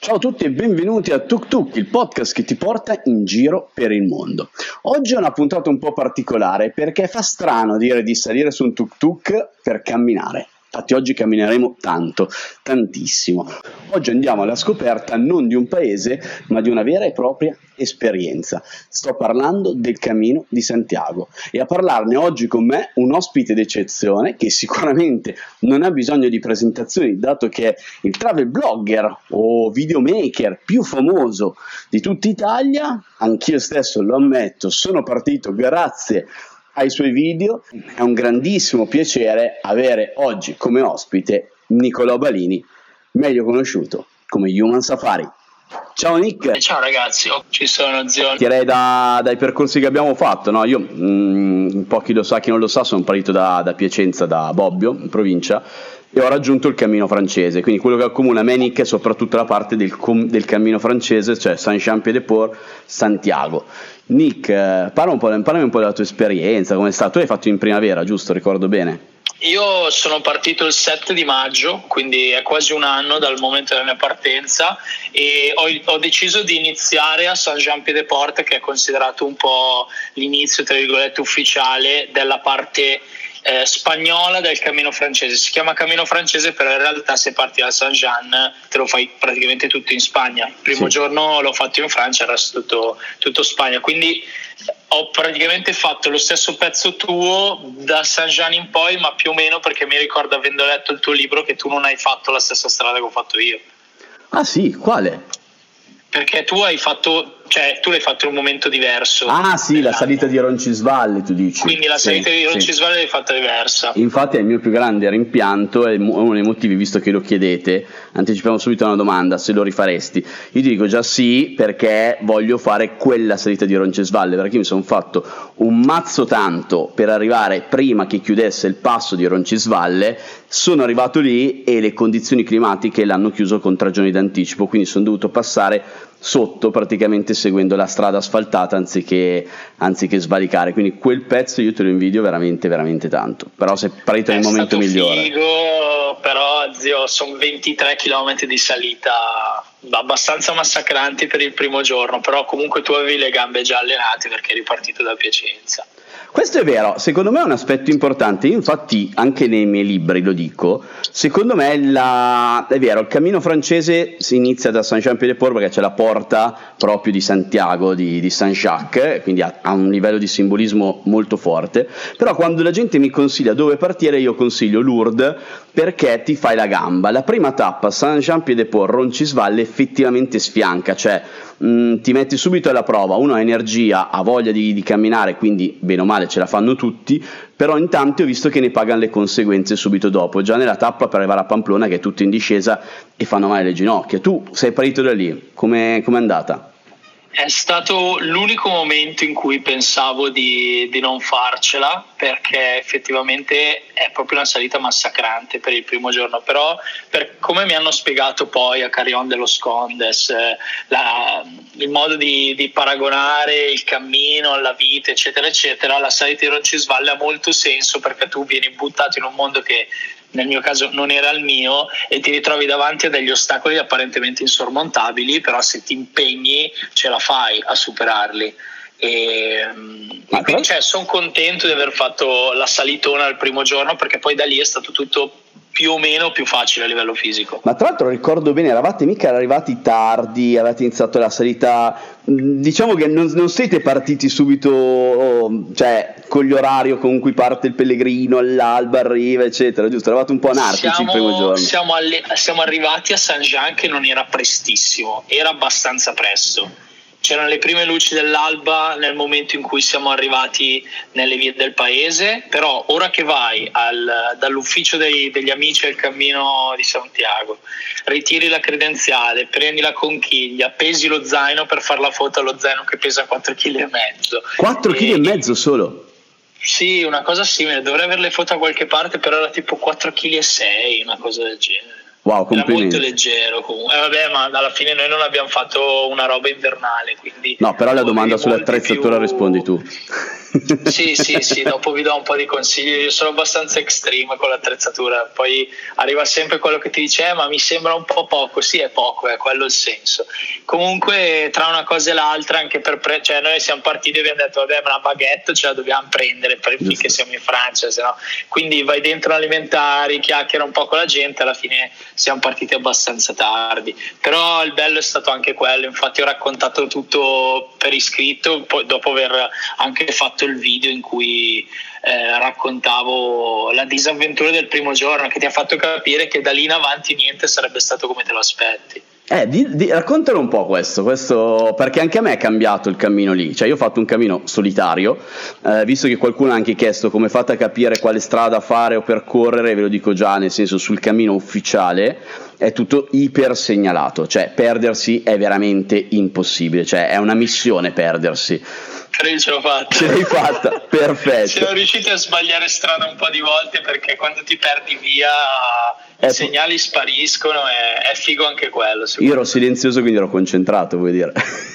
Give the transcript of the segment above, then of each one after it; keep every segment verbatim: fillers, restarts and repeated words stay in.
Ciao a tutti e benvenuti a Tuk Tuk, il podcast che ti porta in giro per il mondo. Oggi è una puntata un po' particolare perché fa strano dire di salire su un tuk tuk per camminare. Infatti oggi cammineremo tanto, tantissimo. Oggi andiamo alla scoperta non di un paese, ma di una vera e propria esperienza. Sto parlando del Cammino di Santiago e a parlarne oggi con me un ospite d'eccezione che sicuramente non ha bisogno di presentazioni, dato che è il travel blogger o videomaker più famoso di tutta Italia. Anch'io stesso lo ammetto, sono partito grazie ai suoi video. È un grandissimo piacere avere oggi come ospite Nicolò Balini, meglio conosciuto come Human Safari. Ciao Nick. Ciao ragazzi, oh, ci sono zio. Direi da, dai percorsi che abbiamo fatto, no? Io, mh, po' chi lo sa, chi non lo sa, sono partito da, da Piacenza, da Bobbio, in provincia, e ho raggiunto il Cammino francese, quindi quello che accomuna me, Nick, è soprattutto la parte del, del Cammino francese, cioè Saint-Jean-Pied-de-Port, Santiago. Nick, eh, parla un po', parlami un po' della tua esperienza, come è stato? Tu l'hai fatto in primavera, giusto? Ricordo bene? Io sono partito il sette di maggio, quindi è quasi un anno dal momento della mia partenza, e ho, ho deciso di iniziare a Saint-Jean-Pied-de-Port, che è considerato un po' l'inizio, tra virgolette, ufficiale della parte Eh, spagnola del Cammino francese. Si chiama Cammino francese, però in realtà se parti da Saint-Jean te lo fai praticamente tutto in Spagna. Il primo sì. giorno l'ho fatto in Francia, il resto tutto, tutto Spagna, quindi ho praticamente fatto lo stesso pezzo tuo da Saint-Jean in poi, ma più o meno, perché mi ricordo, avendo letto il tuo libro, che tu non hai fatto la stessa strada che ho fatto io. Ah sì? Quale? Perché tu hai fatto, cioè tu l'hai fatto in un momento diverso. Ah sì, la salita di Roncisvalle, tu dici. Quindi la salita sì, di Roncisvalle sì. l'hai fatta diversa. Infatti è il mio più grande rimpianto, è uno dei motivi, visto che lo chiedete, anticipiamo subito una domanda: se lo rifaresti? Io ti dico già sì, perché voglio fare quella salita di Roncisvalle, perché mi sono fatto un mazzo tanto per arrivare prima che chiudesse il passo di Roncisvalle. Sono arrivato lì e le condizioni climatiche l'hanno chiuso con tre giorni d'anticipo, quindi sono dovuto passare sotto, praticamente seguendo la strada asfaltata anziché, anziché svalicare, quindi quel pezzo io te lo invidio veramente veramente tanto, però sei partito nel momento migliore. Figo, però zio, sono ventitré chilometri di salita abbastanza massacranti per il primo giorno, però comunque tu avevi le gambe già allenate perché eri partito da Piacenza. Questo è vero, secondo me è un aspetto importante. Io infatti anche nei miei libri lo dico, secondo me la... è vero, il Cammino francese si inizia da Saint-Jean-Pied-de-Port perché c'è la porta proprio di Santiago, di, di Saint-Jacques, quindi ha, ha un livello di simbolismo molto forte, però quando la gente mi consiglia dove partire io consiglio Lourdes, perché ti fai la gamba. La prima tappa, Saint-Jean-Pied-de-Port, Roncisvalle, effettivamente sfianca, cioè mh, ti metti subito alla prova, uno ha energia, ha voglia di, di camminare, quindi bene o male ce la fanno tutti, però intanto ho visto che ne pagano le conseguenze subito dopo, già nella tappa per arrivare a Pamplona, che è tutto in discesa e fanno male le ginocchia. Tu sei partito da lì, come è andata? È stato l'unico momento in cui pensavo di, di non farcela, perché effettivamente è proprio una salita massacrante per il primo giorno, però per come mi hanno spiegato poi a Carrión de los Condes, la, il modo di, di paragonare il cammino alla vita eccetera eccetera, la salita di Roncisvalle ha molto senso, perché tu vieni buttato in un mondo che nel mio caso non era il mio e ti ritrovi davanti a degli ostacoli apparentemente insormontabili, però se ti impegni ce la fai a superarli. E, e quindi cioè, sono contento di aver fatto la salitona il primo giorno, perché poi da lì è stato tutto più o meno più facile a livello fisico. Ma tra l'altro ricordo bene, eravate mica arrivati tardi, avete iniziato la salita, diciamo che non, non siete partiti subito, cioè con gli orari con cui parte il pellegrino, all'alba arriva eccetera, giusto? Eravate un po' anarchici siamo, il primo giorno. Siamo, alle, siamo arrivati a Saint-Jean, che non era prestissimo, era abbastanza presto. C'erano le prime luci dell'alba nel momento in cui siamo arrivati nelle vie del paese, però ora che vai al, dall'ufficio dei, degli amici al Cammino di Santiago, ritiri la credenziale, prendi la conchiglia, pesi lo zaino per fare la foto allo zaino che pesa quattro virgola cinque chili. quattro virgola cinque chili solo? Sì, una cosa simile, dovrei avere le foto da qualche parte, però era tipo quattro virgola sei chili, una cosa del genere. Wow, era molto leggero comunque. Eh, vabbè, ma alla fine noi non abbiamo fatto una roba invernale, quindi no, però la domanda sull'attrezzatura più... rispondi tu. Sì, sì, sì, dopo vi do un po' di consigli. Io sono abbastanza extreme con l'attrezzatura, poi arriva sempre quello che ti dice eh, ma mi sembra un po' poco. Sì, è poco, è quello il senso. Comunque tra una cosa e l'altra, anche per pre- cioè noi siamo partiti e abbiamo detto vabbè, ma una baguette ce la dobbiamo prendere per finché siamo in Francia, se no. Quindi vai dentro alimentari, chiacchiera un po' con la gente, alla fine siamo partiti abbastanza tardi, però il bello è stato anche quello. Infatti ho raccontato tutto per iscritto, poi dopo aver anche fatto il video in cui eh, raccontavo la disavventura del primo giorno, che ti ha fatto capire che da lì in avanti niente sarebbe stato come te lo aspetti. Eh, di, di, raccontalo un po' questo, questo, perché anche a me è cambiato il cammino lì. Cioè io ho fatto un cammino solitario, eh, visto che qualcuno ha anche chiesto come fate a capire quale strada fare o percorrere, ve lo dico già, nel senso, sul cammino ufficiale è tutto iper segnalato, cioè perdersi è veramente impossibile, cioè è una missione perdersi. Io ce l'ho fatta. Ce l'hai fatta, perfetto. Siamo riusciti a sbagliare strada un po' di volte, perché quando ti perdi via i eh, segnali spariscono, e è figo anche quello. Io ero silenzioso, quindi ero concentrato, vuoi dire.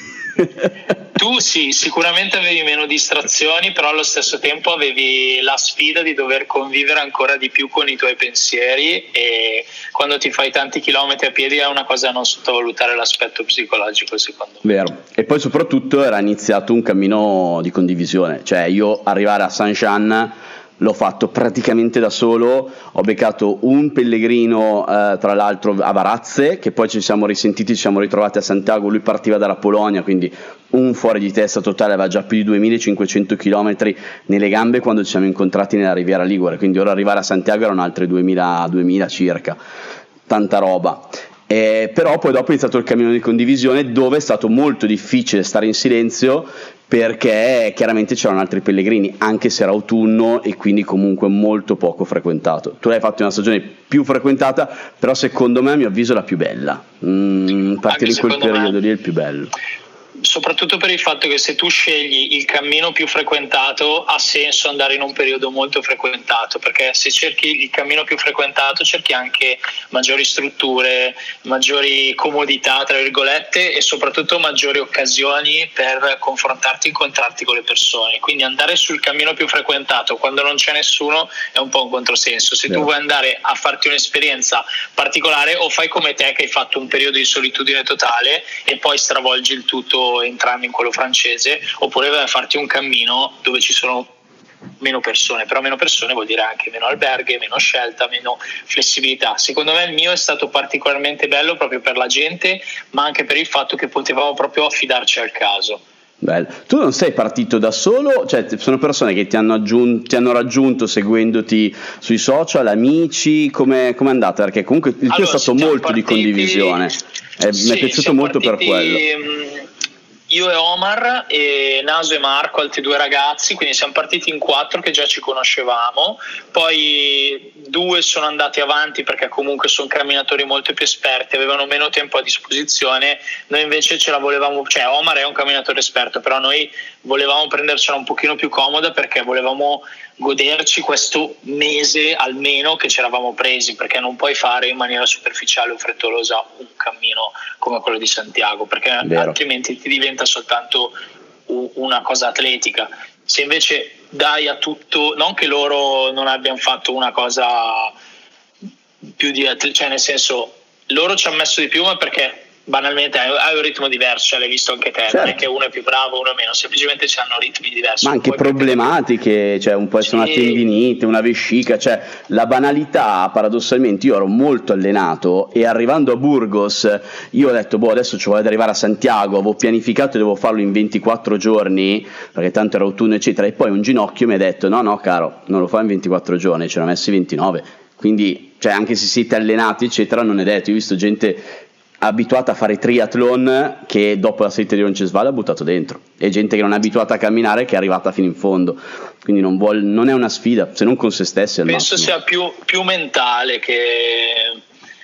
Tu sì, sicuramente avevi meno distrazioni, però allo stesso tempo avevi la sfida di dover convivere ancora di più con i tuoi pensieri, e quando ti fai tanti chilometri a piedi è una cosa da non sottovalutare, l'aspetto psicologico, secondo me. Vero. E poi soprattutto era iniziato un cammino di condivisione, cioè io arrivare a Saint-Jean l'ho fatto praticamente da solo, ho beccato un pellegrino eh, tra l'altro a Varazze, che poi ci siamo risentiti, ci siamo ritrovati a Santiago, lui partiva dalla Polonia, quindi un fuori di testa totale, aveva già più di duemilacinquecento chilometri nelle gambe quando ci siamo incontrati nella Riviera Ligure, quindi ora arrivare a Santiago erano altri duemila, duemila circa, tanta roba. Eh, però poi dopo è iniziato il cammino di condivisione, dove è stato molto difficile stare in silenzio, perché chiaramente c'erano altri pellegrini, anche se era autunno e quindi comunque molto poco frequentato. Tu l'hai fatto in una stagione più frequentata, però secondo me, a mio avviso, la più bella. Mm, a parte di quel periodo lì è il più bello. Soprattutto per il fatto che se tu scegli il cammino più frequentato ha senso andare in un periodo molto frequentato, perché se cerchi il cammino più frequentato cerchi anche maggiori strutture, maggiori comodità tra virgolette, e soprattutto maggiori occasioni per confrontarti e incontrarti con le persone. Quindi andare sul cammino più frequentato quando non c'è nessuno è un po' un controsenso. Se tu vuoi andare a farti un'esperienza particolare, o fai come te che hai fatto un periodo di solitudine totale e poi stravolgi il tutto entrando in quello francese, oppure vai a farti un cammino dove ci sono meno persone, però meno persone vuol dire anche meno alberghe, meno scelta, meno flessibilità. Secondo me il mio è stato particolarmente bello proprio per la gente, ma anche per il fatto che potevamo proprio affidarci al caso. Bello. Tu non sei partito da solo, cioè sono persone che ti hanno, aggiunto, ti hanno raggiunto seguendoti sui social, amici, come è andata? Perché comunque il tuo allora, è stato molto partiti, di condivisione, eh, sì, mi è piaciuto molto partiti, per quello. Io e Omar e Naso e Marco, altri due ragazzi, quindi siamo partiti in quattro che già ci conoscevamo, poi due sono andati avanti perché comunque sono camminatori molto più esperti, avevano meno tempo a disposizione, noi invece ce la volevamo, cioè Omar è un camminatore esperto, però noi volevamo prendercela un pochino più comoda perché volevamo goderci questo mese almeno che ci eravamo presi, perché non puoi fare in maniera superficiale o frettolosa un cammino come quello di Santiago, perché Vero. altrimenti ti diventa soltanto una cosa atletica. Se invece dai a tutto, non che loro non abbiano fatto una cosa più di atletica, cioè nel senso loro ci hanno messo di più, ma perché banalmente hai un ritmo diverso, l'hai visto anche te, certo. Non è che uno è più bravo, uno è meno, semplicemente hanno ritmi diversi. Ma anche poi problematiche, perché... cioè un po' sì. Una tendinite, una vescica, cioè la banalità, paradossalmente io ero molto allenato e arrivando a Burgos io ho detto boh adesso ci voglio arrivare a Santiago, avevo pianificato e devo farlo in ventiquattro giorni perché tanto era autunno eccetera, e poi un ginocchio mi ha detto no no caro, non lo fai in ventiquattro giorni, ce l'ho messi ventinove, quindi cioè anche se siete allenati eccetera non è detto. Io ho visto gente abituata a fare triathlon che dopo la salita di Roncesvalles ha buttato dentro, e gente che non è abituata a camminare che è arrivata fino in fondo, quindi non, vuol, non è una sfida se non con se stessi al penso massimo. Sia più, più mentale che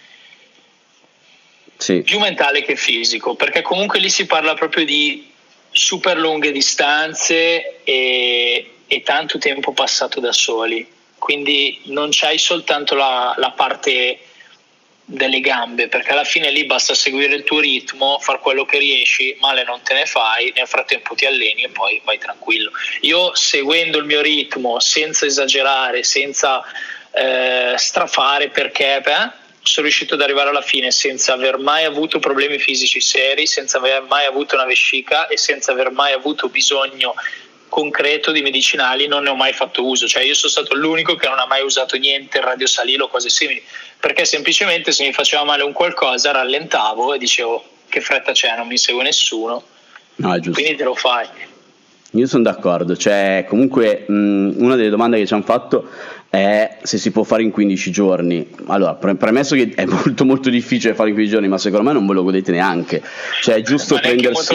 sì. più mentale che fisico, perché comunque lì si parla proprio di super lunghe distanze e, e tanto tempo passato da soli, quindi non c'hai soltanto la, la parte delle gambe, perché alla fine lì basta seguire il tuo ritmo, far quello che riesci, male non te ne fai, nel frattempo ti alleni e poi vai tranquillo. Io seguendo il mio ritmo, senza esagerare, senza eh, strafare, perché beh, sono riuscito ad arrivare alla fine senza aver mai avuto problemi fisici seri, senza aver mai avuto una vescica e senza aver mai avuto bisogno concreto di medicinali. Non ne ho mai fatto uso, cioè io sono stato l'unico che non ha mai usato niente, radiosalilo o cose simili, perché semplicemente se mi faceva male un qualcosa rallentavo e dicevo che fretta c'è, non mi segue nessuno, no, è giusto. Quindi te lo fai. Io sono d'accordo, cioè comunque mh, una delle domande che ci hanno fatto è se si può fare in quindici giorni. Allora, pre- premesso che è molto molto difficile fare in quindici giorni, ma secondo me non ve lo godete neanche, cioè è giusto prendersi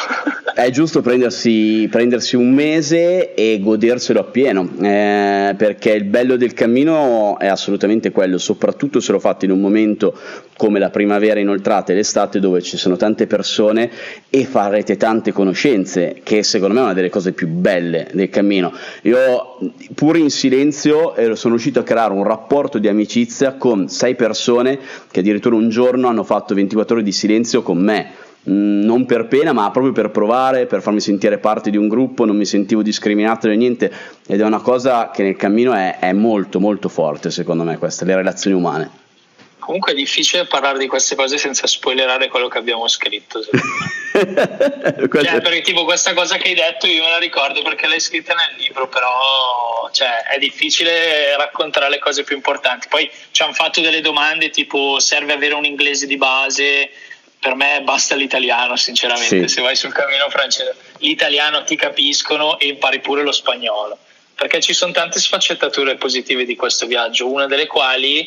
è giusto prendersi prendersi un mese e goderselo appieno, eh, perché il bello del cammino è assolutamente quello, soprattutto se lo fate in un momento come la primavera inoltrata e l'estate, dove ci sono tante persone e farete tante conoscenze, che secondo me è una delle cose più belle del cammino. Io pur in silenzio sono riuscito a creare un rapporto di amicizia con sei persone che addirittura un giorno hanno fatto ventiquattro ore di silenzio con me, mm, non per pena ma proprio per provare, per farmi sentire parte di un gruppo, non mi sentivo discriminato né niente, ed è una cosa che nel cammino è, è molto molto forte secondo me, queste le relazioni umane. Comunque è difficile parlare di queste cose senza spoilerare quello che abbiamo scritto, cioè, perché tipo questa cosa che hai detto io me la ricordo perché l'hai scritta nel libro, però cioè, è difficile raccontare le cose più importanti. Poi ci hanno fatto delle domande tipo serve avere un inglese di base. Per me basta l'italiano, sinceramente. Sì. Se vai sul cammino francese, l'italiano ti capiscono e impari pure lo spagnolo, perché ci sono tante sfaccettature positive di questo viaggio, una delle quali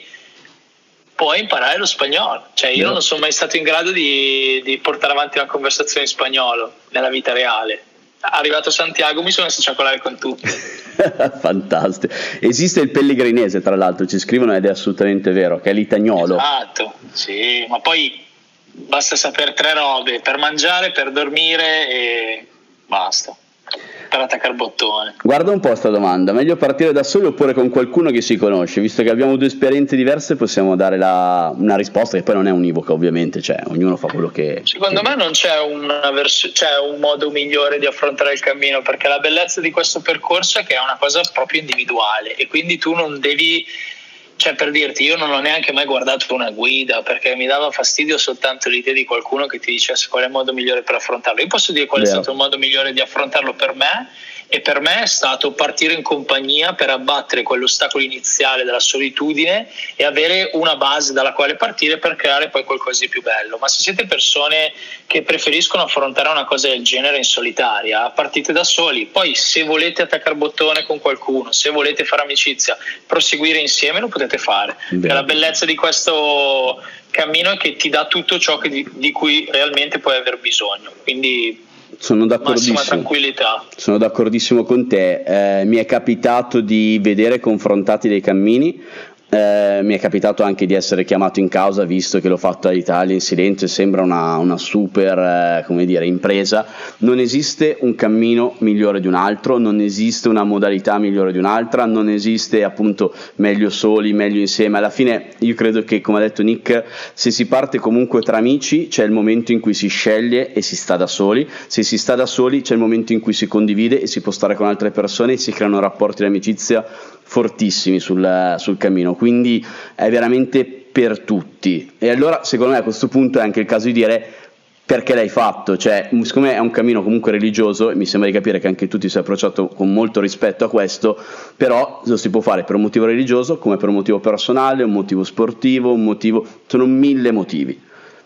puoi imparare lo spagnolo. Cioè io non sono mai stato in grado di, di portare avanti una conversazione in spagnolo nella vita reale. Arrivato a Santiago mi sono messo a ciacolare con tutti. Fantastico. Esiste il pellegrinese, tra l'altro, ci scrivono, ed è assolutamente vero, che è l'itagnolo. Esatto, sì, ma poi basta sapere tre robe: per mangiare, per dormire e basta, per attaccare il bottone. Guarda un po' sta domanda: meglio partire da soli oppure con qualcuno che si conosce? Visto che abbiamo due esperienze diverse possiamo dare la, una risposta che poi non è univoca, ovviamente, cioè ognuno fa quello che... Secondo che... me non c'è, una vers- c'è un modo migliore di affrontare il cammino, perché la bellezza di questo percorso è che è una cosa proprio individuale e quindi tu non devi... Cioè, per dirti, io non ho neanche mai guardato una guida perché mi dava fastidio soltanto l'idea di qualcuno che ti dicesse qual è il modo migliore per affrontarlo. Io posso dire qual è yeah. stato il modo migliore di affrontarlo per me, e per me è stato partire in compagnia per abbattere quell'ostacolo iniziale della solitudine e avere una base dalla quale partire per creare poi qualcosa di più bello. Ma se siete persone che preferiscono affrontare una cosa del genere in solitaria, partite da soli. Poi se volete attaccare bottone con qualcuno, se volete fare amicizia, proseguire insieme, lo potete fare. La bellezza di questo cammino è che ti dà tutto ciò che di, di cui realmente puoi aver bisogno, quindi sono d'accordissimo. Massima tranquillità. Sono d'accordissimo con te. Eh, mi è capitato di vedere confrontati dei cammini. Eh, mi è capitato anche di essere chiamato in causa, visto che l'ho fatto all'Italia in silenzio e sembra una, una super eh, come dire, impresa. Non esiste un cammino migliore di un altro, non esiste una modalità migliore di un'altra, non esiste appunto meglio soli, meglio insieme. Alla fine io credo che, come ha detto Nick, se si parte comunque tra amici c'è il momento in cui si sceglie e si sta da soli, se si sta da soli c'è il momento in cui si condivide e si può stare con altre persone e si creano rapporti di amicizia fortissimi sul, sul cammino, quindi è veramente per tutti. E allora secondo me a questo punto è anche il caso di dire perché l'hai fatto, cioè siccome è un cammino comunque religioso e mi sembra di capire che anche tu ti sei approcciato con molto rispetto a questo, però lo si può fare per un motivo religioso come per un motivo personale, un motivo sportivo, un motivo, sono mille motivi.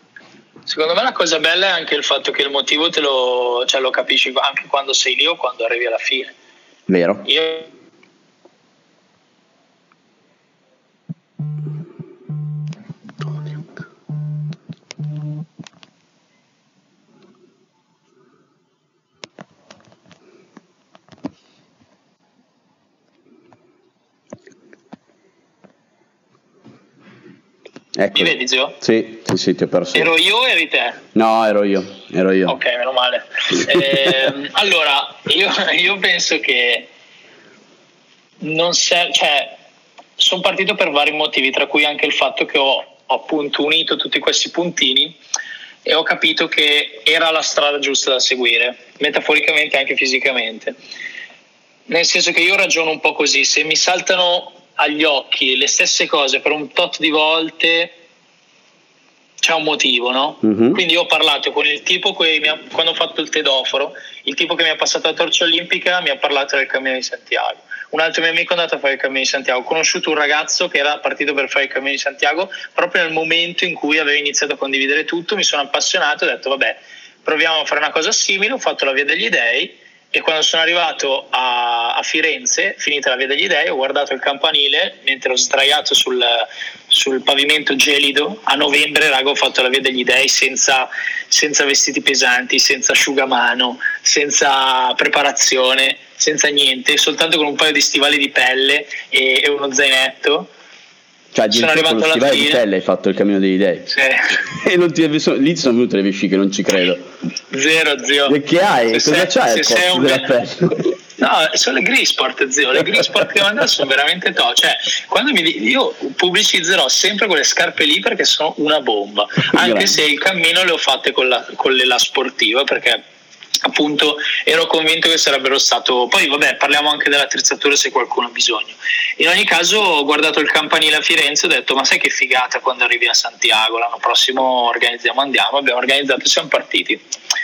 Secondo me la cosa bella è anche il fatto che il motivo te lo, cioè, lo capisci anche quando sei lì o quando arrivi alla fine. Vero? Io Ecco. Mi vedi, zio? Sì, sì, sì, ti ho perso. Ero io o eri te? No, ero io, ero io. Ok, meno male. eh, allora, io, io penso che non serve, cioè, sono partito per vari motivi, tra cui anche il fatto che ho ho appunto unito tutti questi puntini e ho capito che era la strada giusta da seguire, metaforicamente e anche fisicamente. Nel senso che io ragiono un po' così: se mi saltano agli occhi le stesse cose per un tot di volte, c'è un motivo, no? Mm-hmm. Quindi io ho parlato con il tipo che mi ha, quando ho fatto il tedoforo, il tipo che mi ha passato la torcia olimpica mi ha parlato del Cammino di Santiago. Un altro mio amico è andato a fare il Cammino di Santiago. Ho conosciuto un ragazzo che era partito per fare il Cammino di Santiago proprio nel momento in cui avevo iniziato a condividere tutto. Mi sono appassionato e ho detto vabbè, proviamo a fare una cosa simile. Ho fatto la Via degli Dei e quando sono arrivato a, a Firenze, finita la Via degli Dei, ho guardato il campanile mentre ero sdraiato sul, sul pavimento gelido. A novembre, raga, ho fatto la Via degli Dei senza, senza vestiti pesanti, senza asciugamano, senza preparazione, senza niente, soltanto con un paio di stivali di pelle e, e uno zainetto. Cioè, sono arrivato alla fine. Di pelle hai fatto il Cammino degli Dei. Sì. E non ti, lì sono venute le vesciche, non ci credo. Zero, zio. E che hai? Se Cosa sei, c'hai se sei un della pelle? No, sono le Grisport, zio. Le Grisport che mandano sono veramente top. Cioè, quando mi, io pubblicizzerò sempre quelle scarpe lì perché sono una bomba. Anche Grazie. Se il cammino le ho fatte con la, con le la sportiva, perché appunto ero convinto che sarebbero stato. Poi vabbè, parliamo anche dell'attrezzatura se qualcuno ha bisogno. In ogni caso ho guardato il campanile a Firenze e ho detto ma sai che figata quando arrivi a Santiago, l'anno prossimo organizziamo, andiamo. Abbiamo organizzato e siamo partiti,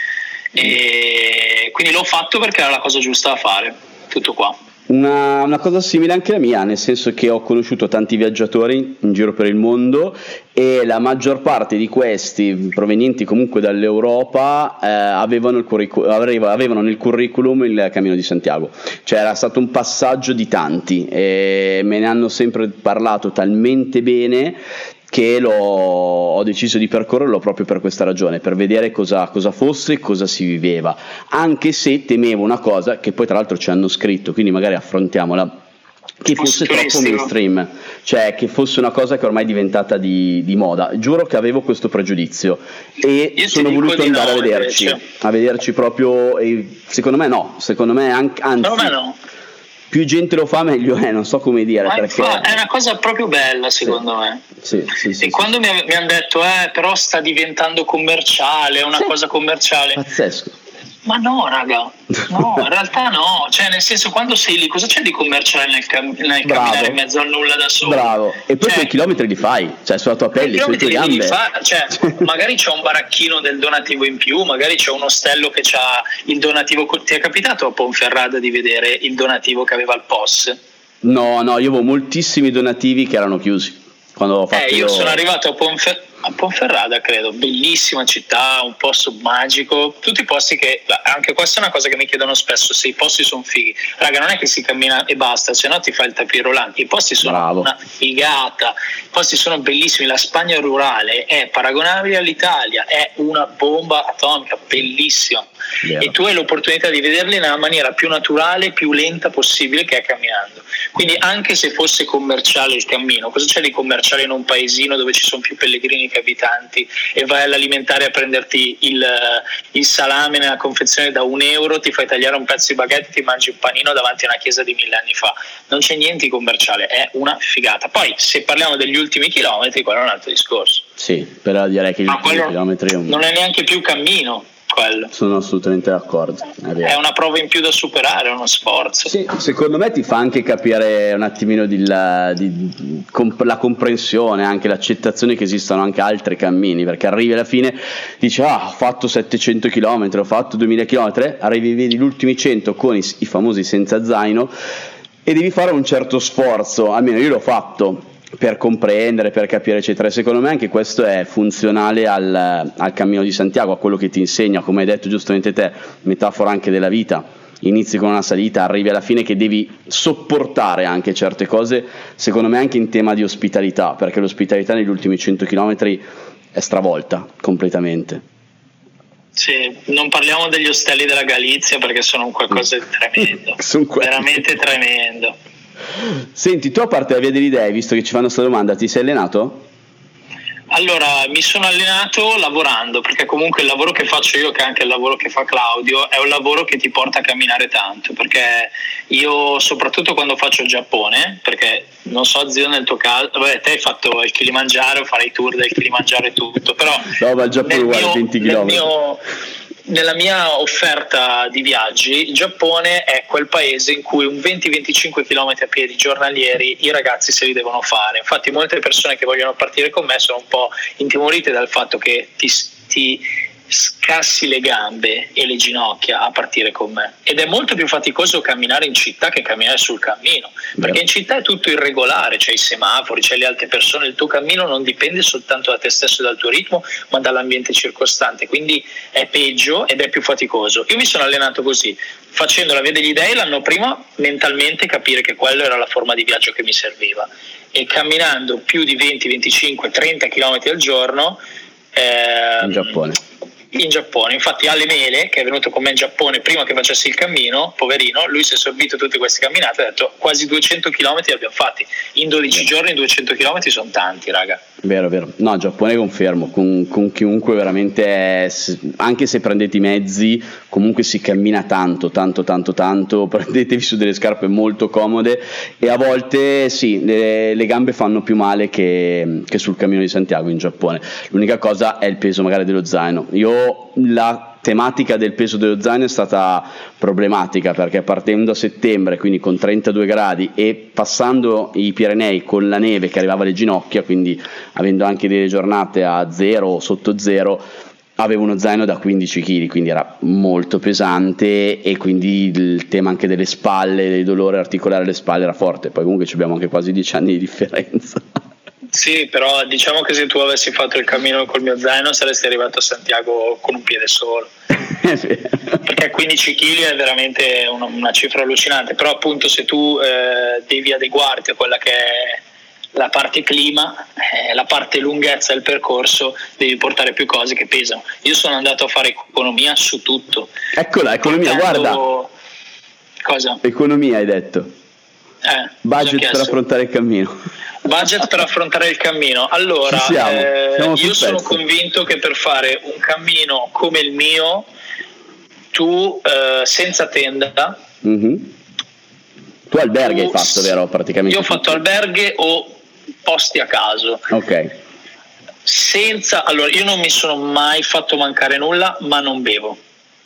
e quindi l'ho fatto perché era la cosa giusta da fare. Tutto qua. Una, una cosa simile anche la mia, nel senso che ho conosciuto tanti viaggiatori in giro per il mondo e la maggior parte di questi, provenienti comunque dall'Europa, eh, avevano, il curricu- avevano nel curriculum il Cammino di Santiago. Cioè era stato un passaggio di tanti e me ne hanno sempre parlato talmente bene che l'ho, ho deciso di percorrerlo proprio per questa ragione, per vedere cosa, cosa fosse e cosa si viveva, anche se temevo una cosa che poi tra l'altro ci hanno scritto, quindi magari affrontiamola, che fosse troppo mainstream, cioè che fosse una cosa che ormai è diventata di, di moda. Giuro che avevo questo pregiudizio e Io sono voluto andare no, a vederci invece. a vederci proprio, e secondo me no, secondo me anche, anzi secondo me no. Più gente lo fa meglio è, non so come dire. Ma perché è una cosa proprio bella secondo sì. me. Sì, sì, sì, e sì, quando sì. mi, mi hanno detto eh però sta diventando commerciale, è una sì. cosa commerciale. Pazzesco. Ma no raga, no, in realtà no, cioè nel senso quando sei lì cosa c'è di commerciale nel, cam- nel camminare in mezzo a nulla da solo? Bravo, e poi cioè, quei chilometri li fai, cioè sulla tua pelle, sulle tue gambe. Fa, cioè, magari c'è un baracchino del donativo in più, magari c'è un ostello che c'ha il donativo. Ti è capitato a Ponferrada di vedere il donativo che aveva il P O S? No, no, io avevo moltissimi donativi che erano chiusi. Quando ho fatto eh, io io... sono arrivato a Ponferrada. A Ponferrada credo, bellissima città, un posto magico, tutti i posti che, anche questa è una cosa che mi chiedono spesso, se i posti sono fighi. Raga, non è che si cammina e basta, se no ti fai il tapirolante. I posti sono Bravo. Una figata, i posti sono bellissimi, la Spagna rurale è paragonabile all'Italia, è una bomba atomica, bellissima. Yeah. E tu hai l'opportunità di vederli nella maniera più naturale, più lenta possibile, che è camminando. Quindi anche se fosse commerciale il cammino, cosa c'è di commerciale in un paesino dove ci sono più pellegrini che abitanti e vai all'alimentare a prenderti il, il salame nella confezione da un euro, ti fai tagliare un pezzo di baguette, ti mangi un panino davanti a una chiesa di mille anni fa? Non c'è niente di commerciale, è una figata. Poi se parliamo degli ultimi chilometri, quello è un altro discorso. Sì, però direi che gli Ma ultimi chilometri è un... non è neanche più cammino. Quello. Sono assolutamente d'accordo. È, è una prova in più da superare, è uno sforzo. Sì, secondo me ti fa anche capire un attimino di la, di, comp- la comprensione, anche l'accettazione che esistono anche altri cammini, perché arrivi alla fine dici ah ho fatto settecento chilometri, ho fatto duemila chilometri, arrivi vedi gli ultimi cento con i, i famosi senza zaino e devi fare un certo sforzo, almeno io l'ho fatto, per comprendere, per capire eccetera. Secondo me anche questo è funzionale al, al Cammino di Santiago, a quello che ti insegna, come hai detto giustamente te, metafora anche della vita. Inizi con una salita, arrivi alla fine che devi sopportare anche certe cose, secondo me anche in tema di ospitalità, perché l'ospitalità negli ultimi cento chilometri è stravolta completamente. Sì, non parliamo degli ostelli della Galizia perché sono qualcosa di tremendo, veramente tremendo. Senti, tu a parte la Via degli Dei, visto che ci fanno questa domanda, ti sei allenato? Allora, mi sono allenato lavorando, perché comunque il lavoro che faccio io, che è anche il lavoro che fa Claudio, è un lavoro che ti porta a camminare tanto, perché io soprattutto quando faccio il Giappone, perché non so zio nel tuo caso, vabbè, te hai fatto il Kilimangiaro, fare i tour del Kilimangiaro e tutto, però no, ma il Giappone uguale, venti chilometri. Nella mia offerta di viaggi, il Giappone è quel paese in cui un venti venticinque chilometri a piedi giornalieri i ragazzi se li devono fare. Infatti molte persone che vogliono partire con me sono un po' intimorite dal fatto che ti, ti scassi le gambe e le ginocchia a partire con me, ed è molto più faticoso camminare in città che camminare sul cammino, perché in città è tutto irregolare, c'è i semafori, c'è le altre persone, il tuo cammino non dipende soltanto da te stesso e dal tuo ritmo, ma dall'ambiente circostante, quindi è peggio ed è più faticoso. Io mi sono allenato così, facendo la Via degli Dei l'anno prima, mentalmente capire che quello era la forma di viaggio che mi serviva, e camminando più di venti venticinque trenta chilometri al giorno ehm, in Giappone in Giappone. Infatti Ale Mele, che è venuto con me in Giappone prima che facessi il cammino, poverino, lui si è sorbito tutte queste camminate, ha detto quasi duecento chilometri li abbiamo fatti in dodici giorni. Duecento chilometri sono tanti, raga. Vero, vero. No, Giappone confermo, con, con chiunque veramente è, anche se prendete i mezzi, comunque si cammina tanto, tanto, tanto, tanto, prendetevi su delle scarpe molto comode, e a volte sì, le, le gambe fanno più male che, che sul Cammino di Santiago in Giappone. L'unica cosa è il peso magari dello zaino. Io la tematica del peso dello zaino è stata problematica, perché partendo a settembre, quindi con trentadue gradi, e passando i Pirenei con la neve che arrivava alle ginocchia, quindi avendo anche delle giornate a zero o sotto zero, avevo uno zaino da quindici chili, quindi era molto pesante, e quindi il tema anche delle spalle, dei dolori articolari alle spalle era forte. Poi comunque abbiamo anche quasi dieci anni di differenza. Sì, però diciamo che se tu avessi fatto il cammino col mio zaino saresti arrivato a Santiago con un piede solo. Perché quindici chili è veramente una, una cifra allucinante, però appunto se tu eh, devi adeguarti a quella che è la parte clima, eh, la parte lunghezza del percorso, devi portare più cose che pesano. Io sono andato a fare economia su tutto. Eccola, economia, guarda. Cosa? Economia hai detto. Eh, budget per affrontare il cammino. Budget per affrontare il cammino. Allora, siamo, siamo eh, io sono convinto che per fare un cammino come il mio, tu eh, senza tenda, mm-hmm. tu alberghi tu, hai fatto, vero? Praticamente. Io ho fatto alberghe o posti a caso. Ok. Senza, allora, io non mi sono mai fatto mancare nulla, ma non bevo.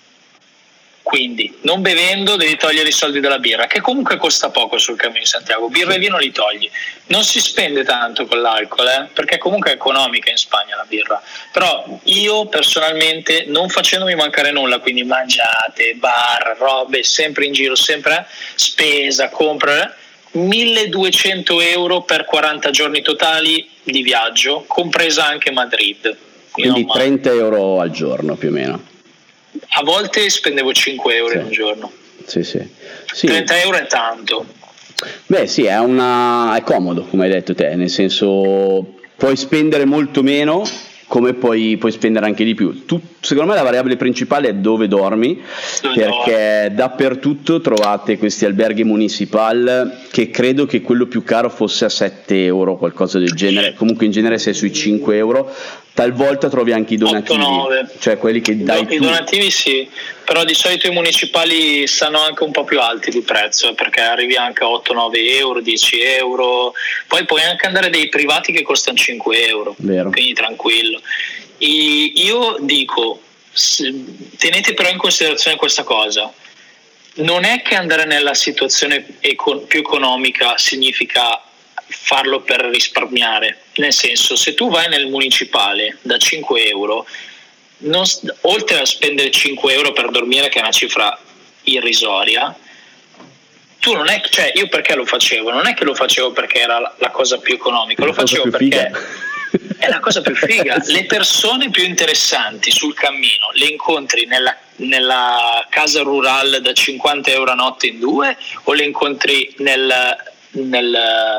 Quindi, non bevendo, devi togliere i soldi dalla birra, che comunque costa poco sul Cammino di Santiago. Birra e vino li togli. Non si spende tanto con l'alcol, eh, perché comunque è economica in Spagna la birra. Però io personalmente, non facendomi mancare nulla, quindi mangiate, bar, robe, sempre in giro, sempre spesa, compra, milleduecento euro per quaranta giorni totali di viaggio, compresa anche Madrid. Quindi trenta euro al giorno più o meno. A volte spendevo cinque euro sì. in un giorno. Sì, sì. sì. trenta euro è tanto. Beh sì, è, una... è comodo, come hai detto te, nel senso puoi spendere molto meno, come puoi, puoi spendere anche di più. Tu, secondo me la variabile principale è dove dormi, dove perché dormi. Dappertutto trovate questi alberghi municipal, che credo che quello più caro fosse a sette euro, qualcosa del genere, comunque in genere sei sui cinque euro. Talvolta trovi anche i donativi, otto nove cioè quelli che dai tu. I donativi sì, però di solito i municipali stanno anche un po' più alti di prezzo, perché arrivi anche a otto nove euro, dieci euro, poi puoi anche andare dei privati che costano cinque euro. Vero. Quindi tranquillo. E io dico, tenete però in considerazione questa cosa, non è che andare nella situazione eco- più economica significa farlo per risparmiare, nel senso, se tu vai nel municipale da cinque euro, non, oltre a spendere cinque euro per dormire, che è una cifra irrisoria, tu non è, cioè io perché lo facevo? Non è che lo facevo perché era la, la cosa più economica, lo facevo perché è la cosa più figa. Le persone più interessanti sul cammino le incontri nella, nella casa rurale da cinquanta euro a notte in due, o le incontri nel Nel,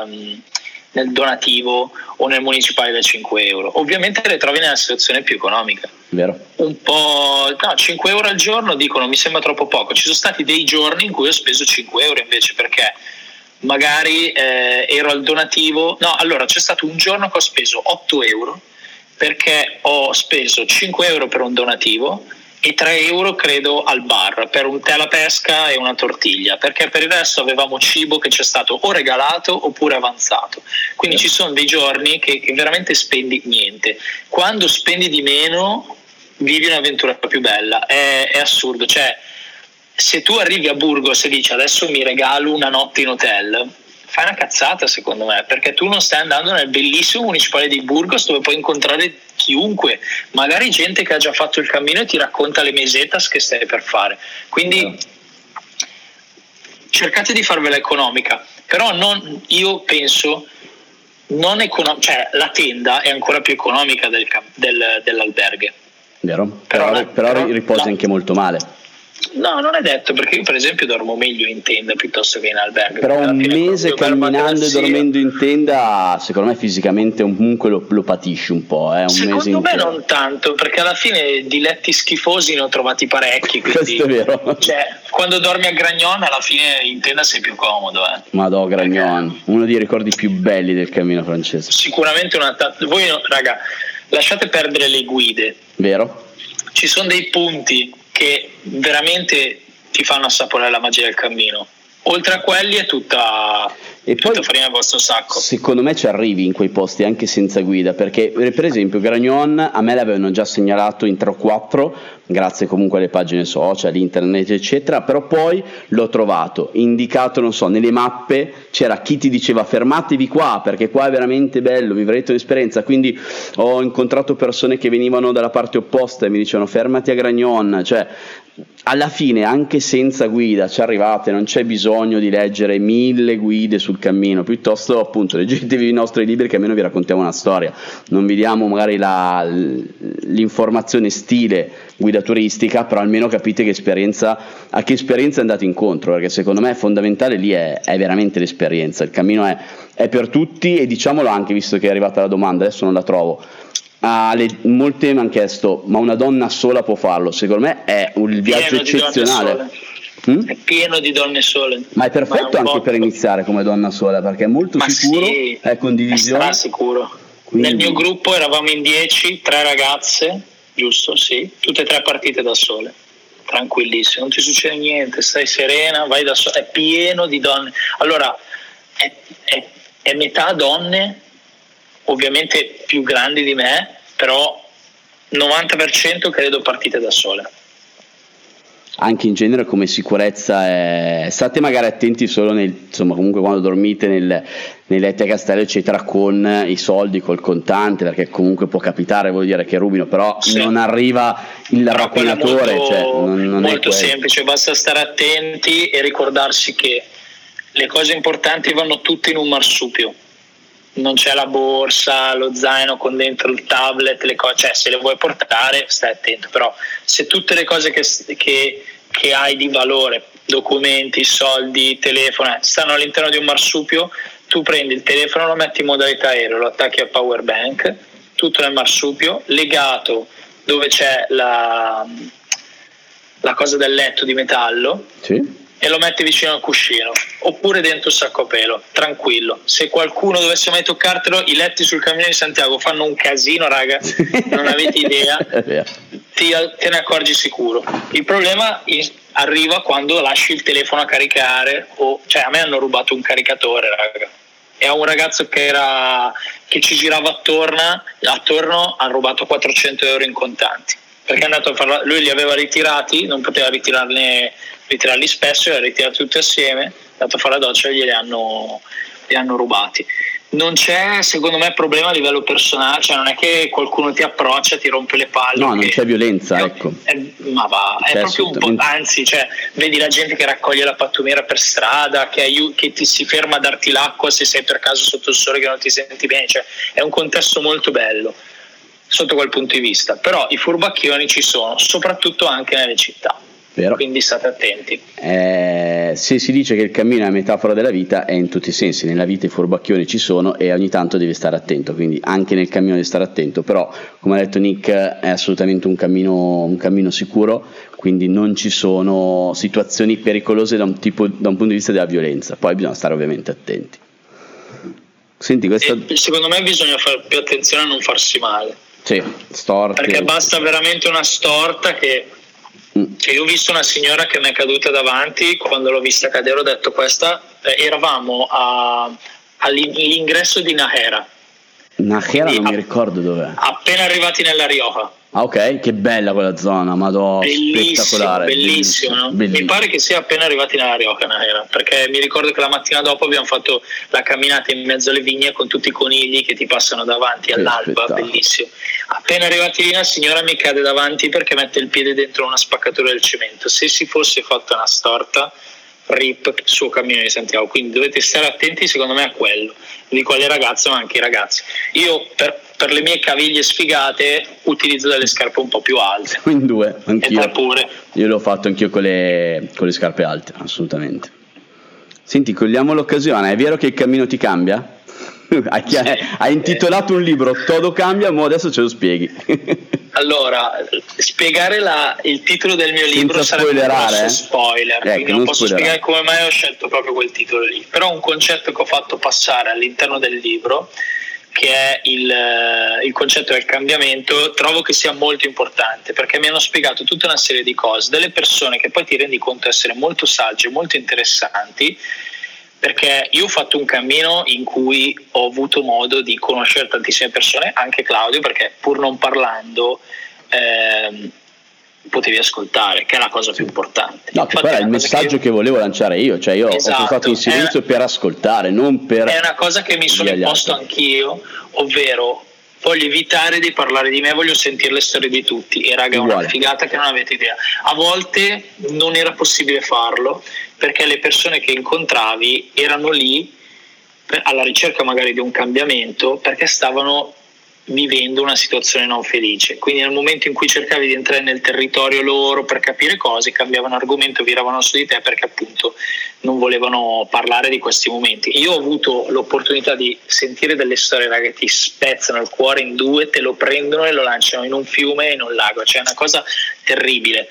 nel donativo o nel municipale da cinque euro? Ovviamente le trovi nella situazione più economica. Vero. Un po', no, cinque euro al giorno dicono mi sembra troppo poco. Ci sono stati dei giorni in cui ho speso cinque euro invece, perché magari eh, ero al donativo. No, allora c'è stato un giorno che ho speso otto euro perché ho speso cinque euro per un donativo e tre euro credo al bar per un tè alla pesca e una tortiglia, perché per il resto avevamo cibo che ci è stato o regalato oppure avanzato. Quindi ci sono dei giorni che, che veramente spendi niente. Quando spendi di meno vivi un'avventura più bella, è, è assurdo. Cioè, se tu arrivi a Burgos e dici adesso mi regalo una notte in hotel, fai una cazzata secondo me, perché tu non stai andando nel bellissimo municipale di Burgos dove puoi incontrare chiunque, magari gente che ha già fatto il cammino e ti racconta le mesetas che stai per fare. Quindi no. Cercate di farvela economica, però non, io penso non econo- cioè la tenda è ancora più economica del, del, dell'alberghe. Vero, però, però, però, però riposi anche molto male. No, non è detto, perché io per esempio dormo meglio in tenda piuttosto che in albergo. Però un mese camminando e dormendo in tenda, secondo me fisicamente comunque lo, lo patisci un po'. Eh, un secondo mese me intero. Non tanto, perché alla fine di letti schifosi ne ho trovati parecchi. Quindi, questo è vero. Cioè, quando dormi a Gragnon alla fine in tenda sei più comodo. Eh. Madò, Gragnon, perché... uno dei ricordi più belli del cammino francese. Sicuramente una... Ta- voi raga, lasciate perdere le guide. Vero? Ci sono dei punti che veramente ti fanno assaporare la magia del cammino. Oltre a quelli è tutta, e poi, tutta farina al vostro sacco. Secondo me ci arrivi in quei posti anche senza guida, perché per esempio Gragnon a me l'avevano già segnalato in tre o quattro, grazie comunque alle pagine social, internet eccetera, però poi l'ho trovato indicato, non so, nelle mappe c'era chi ti diceva fermatevi qua perché qua è veramente bello, vivrete un'esperienza. Quindi ho incontrato persone che venivano dalla parte opposta e mi dicevano fermati a Gragnon. Cioè alla fine anche senza guida ci arrivate, non c'è bisogno di leggere mille guide sul cammino, piuttosto appunto leggetevi i nostri libri che almeno vi raccontiamo una storia, non vi diamo magari la, l'informazione stile guida turistica, però almeno capite che esperienza, a che esperienza andate incontro, perché secondo me è fondamentale, lì è, è veramente l'esperienza, il cammino è, è per tutti. E diciamolo anche, visto che è arrivata la domanda, adesso non la trovo, Ah, le, molte mi hanno chiesto ma una donna sola può farlo? Secondo me è un pieno viaggio eccezionale. Mm? È pieno di donne sole, ma è perfetto ma è anche per iniziare come donna sola, perché è molto ma sicuro, sì, è condivisione, è sicuro. Quindi... nel mio gruppo eravamo in dieci, tre ragazze, giusto? Sì, tutte e tre partite da sole, tranquillissimo, non ti succede niente, stai serena, vai da sola, è pieno di donne. Allora è, è, è metà donne, ovviamente più grandi di me, però novanta per cento credo partite da sole. Anche in genere come sicurezza è... state magari attenti solo nel, insomma, comunque quando dormite nel, nei letti a castello eccetera con i soldi, col contante, perché comunque può capitare, vuol dire che rubino, però sì. Non arriva il rapinatore, molto, cioè, non, non molto è semplice, basta stare attenti e ricordarsi che le cose importanti vanno tutte in un marsupio. Non c'è la borsa, lo zaino con dentro il tablet, le cose, cioè se le vuoi portare stai attento, però se tutte le cose che, che, che hai di valore, documenti, soldi, telefono, stanno all'interno di un marsupio, tu prendi il telefono, lo metti in modalità aereo, lo attacchi al power bank, tutto nel marsupio, legato dove c'è la, la cosa del letto di metallo, sì. E lo metti vicino al cuscino oppure dentro il sacco a pelo, tranquillo. Se qualcuno dovesse mai toccartelo, i letti sul cammino di Santiago fanno un casino, raga, non avete idea, ti, te ne accorgi sicuro. Il problema arriva quando lasci il telefono a caricare, o cioè a me hanno rubato un caricatore, raga, e a un ragazzo che era che ci girava attorno attorno ha rubato quattrocento euro in contanti, perché è andato a farla, lui li aveva ritirati, non poteva ritirarne ritirarli spesso, li ha ritirati tutti assieme, è andato a fare la doccia e glieli hanno, li hanno rubati. Non c'è secondo me problema a livello personale, cioè non è che qualcuno ti approccia, ti rompe le palle, no, non c'è violenza, è, ecco. È, ma va, è c'è proprio un po', anzi, cioè, vedi la gente che raccoglie la pattumiera per strada, che, aiut- che ti si ferma a darti l'acqua se sei per caso sotto il sole che non ti senti bene, cioè è un contesto molto bello sotto quel punto di vista, però i furbacchioni ci sono, soprattutto anche nelle città. Vero. Quindi state attenti. Eh, se si dice che il cammino è una metafora della vita, è in tutti i sensi, nella vita i furbacchioni ci sono e ogni tanto devi stare attento, quindi anche nel cammino devi stare attento, però come ha detto Nick è assolutamente un cammino, un cammino sicuro, quindi non ci sono situazioni pericolose da un, tipo, da un punto di vista della violenza, poi bisogna stare ovviamente attenti. Senti, questa... Secondo me bisogna fare più attenzione a non farsi male. Sì, storte. Perché basta veramente una storta che, mm. che io ho visto una signora che mi è caduta davanti, quando l'ho vista cadere ho detto questa, eh, eravamo a, all'ingresso di Najera. Najera non mi ricordo dov'è. Appena arrivati nella Rioja. Ah, ok, che bella quella zona, madò, bellissimo, spettacolare. Bellissimo, no? Bellissimo. Mi pare che sia appena arrivati nella Rioja, Najera, perché mi ricordo che la mattina dopo abbiamo fatto la camminata in mezzo alle vigne con tutti i conigli che ti passano davanti all'alba, bellissimo. Appena arrivati lì, una signora mi cade davanti perché mette il piede dentro una spaccatura del cemento. Se si fosse fatta una storta, rip il suo cammino di Santiago, quindi dovete stare attenti secondo me a quello. Lo dico alle ragazze ma anche ai ragazzi. Io per, per le mie caviglie sfigate utilizzo delle scarpe un po' più alte. In due, anch'io. E te pure. Io l'ho fatto anch'io con le, con le scarpe alte, assolutamente. Senti, cogliamo l'occasione, è vero che il cammino ti cambia? Hai, sì, hai intitolato un libro Todo cambia, ma adesso ce lo spieghi. Allora, spiegare la, il titolo del mio libro senza sarebbe un grosso eh? spoiler, eh, quindi non, non posso spoilerare. Spiegare come mai ho scelto proprio quel titolo lì. Però un concetto che ho fatto passare all'interno del libro, che è il, il concetto del cambiamento, trovo che sia molto importante, perché mi hanno spiegato tutta una serie di cose, delle persone che poi ti rendi conto essere molto sagge, molto interessanti, perché io ho fatto un cammino in cui ho avuto modo di conoscere tantissime persone, anche Claudio, perché pur non parlando ehm, potevi ascoltare, che è la cosa più importante. No, che poi è il messaggio che, io... che volevo lanciare io, cioè io esatto, sono stato in silenzio è... per ascoltare, non per... È una cosa che mi sono imposto anch'io, ovvero voglio evitare di parlare di me, voglio sentire le storie di tutti, e raga, è una figata che non avete idea. A volte non era possibile farlo, perché le persone che incontravi erano lì per, alla ricerca magari di un cambiamento, perché stavano vivendo una situazione non felice. Quindi nel momento in cui cercavi di entrare nel territorio loro per capire cose, cambiavano argomento, viravano su di te perché appunto non volevano parlare di questi momenti. Io ho avuto l'opportunità di sentire delle storie, raga, che ti spezzano il cuore in due, te lo prendono e lo lanciano in un fiume e in un lago, cioè è una cosa terribile.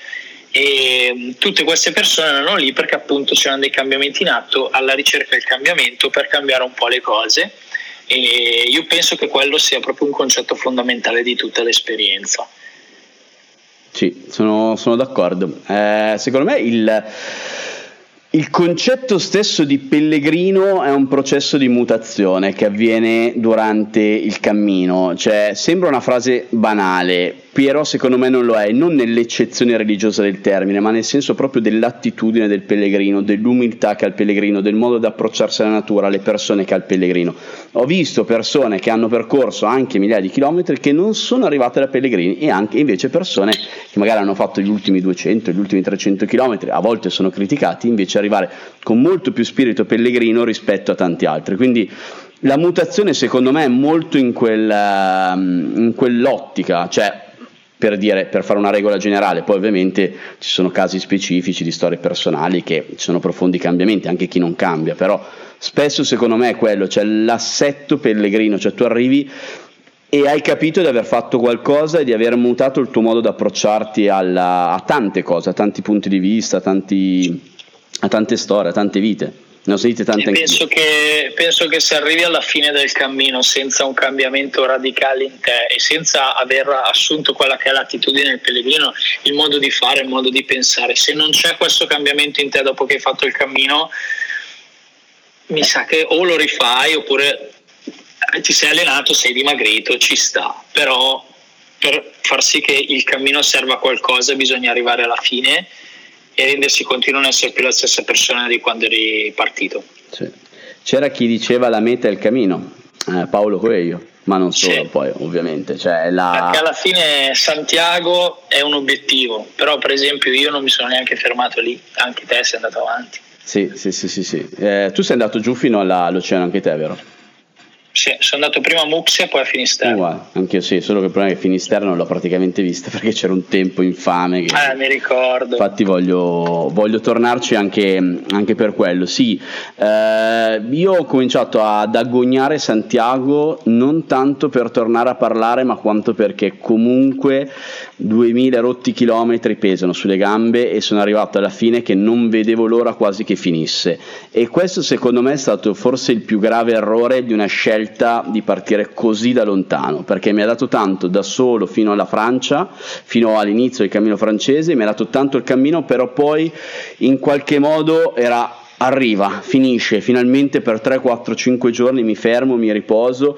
E tutte queste persone erano lì perché appunto c'erano dei cambiamenti in atto, alla ricerca del cambiamento per cambiare un po' le cose, e io penso che quello sia proprio un concetto fondamentale di tutta l'esperienza. Sì, sono, sono d'accordo. Eh, secondo me il Il concetto stesso di pellegrino è un processo di mutazione che avviene durante il cammino, cioè sembra una frase banale, però secondo me non lo è, non nell'eccezione religiosa del termine, ma nel senso proprio dell'attitudine del pellegrino, dell'umiltà che ha il pellegrino, del modo di approcciarsi alla natura, alle persone che ha il pellegrino. Ho visto persone che hanno percorso anche migliaia di chilometri che non sono arrivate da pellegrini, e anche invece persone che magari hanno fatto gli ultimi duecento, gli ultimi trecento chilometri, a volte sono criticati, invece arrivare con molto più spirito pellegrino rispetto a tanti altri. Quindi la mutazione secondo me è molto in, quella, in quell'ottica, cioè per dire, per fare una regola generale, poi ovviamente ci sono casi specifici di storie personali che ci sono profondi cambiamenti, anche chi non cambia, però spesso secondo me è quello, cioè l'assetto pellegrino, cioè tu arrivi e hai capito di aver fatto qualcosa e di aver mutato il tuo modo di approcciarti alla, a tante cose, a tanti punti di vista, a, tanti, a tante storie, a tante vite. Ne ho sentite tante. Penso che, penso che se arrivi alla fine del cammino senza un cambiamento radicale in te e senza aver assunto quella che è l'attitudine del pellegrino, il modo di fare, il modo di pensare, se non c'è questo cambiamento in te dopo che hai fatto il cammino, mi sa che o lo rifai oppure ti sei allenato, sei dimagrito, ci sta, però per far sì che il cammino serva a qualcosa bisogna arrivare alla fine e rendersi conto di non essere più la stessa persona di quando eri partito. Sì. C'era chi diceva la meta è il cammino, eh, Paolo Coelho, ma non solo, sì. Poi ovviamente cioè la... perché alla fine Santiago è un obiettivo, però per esempio io non mi sono neanche fermato lì, anche te sei andato avanti. Sì, sì, sì, sì, sì. Eh, tu sei andato giù fino alla, all'oceano anche te, vero? Sì, sono andato prima a Muxia e poi a Finisterre. Uguale, anche io sì, solo che il problema è che Finisterre non l'ho praticamente vista perché c'era un tempo infame che... Eh, mi ricordo. Infatti voglio, voglio tornarci anche, anche per quello. Sì, eh, io ho cominciato ad agognare Santiago non tanto per tornare a parlare, ma quanto perché comunque duemila rotti chilometri pesano sulle gambe e sono arrivato alla fine che non vedevo l'ora quasi che finisse. E questo secondo me è stato forse il più grave errore di una scelta scelta di partire così da lontano, perché mi ha dato tanto da solo fino alla Francia, fino all'inizio del cammino francese, mi ha dato tanto il cammino, però poi in qualche modo era arriva, finisce, finalmente per tre, quattro, cinque giorni mi fermo, mi riposo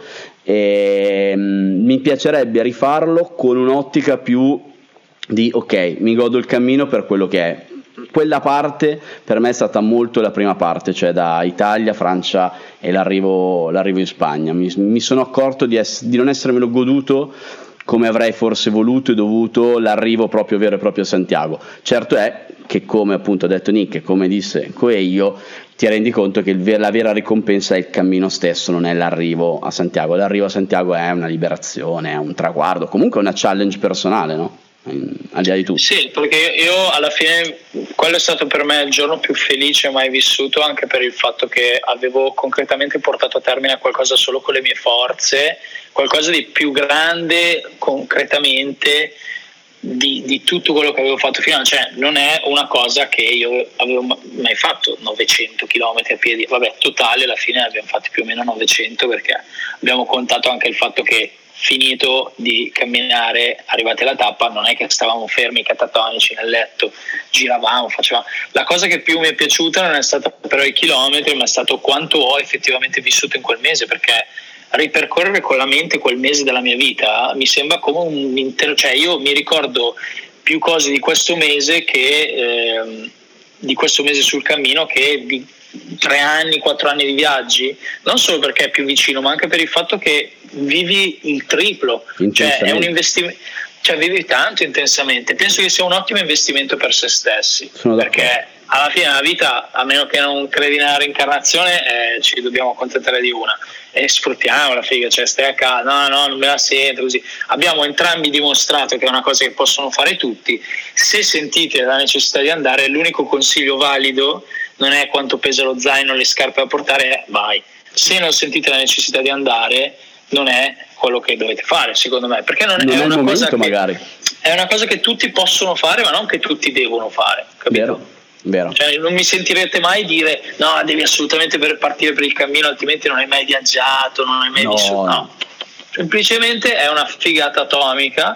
e mm, mi piacerebbe rifarlo con un'ottica più di ok, mi godo il cammino per quello che è. Quella parte per me è stata molto la prima parte, cioè da Italia, Francia e l'arrivo, l'arrivo in Spagna. Mi, mi sono accorto di, ess- di non essermelo goduto come avrei forse voluto e dovuto l'arrivo proprio vero e proprio a Santiago. Certo è che, come appunto ha detto Nick e come disse Coelho, ti rendi conto che il ver- la vera ricompensa è il cammino stesso, non è l'arrivo a Santiago. L'arrivo a Santiago è una liberazione, è un traguardo, comunque è una challenge personale, no? Al di là di tutto. Sì, perché io alla fine quello è stato per me il giorno più felice mai vissuto, anche per il fatto che avevo concretamente portato a termine qualcosa solo con le mie forze, qualcosa di più grande concretamente di, di tutto quello che avevo fatto finora. Cioè non è una cosa che io avevo mai fatto, novecento chilometri a piedi, vabbè, totale alla fine abbiamo fatto più o meno novecento, perché abbiamo contato anche il fatto che finito di camminare, arrivati alla tappa, non è che stavamo fermi catatonici nel letto, giravamo, facevamo. La cosa che più mi è piaciuta non è stata però i chilometri, ma è stato quanto ho effettivamente vissuto in quel mese, perché ripercorrere con la mente quel mese della mia vita mi sembra come un intero, cioè io mi ricordo più cose di questo mese che eh, di questo mese sul cammino che di tre anni, quattro anni di viaggi, non solo perché è più vicino, ma anche per il fatto che vivi il triplo, cioè è un investimento, cioè vivi tanto intensamente. Penso che sia un ottimo investimento per se stessi, sono perché d'accordo. alla fine della vita, a meno che non credi nella reincarnazione, eh, ci dobbiamo accontentare di una e sfruttiamo la figa, cioè stai a casa, no no non me la sento così. Abbiamo entrambi dimostrato che è una cosa che possono fare tutti. Se sentite la necessità di andare, l'unico consiglio valido non è quanto pesa lo zaino, le scarpe da portare, è vai. Se non sentite la necessità di andare, non è quello che dovete fare, secondo me, perché non, non è, è una il cosa momento, che, magari. È una cosa che tutti possono fare, ma non che tutti devono fare, capito? Vero, vero. Cioè, non mi sentirete mai dire no, devi assolutamente per partire per il cammino, altrimenti non hai mai viaggiato, non hai mai No, vissuto. no. No, semplicemente è una figata atomica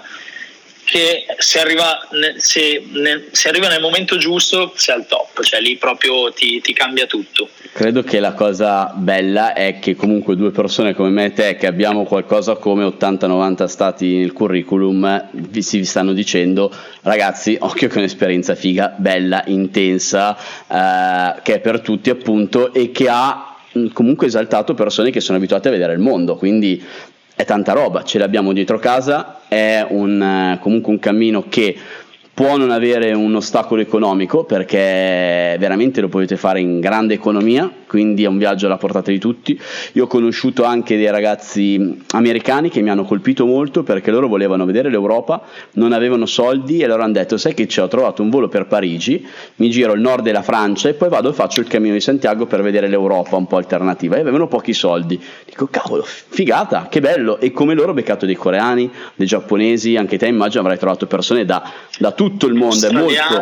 che se arriva, se, se arriva nel momento giusto sei al top, cioè lì proprio ti, ti cambia tutto. Credo che la cosa bella è che comunque due persone come me e te, che abbiamo qualcosa come ottanta novanta stati nel curriculum, vi si stanno dicendo ragazzi, occhio che è un'esperienza figa, bella, intensa, eh, che è per tutti appunto, e che ha comunque esaltato persone che sono abituate a vedere il mondo, quindi è tanta roba, ce l'abbiamo dietro casa, è un, comunque un cammino che può non avere un ostacolo economico, perché veramente lo potete fare in grande economia, quindi è un viaggio alla portata di tutti. Io ho conosciuto anche dei ragazzi americani che mi hanno colpito molto, perché loro volevano vedere l'Europa, non avevano soldi e loro hanno detto sai che c'è, ho trovato un volo per Parigi, mi giro il nord della Francia e poi vado e faccio il cammino di Santiago per vedere l'Europa un po' alternativa, e avevano pochi soldi. Dico cavolo, figata, che bello. E come loro ho beccato dei coreani, dei giapponesi, anche te immagino avrai trovato persone da, da tutto il mondo. È molto...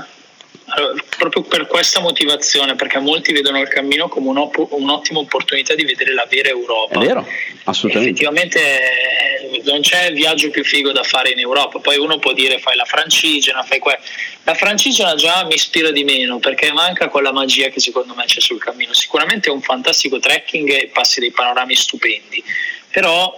Allora, proprio per questa motivazione, perché molti vedono il cammino come un'ottima opportunità di vedere la vera Europa. È vero, assolutamente. Effettivamente eh, non c'è viaggio più figo da fare in Europa. Poi uno può dire fai la Francigena, fai que... la Francigena già mi ispira di meno, perché manca quella magia che secondo me c'è sul cammino. Sicuramente è un fantastico trekking e passi dei panorami stupendi, però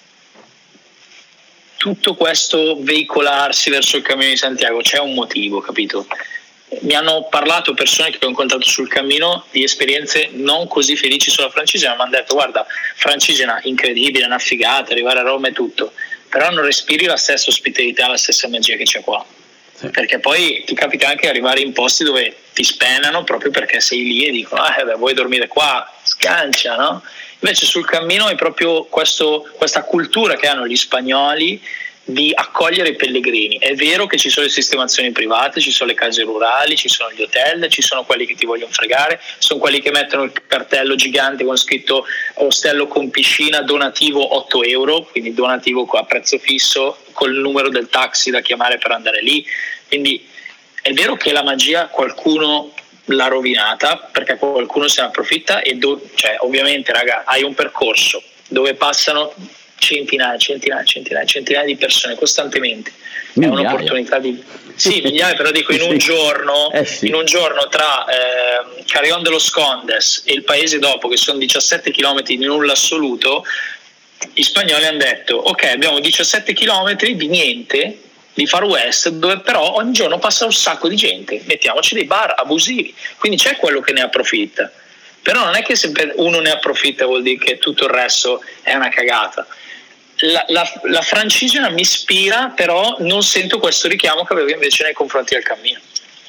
tutto questo veicolarsi verso il cammino di Santiago c'è un motivo, capito? Mi hanno parlato persone che ho incontrato sul cammino di esperienze non così felici sulla Francigena, mi hanno detto guarda, Francigena incredibile, una figata, arrivare a Roma e tutto, però non respiri la stessa ospitalità, la stessa magia che c'è qua. Sì. Perché poi ti capita anche arrivare in posti dove ti spennano proprio perché sei lì e dicono ah, beh, vuoi dormire qua, scancia, no? Invece sul cammino è proprio questo, questa cultura che hanno gli spagnoli di accogliere i pellegrini. È vero che ci sono le sistemazioni private, ci sono le case rurali, ci sono gli hotel, ci sono quelli che ti vogliono fregare, sono quelli che mettono il cartello gigante con scritto ostello con piscina, donativo otto euro, quindi donativo a prezzo fisso col numero del taxi da chiamare per andare lì. Quindi è vero che la magia qualcuno l'ha rovinata perché qualcuno se ne approfitta e do, cioè ovviamente raga hai un percorso dove passano centinaia, centinaia, centinaia, centinaia di persone costantemente, migliaia. È un'opportunità di sì, migliaia, però dico in un giorno, eh sì. in un giorno tra eh, Carrión de los Condes e il paese dopo, che sono diciassette chilometri di nulla assoluto, gli spagnoli hanno detto ok, abbiamo diciassette chilometri di niente, di Far West, dove però ogni giorno passa un sacco di gente, mettiamoci dei bar abusivi, quindi c'è quello che ne approfitta, però non è che se uno ne approfitta vuol dire che tutto il resto è una cagata. La, la, la francigena mi ispira, però non sento questo richiamo che avevo invece nei confronti del cammino.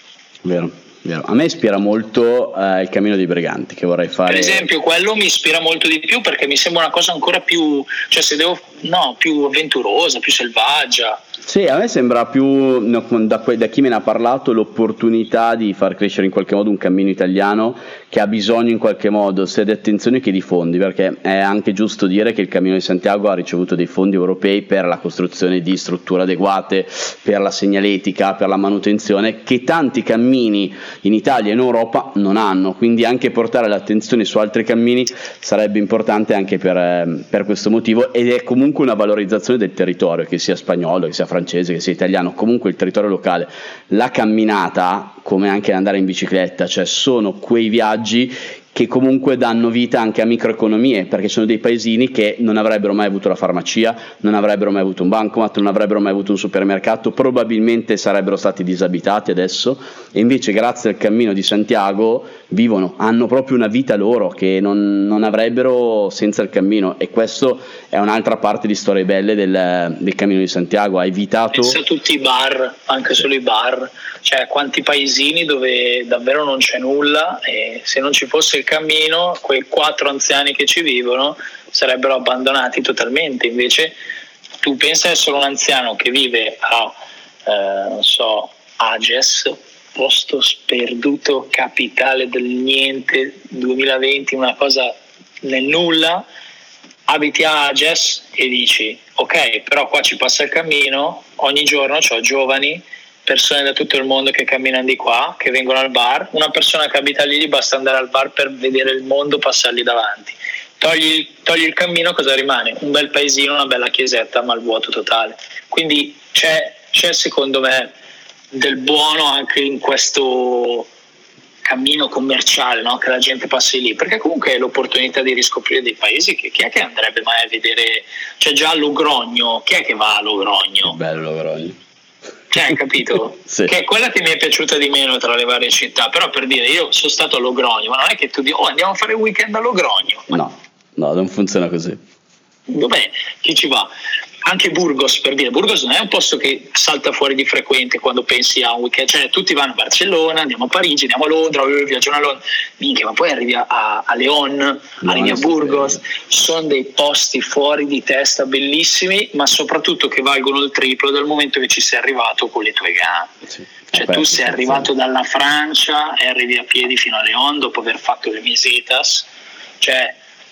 Vero, vero. A me ispira molto eh, il cammino dei briganti che vorrei fare. Per esempio, quello mi ispira molto di più perché mi sembra una cosa ancora più, cioè se devo, no, più avventurosa, più selvaggia. Sì, a me sembra più, no, da, da chi me ne ha parlato, l'opportunità di far crescere in qualche modo un cammino italiano che ha bisogno in qualche modo sia di attenzione che di fondi, perché è anche giusto dire che il Cammino di Santiago ha ricevuto dei fondi europei per la costruzione di strutture adeguate, per la segnaletica, per la manutenzione, che tanti cammini in Italia e in Europa non hanno, quindi anche portare l'attenzione su altri cammini sarebbe importante anche per, per questo motivo, ed è comunque una valorizzazione del territorio, che sia spagnolo, che sia francese, che sia italiano, comunque il territorio locale. La camminata, come anche andare in bicicletta, cioè sono quei viaggi che comunque danno vita anche a microeconomie, perché sono dei paesini che non avrebbero mai avuto la farmacia, non avrebbero mai avuto un bancomat, non avrebbero mai avuto un supermercato, probabilmente sarebbero stati disabitati adesso, e invece grazie al Cammino di Santiago vivono, hanno proprio una vita loro che non, non avrebbero senza il cammino, e questo è un'altra parte di storie belle del, del Cammino di Santiago. Ha evitato... Pensa a tutti i bar, anche solo i bar, cioè quanti paesini dove davvero non c'è nulla, e se non ci fosse il cammino quei quattro anziani che ci vivono sarebbero abbandonati totalmente. Invece tu pensa, è solo un anziano che vive a eh, non so, Ages, posto sperduto, capitale del niente, duemilaventi, una cosa nel nulla, abiti a Ages e dici ok, però qua ci passa il cammino, ogni giorno c'ho giovani, persone da tutto il mondo che camminano di qua, che vengono al bar, una persona che abita lì gli basta andare al bar per vedere il mondo passargli davanti. Togli, togli il cammino, cosa rimane? Un bel paesino, una bella chiesetta, ma al vuoto totale. Quindi c'è, c'è secondo me del buono anche in questo cammino commerciale, no? Che la gente passi lì, perché comunque è l'opportunità di riscoprire dei paesi che chi è che andrebbe mai a vedere, cioè già a Logrogno, chi è che va a Logrogno? Che bello Logrogno. Cioè, capito? Sì. Che è quella che mi è piaciuta di meno tra le varie città, però per dire, io sono stato a Logrogno, ma non è che tu dici oh andiamo a fare il weekend a Logrogno. No, no, non funziona così. Dov'è? Chi ci va? Anche Burgos, per dire, Burgos non è un posto che salta fuori di frequente quando pensi a un weekend, cioè tutti vanno a Barcellona, andiamo a Parigi, andiamo a Londra, viaggiano a Londra, minchia, ma poi arrivi a, a Leon, no, arrivi a Burgos, sono dei posti fuori di testa bellissimi, ma soprattutto che valgono il triplo dal momento che ci sei arrivato con le tue gambe. Sì. Cioè Vabbè, tu sei arrivato dalla Francia e arrivi a piedi fino a Leon dopo aver fatto le mesetas, cioè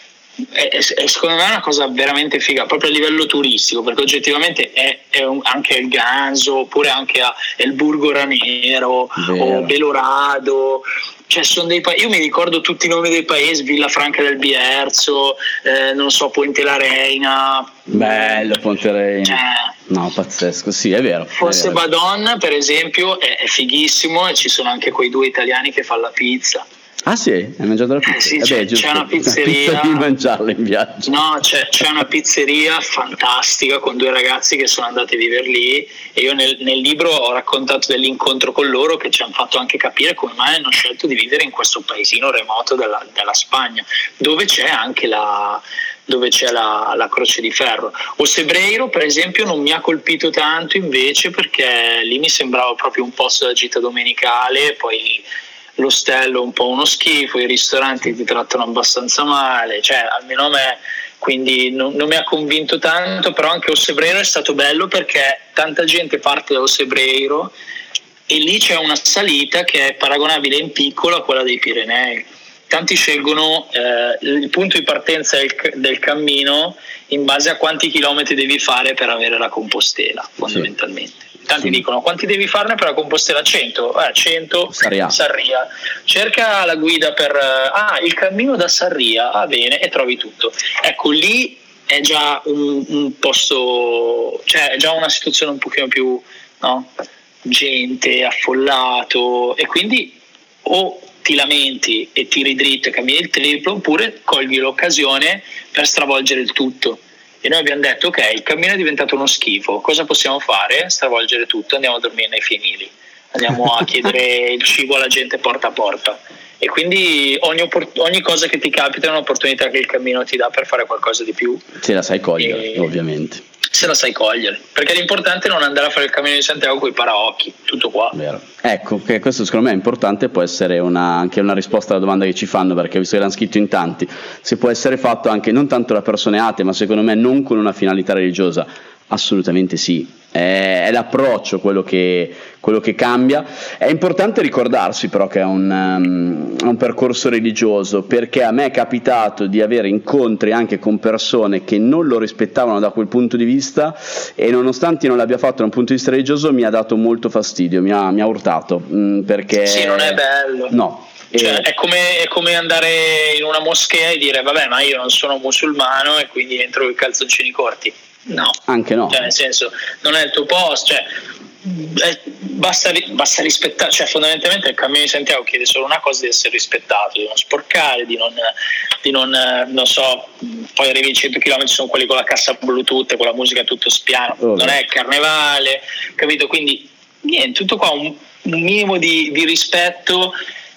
È, è secondo me è una cosa veramente figa proprio a livello turistico, perché oggettivamente è, è un, anche il Ganzo, oppure anche a El Burgo Ranero o Belorado, cioè sono dei pa- io mi ricordo tutti i nomi dei paesi, Villafranca del Bierzo, eh, non so, Ponte la Reina, bello Ponte Reina, cioè, no, pazzesco, sì, è vero. Fosse Badon per esempio è, è fighissimo, e ci sono anche quei due italiani che fanno la pizza. Ah sì? Hai mangiato la pizza? Eh sì, Vabbè, c'è, c'è una pizzeria. Una pizza di mangiarla in viaggio. No, c'è, c'è una pizzeria fantastica con due ragazzi che sono andati a vivere lì, e io nel, nel libro ho raccontato dell'incontro con loro, che ci hanno fatto anche capire come mai hanno scelto di vivere in questo paesino remoto della, della Spagna, dove c'è anche la... dove c'è la, la Croce di Ferro. Ossebreiro per esempio non mi ha colpito tanto invece, perché lì mi sembrava proprio un posto da gita domenicale, poi l'ostello un po' uno schifo, i ristoranti ti trattano abbastanza male, cioè almeno a me, quindi non, non mi ha convinto tanto. Però anche Ossebreiro è stato bello perché tanta gente parte da Ossebreiro e lì c'è una salita che è paragonabile in piccolo a quella dei Pirenei. Tanti scelgono eh, il punto di partenza del, del cammino in base a quanti chilometri devi fare per avere la Compostela, fondamentalmente. Sì. Tanti sì. dicono quanti devi farne per la Compostela? cento, eh, cento Sarria. Sarria. Cerca la guida per ah, il cammino da Sarria, ah bene, e trovi tutto. Ecco, lì è già un, un posto, cioè è già una situazione un pochino più, no? Gente, affollato, e quindi o ti lamenti e tiri dritto e cammini il triplo, oppure cogli l'occasione per stravolgere il tutto. E noi abbiamo detto ok, il cammino è diventato uno schifo, cosa possiamo fare? Stravolgere tutto, andiamo a dormire nei fienili, andiamo a chiedere il cibo alla gente porta a porta. E quindi ogni, oppor- ogni cosa che ti capita è un'opportunità che il cammino ti dà per fare qualcosa di più. Se la sai cogliere, e... ovviamente. Se la sai cogliere, perché l'importante è non andare a fare il cammino di Santiago con i paraocchi, tutto qua. Vero. Ecco, che questo secondo me è importante, può essere una, anche una risposta alla domanda che ci fanno, perché visto che l'hanno scritto in tanti, se può essere fatto anche non tanto da persone ateee, ma secondo me non con una finalità religiosa. Assolutamente sì, è, è l'approccio quello che, quello che cambia. È importante ricordarsi però che è un, um, un percorso religioso, perché a me è capitato di avere incontri anche con persone che non lo rispettavano da quel punto di vista, e nonostante non l'abbia fatto da un punto di vista religioso mi ha dato molto fastidio, mi ha, mi ha urtato, mh, perché sì, non è bello. No. Cioè, è, come, è come andare in una moschea e dire vabbè, ma io non sono musulmano e quindi entro con i calzoncini corti. No, anche no, cioè, nel senso, non è il tuo posto, cioè, è, basta, basta rispettare, cioè fondamentalmente il cammino di Santiago chiede solo una cosa: di essere rispettato, di non sporcare, di non, di non, non so, poi arrivi a cento chilometri, sono quelli con la cassa Bluetooth, con la musica tutto spiano, oh, non è il carnevale, capito? Quindi niente, tutto qua, un, un minimo di, di rispetto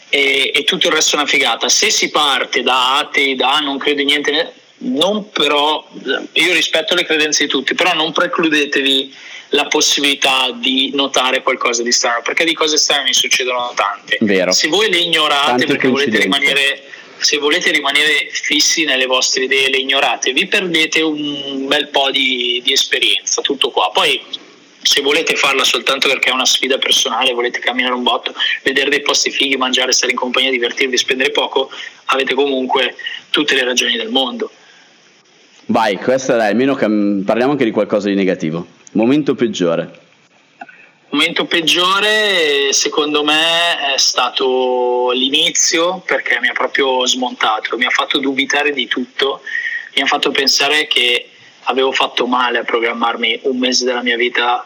e, e tutto il resto è una figata. Se si parte da atei, da non credo in niente, non però, io rispetto le credenze di tutti, però non precludetevi la possibilità di notare qualcosa di strano, perché di cose strane ne succedono tante. Vero. Se voi le ignorate Tante perché volete rimanere, se volete rimanere fissi nelle vostre idee, le ignorate, vi perdete un bel po' di, di esperienza, tutto qua. Poi se volete farla soltanto perché è una sfida personale, volete camminare un botto, vedere dei posti fighi, mangiare, stare in compagnia, divertirvi, spendere poco, avete comunque tutte le ragioni del mondo. Vai, questa dai, almeno cam- parliamo anche di qualcosa di negativo. Momento peggiore. Momento peggiore secondo me è stato l'inizio, perché mi ha proprio smontato, mi ha fatto dubitare di tutto, mi ha fatto pensare che avevo fatto male a programmarmi un mese della mia vita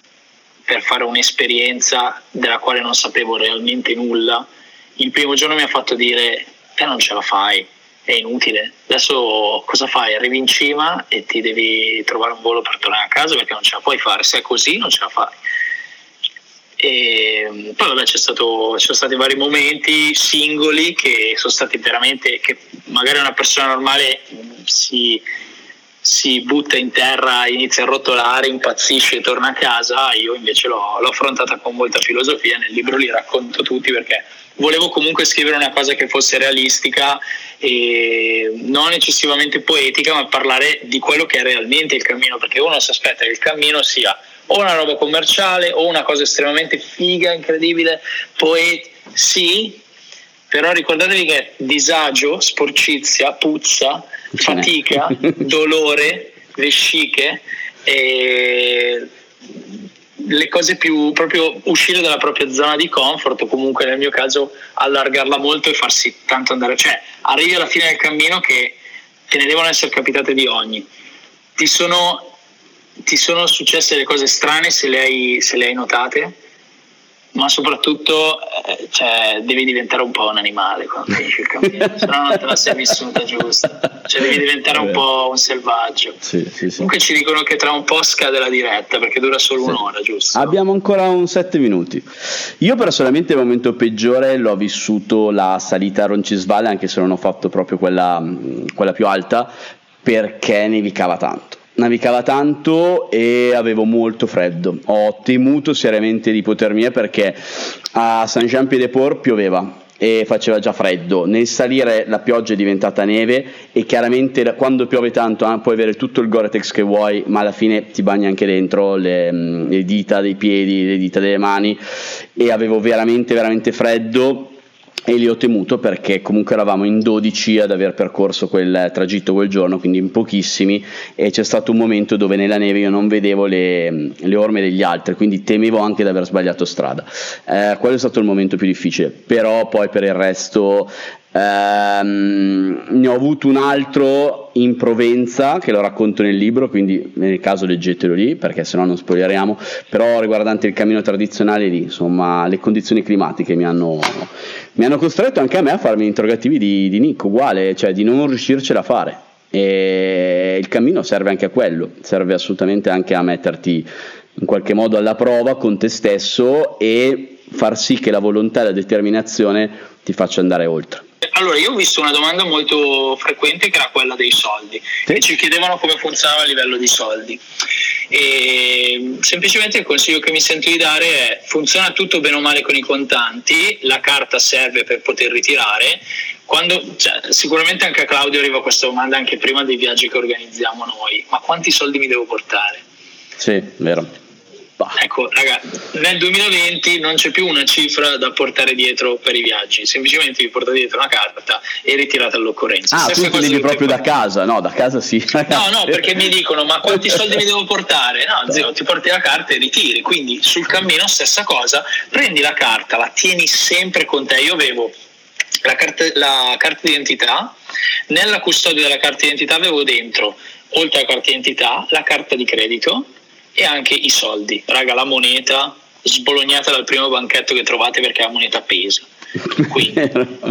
per fare un'esperienza della quale non sapevo realmente nulla. Il primo giorno mi ha fatto dire te non ce la fai, è inutile, adesso cosa fai? Arrivi in cima e ti devi trovare un volo per tornare a casa perché non ce la puoi fare, se è così non ce la fai. E poi vabbè, c'è stato, ci sono stati vari momenti singoli che sono stati veramente, che magari una persona normale si, si butta in terra, inizia a rotolare, impazzisce e torna a casa. Io invece l'ho, l'ho affrontata con molta filosofia, nel libro li racconto tutti perché volevo comunque scrivere una cosa che fosse realistica e non eccessivamente poetica, ma parlare di quello che è realmente il cammino, perché uno si aspetta che il cammino sia o una roba commerciale o una cosa estremamente figa, incredibile, poetica, sì, però ricordatevi che disagio, sporcizia, puzza, fatica, dolore, vesciche e le cose più, proprio uscire dalla propria zona di comfort, o comunque nel mio caso allargarla molto e farsi tanto andare, cioè arrivi alla fine del cammino che te ne devono essere capitate di ogni. Ti sono, ti sono successe le cose strane se le hai, se le hai notate, ma soprattutto eh, cioè, devi diventare un po' un animale quando finisci il cammino, se no non te la sei vissuta giusta, cioè devi diventare un po' un selvaggio. Sì, sì, sì. Comunque ci dicono che tra un po' scade la diretta perché dura solo sì. un'ora, giusto? Abbiamo ancora un sette minuti. Io personalmente il momento peggiore l'ho vissuto la salita a Roncisvalle, anche se non ho fatto proprio quella, quella più alta, perché nevicava tanto. Nevicava tanto e avevo molto freddo. Ho temuto seriamente di potermi, perché a Saint-Jean-Pied-de-Port pioveva e faceva già freddo. Nel salire la pioggia è diventata neve e chiaramente quando piove tanto eh, puoi avere tutto il Gore-Tex che vuoi, ma alla fine ti bagni anche dentro le, le dita dei piedi, le dita delle mani, e avevo veramente veramente freddo. e li ho temuto perché comunque eravamo in dodici ad aver percorso quel tragitto quel giorno, quindi in pochissimi, e c'è stato un momento dove nella neve io non vedevo le, le orme degli altri, quindi temevo anche di aver sbagliato strada. Eh, quello è stato il momento più difficile, però poi per il resto ehm, ne ho avuto un altro in Provenza che lo racconto nel libro, quindi nel caso leggetelo lì perché sennò non spoileriamo, però riguardante il cammino tradizionale lì, insomma, le condizioni climatiche mi hanno mi hanno costretto anche a me a farmi interrogativi di, di Nick, uguale, cioè di non riuscircela a fare. E il cammino serve anche a quello, serve assolutamente anche a metterti in qualche modo alla prova con te stesso e far sì che la volontà e la determinazione ti faccia andare oltre. Allora, io ho visto una domanda molto frequente che era quella dei soldi, sì. E ci chiedevano come funzionava a livello di soldi. E semplicemente il consiglio che mi sento di dare è: funziona tutto bene o male con i contanti, la carta serve per poter ritirare. Quando, cioè, sicuramente anche a Claudio arriva questa domanda anche prima dei viaggi che organizziamo noi: ma quanti soldi mi devo portare? Sì, vero. Ecco, raga, nel duemilaventi non c'è più una cifra da portare dietro per i viaggi, semplicemente vi portate dietro una carta e ritirate all'occorrenza. Ah, tu ti devi proprio da casa? No, da casa sì. No, no, perché mi dicono: ma quanti soldi mi devo portare? No, zio, ti porti la carta e ritiri. Quindi sul cammino stessa cosa, prendi la carta, la tieni sempre con te. Io avevo la carta, la carta d'identità, nella custodia della carta d'identità avevo dentro, oltre alla carta d'identità, la carta di credito e anche i soldi, raga, la moneta sbolognata dal primo banchetto che trovate perché la moneta pesa. Quindi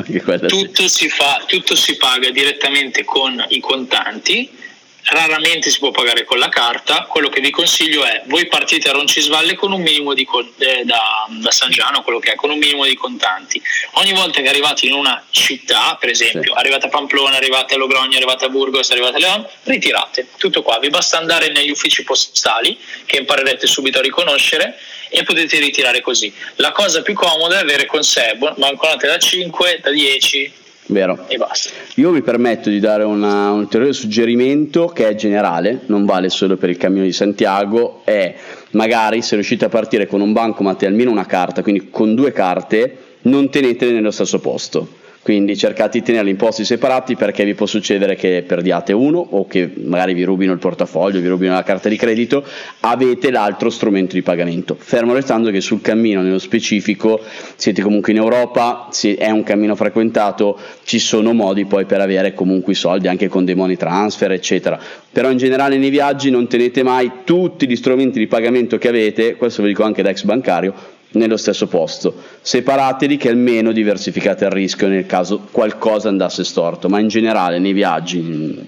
tutto si fa, tutto si paga direttamente con i contanti, raramente si può pagare con la carta. Quello che vi consiglio è: voi partite a Roncisvalle con un minimo di eh, da, da San Giano, quello che è, con un minimo di contanti. Ogni volta che arrivate in una città, per esempio, sì, arrivate a Pamplona, arrivate a Logrogna, arrivate a Burgos, arrivate a León, ritirate tutto qua. Vi basta andare negli uffici postali che imparerete subito a riconoscere e potete ritirare così. La cosa più comoda è avere con sé banconote da cinque, da dieci, vero, e basta. Io mi permetto di dare una, un ulteriore suggerimento che è generale, non vale solo per il Cammino di Santiago, è magari se riuscite a partire con un bancomat e almeno una carta, quindi con due carte, non tenetele nello stesso posto. Quindi cercate di tenerli in posti separati, perché vi può succedere che perdiate uno o che magari vi rubino il portafoglio, vi rubino la carta di credito, avete l'altro strumento di pagamento. Fermo restando che sul cammino nello specifico siete comunque in Europa, è un cammino frequentato, ci sono modi poi per avere comunque i soldi anche con dei money transfer eccetera, però in generale nei viaggi non tenete mai tutti gli strumenti di pagamento che avete, questo ve lo dico anche da ex bancario, nello stesso posto. Separateli, che almeno diversificate il rischio nel caso qualcosa andasse storto, ma in generale nei viaggi.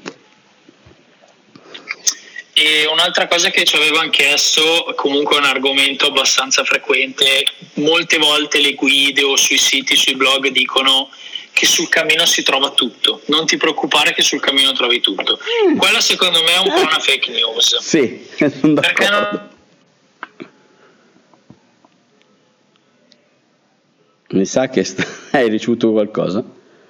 E un'altra cosa che ci avevano chiesto, comunque è un argomento abbastanza frequente, molte volte le guide o sui siti, sui blog dicono che sul cammino si trova tutto, non ti preoccupare che sul cammino trovi tutto. Mm. Quella secondo me è un po' una fake news. Sì, sono d'accordo. Perché non... Mi sa che st- hai ricevuto qualcosa?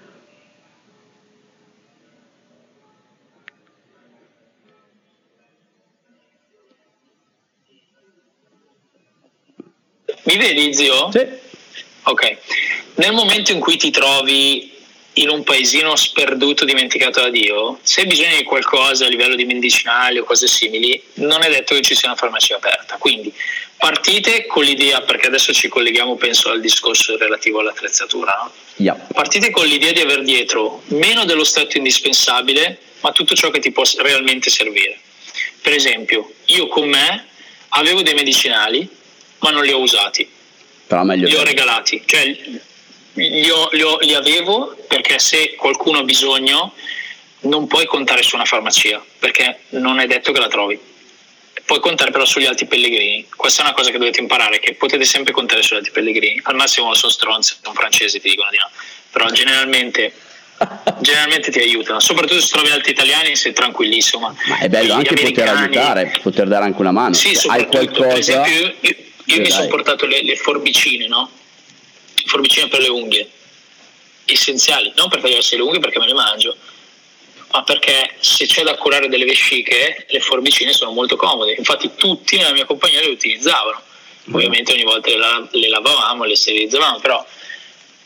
Mi vedi, zio? Sì. Ok. Nel momento in cui ti trovi in un paesino sperduto, dimenticato da Dio, se hai bisogno di qualcosa a livello di medicinali o cose simili, non è detto che ci sia una farmacia aperta. Quindi partite con l'idea, perché adesso ci colleghiamo penso al discorso relativo all'attrezzatura, no? Yeah. Partite con l'idea di aver dietro meno dello stretto indispensabile, ma tutto ciò che ti può realmente servire. Per esempio, io con me avevo dei medicinali, ma non li ho usati, però meglio li ho regalati, cioè li, ho, li, ho, li avevo perché se qualcuno ha bisogno non puoi contare su una farmacia, perché non è detto che la trovi. Puoi contare però sugli alti pellegrini. Questa è una cosa che dovete imparare, che potete sempre contare sugli alti pellegrini. Al massimo sono stronzi, sono francesi, ti dicono di no, però generalmente generalmente ti aiutano, soprattutto se trovi altri italiani sei tranquillissimo. Ma è bello anche poter aiutare, poter dare anche una mano. Sì, hai qualcosa. Per esempio io, io, io mi sono portato le, le forbicine, no? Forbicine per le unghie, essenziali, non per tagliarsi le unghie perché me le mangio, ma perché se c'è da curare delle vesciche le forbicine sono molto comode. Infatti tutti nella mia compagnia le utilizzavano. Ovviamente ogni volta le, la- le lavavamo, le sterilizzavamo, però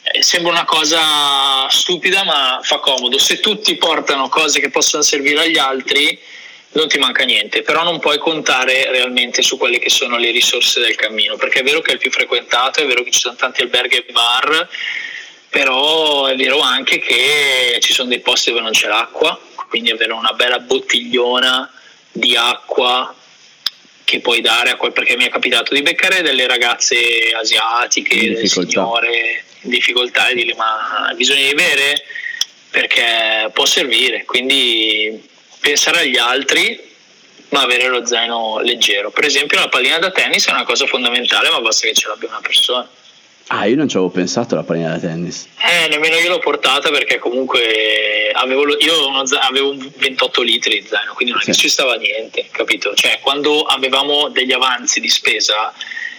eh, sembra una cosa stupida ma fa comodo. Se tutti portano cose che possono servire agli altri non ti manca niente, però non puoi contare realmente su quelle che sono le risorse del cammino, perché è vero che è il più frequentato, è vero che ci sono tanti alberghi e bar, però è vero anche che ci sono dei posti dove non c'è l'acqua, quindi avere una bella bottigliona di acqua che puoi dare a quel, perché mi è capitato di beccare delle ragazze asiatiche, delle signore in difficoltà e dirle ma bisogna di bere perché può servire, quindi pensare agli altri ma avere lo zaino leggero. Per esempio la pallina da tennis è una cosa fondamentale, ma basta che ce l'abbia una persona. Ah, io non ci avevo pensato alla pallina da tennis. Eh, nemmeno io l'ho portata perché comunque avevo lo, io uno, avevo ventotto litri di zaino, quindi non sì. è che ci stava niente, capito? Cioè quando avevamo degli avanzi di spesa,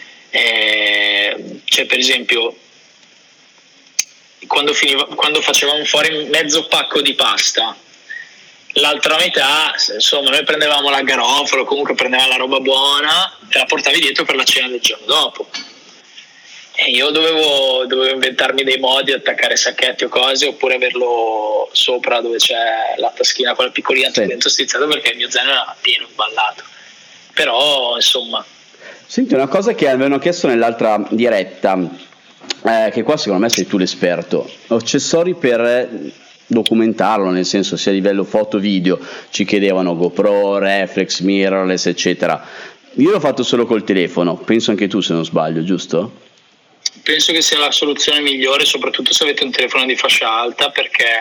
eh, cioè per esempio quando, finiva, quando facevamo fuori mezzo pacco di pasta, l'altra metà, insomma, noi prendevamo la garofalo, comunque prendevamo la roba buona e la portavi dietro per la cena del giorno dopo. E io dovevo, dovevo inventarmi dei modi, attaccare sacchetti o cose, oppure averlo sopra dove c'è la taschina, quella piccolina sì. dentro strizzato, perché il mio zaino era pieno, imballato. Però, insomma. Senti, una cosa che avevano chiesto nell'altra diretta, eh, che qua secondo me sei tu l'esperto, accessori per documentarlo, nel senso sia a livello foto video, ci chiedevano GoPro, reflex, mirrorless eccetera. Io l'ho fatto solo col telefono, penso anche tu se non sbaglio, giusto? Penso che sia la soluzione migliore, soprattutto se avete un telefono di fascia alta, perché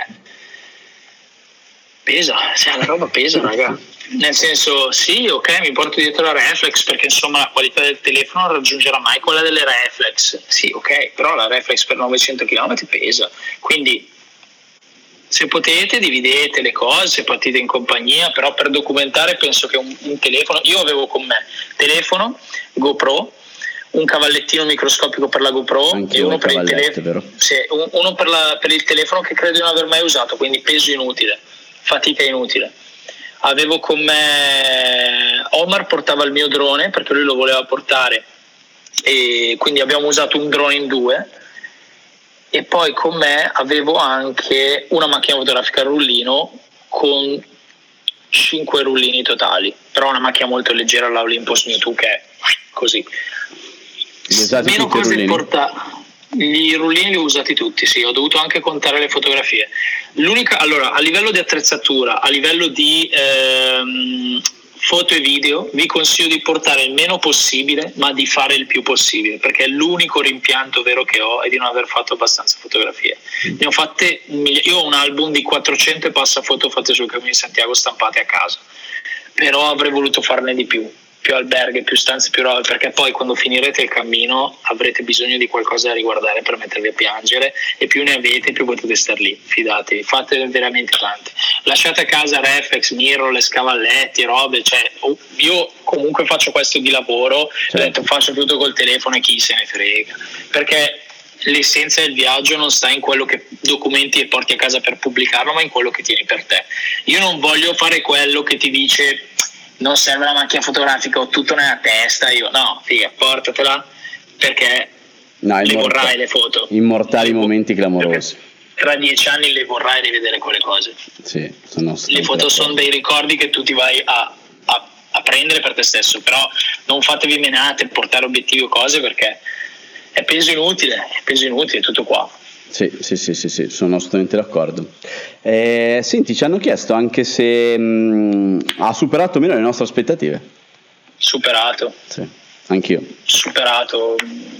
pesa, cioè la roba pesa raga, nel senso sì, ok, mi porto dietro la reflex perché insomma la qualità del telefono non raggiungerà mai quella delle reflex, sì ok, però la reflex per novecento chilometri pesa, quindi se potete dividete le cose, se partite in compagnia, però per documentare penso che un, un telefono, io avevo con me telefono, GoPro, un cavallettino microscopico per la GoPro e uno per il telefono, sì, uno per, la, per il telefono che credo di non aver mai usato, quindi peso inutile, fatica inutile. Avevo con me, Omar portava il mio drone perché lui lo voleva portare e quindi abbiamo usato un drone in due. E poi con me avevo anche una macchina fotografica a rullino con cinque rullini totali, però una macchina molto leggera, la Olympus Mewtwo, che è così. Meno cose importanti. I rullini li ho usati tutti, sì, ho dovuto anche contare le fotografie. L'unica, allora, a livello di attrezzatura, a livello di ehm, foto e video, vi consiglio di portare il meno possibile, ma di fare il più possibile, perché l'unico rimpianto vero che ho è di non aver fatto abbastanza fotografie. Ne ho fatte, io ho un album di quattrocento e passa foto fatte sul Cammino di Santiago stampate a casa, però avrei voluto farne di più. Più alberghi, più stanze, più robe, perché poi quando finirete il cammino avrete bisogno di qualcosa da riguardare per mettervi a piangere e più ne avete più potete star lì, fidatevi, fate veramente tante. Lasciate a casa reflex, mirrorless, cavalletti, robe, cioè io comunque faccio questo di lavoro, certo. Ho detto faccio tutto col telefono e chi se ne frega, perché l'essenza del viaggio non sta in quello che documenti e porti a casa per pubblicarlo, ma in quello che tieni per te. Io non voglio fare quello che ti dice non serve la macchina fotografica, ho tutto nella testa, io no, figa, portatela perché no, le vorrai le foto, immortali momenti clamorosi, tra dieci anni le vorrai rivedere quelle cose, sì, sono le foto sono dei ricordi che tu ti vai a, a, a prendere per te stesso, però non fatevi menate, portare obiettivi o cose perché è peso inutile, è peso inutile, tutto qua. Sì, sì, sì, sì, sì, sono assolutamente d'accordo. Eh, senti, ci hanno chiesto anche se mh, ha superato meno le nostre aspettative. Superato. Sì, anch'io. Superato.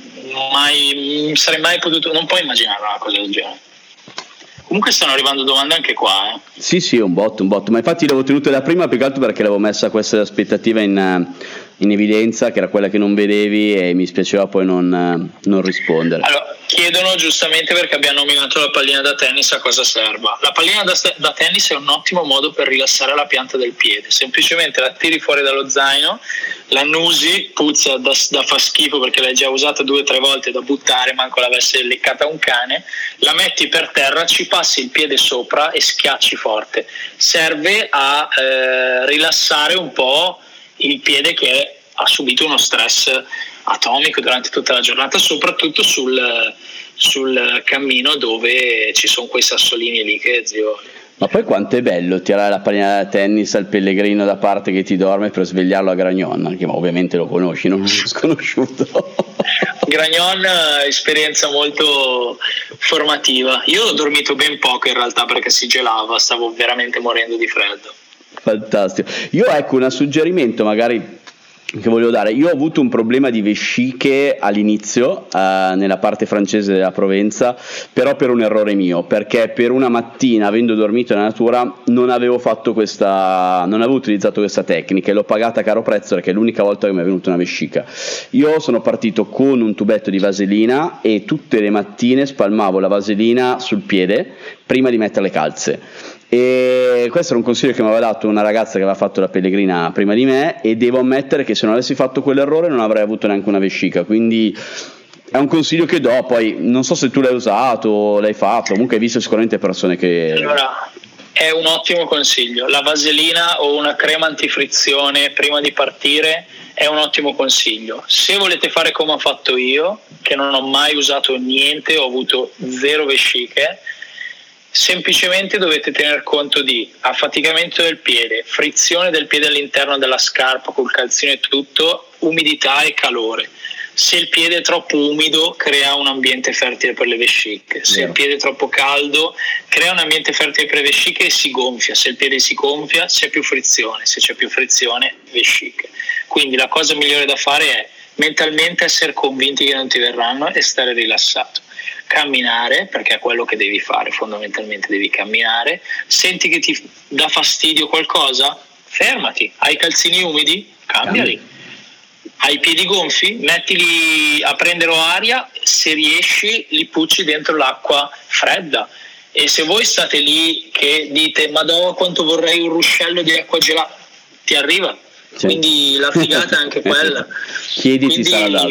Mai, sarei mai potuto, non puoi immaginare una cosa del genere. Comunque stanno arrivando domande anche qua, eh. Sì, sì, un botto, un botto, ma infatti l'avevo tenuta da prima più che altro perché l'avevo messa questa aspettativa in, in evidenza, che era quella che non vedevi e mi spiaceva poi non, non rispondere. Allora, chiedono giustamente perché abbiamo nominato la pallina da tennis a cosa serva. La pallina da, da tennis è un ottimo modo per rilassare la pianta del piede, semplicemente la tiri fuori dallo zaino, la annusi, puzza da, da fa schifo perché l'hai già usata due o tre volte da buttare, manco l'avesse leccata un cane, la metti per terra, ci passi il piede sopra e schiacci forte. Serve a eh, rilassare un po' il piede che ha subito uno stress atomico durante tutta la giornata, soprattutto sul, sul cammino dove ci sono quei sassolini lì che zio. Ma poi quanto è bello tirare la pallina da tennis al pellegrino da parte che ti dorme per svegliarlo a Gragnon, che ovviamente lo conosci, non è sconosciuto. Gragnon, esperienza molto formativa. Io ho dormito ben poco in realtà perché si gelava, stavo veramente morendo di freddo. Fantastico. Io ecco un suggerimento magari che volevo dare. Io ho avuto un problema di vesciche all'inizio eh, nella parte francese della Provenza, però per un errore mio, perché per una mattina, avendo dormito nella natura, non avevo fatto questa non avevo utilizzato questa tecnica e l'ho pagata a caro prezzo, perché è l'unica volta che mi è venuta una vescica. Io sono partito con un tubetto di vaselina e tutte le mattine spalmavo la vaselina sul piede prima di mettere le calze. E questo era un consiglio che mi aveva dato una ragazza che aveva fatto la pellegrina prima di me, e devo ammettere che se non avessi fatto quell'errore non avrei avuto neanche una vescica, quindi è un consiglio che do. Poi non so se tu l'hai usato, l'hai fatto, comunque hai visto sicuramente persone che... Allora, è un ottimo consiglio, la vaselina o una crema antifrizione prima di partire è un ottimo consiglio. Se volete fare come ho fatto io, che non ho mai usato niente, ho avuto zero vesciche, semplicemente dovete tener conto di affaticamento del piede, frizione del piede all'interno della scarpa col calzino e tutto, umidità e calore. Se il piede è troppo umido crea un ambiente fertile per le vesciche, se il piede è troppo caldo crea un ambiente fertile per le vesciche e si gonfia. Se il piede si gonfia c'è più frizione, se c'è più frizione vesciche. Quindi la cosa migliore da fare è mentalmente essere convinti che non ti verranno e stare rilassato. Camminare, perché è quello che devi fare, fondamentalmente devi camminare. Senti che ti dà fastidio qualcosa? Fermati. Hai i calzini umidi? Cambiali. Hai i piedi gonfi? Mettili a prendere aria, se riesci li pucci dentro l'acqua fredda. E se voi state lì che dite madonna quanto vorrei un ruscello di acqua gelata, ti arriva. Sì. Quindi la figata è anche quella. Chiediti, sarà dato.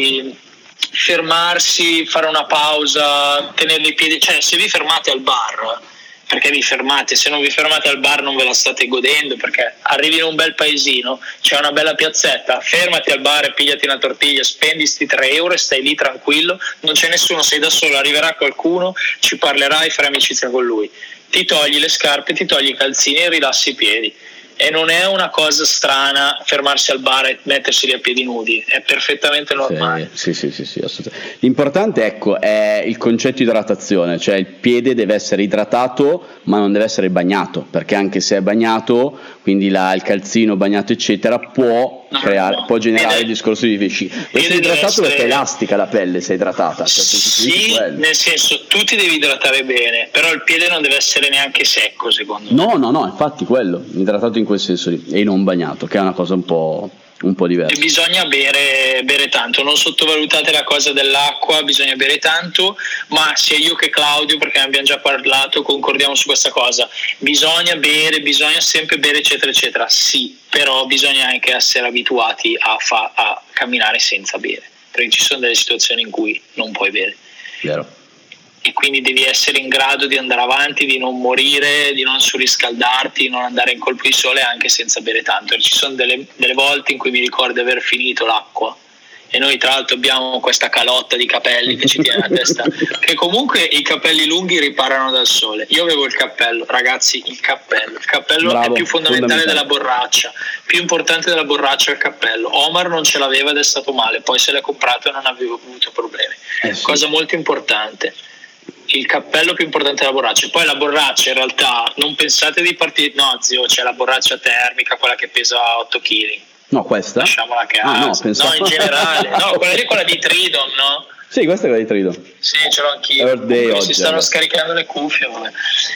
Fermarsi, fare una pausa, tenere i piedi, cioè se vi fermate al bar, perché vi fermate, se non vi fermate al bar non ve la state godendo, perché arrivi in un bel paesino, c'è una bella piazzetta, fermati al bar e pigliati una tortiglia, spendi sti tre euro e stai lì tranquillo, non c'è nessuno, sei da solo, arriverà qualcuno, ci parlerai, farai amicizia con lui, ti togli le scarpe, ti togli i calzini e rilassi i piedi. E non è una cosa strana fermarsi al bar e mettersi lì a piedi nudi, è perfettamente normale. Sì, sì, sì, sì, assolutamente. L'importante, ecco, è il concetto di idratazione, cioè il piede deve essere idratato ma non deve essere bagnato, perché anche se è bagnato, quindi la, il calzino bagnato eccetera, può no, creare, no. può generare il discorso di vesciche. Deve essere idratato essere... perché è elastica la pelle se è idratata. Cioè, sì, nel senso tu ti devi idratare bene, però il piede non deve essere neanche secco secondo me. No, no, no, infatti quello, idratato in quel senso lì, e non bagnato, che è una cosa un po'... un po' diverso. E bisogna bere, bere tanto, non sottovalutate la cosa dell'acqua, bisogna bere tanto, ma sia io che Claudio, perché ne abbiamo già parlato, concordiamo su questa cosa, bisogna bere, bisogna sempre bere eccetera eccetera, sì, però bisogna anche essere abituati a, fa- a camminare senza bere, perché ci sono delle situazioni in cui non puoi bere. Vero. E quindi devi essere in grado di andare avanti, di non morire, di non surriscaldarti, di non andare in colpo di sole anche senza bere tanto. E ci sono delle, delle volte in cui mi ricordo di aver finito l'acqua e noi tra l'altro abbiamo questa calotta di capelli che ci tiene a testa, che comunque i capelli lunghi riparano dal sole. Io avevo il cappello, ragazzi, il cappello il cappello Bravo, è più fondamentale, fondamentale della borraccia, più importante della borraccia è il cappello. Omar non ce l'aveva ed è stato male, poi se l'ha comprato e non aveva avuto problemi. Eh sì. Cosa molto importante, il cappello più importante della borraccia. Poi la borraccia in realtà non pensate di partire, no zio, c'è la borraccia termica, quella che pesa otto chili. No, questa? Lasciamola a casa. Ah, no, pensavo... no, in generale, no, quella lì è quella di Tridon, no? Sì, questa è quella di Tridon. Sì, ce l'ho anch'io. Day, oggi, si stanno allora. scaricando le cuffie, vabbè.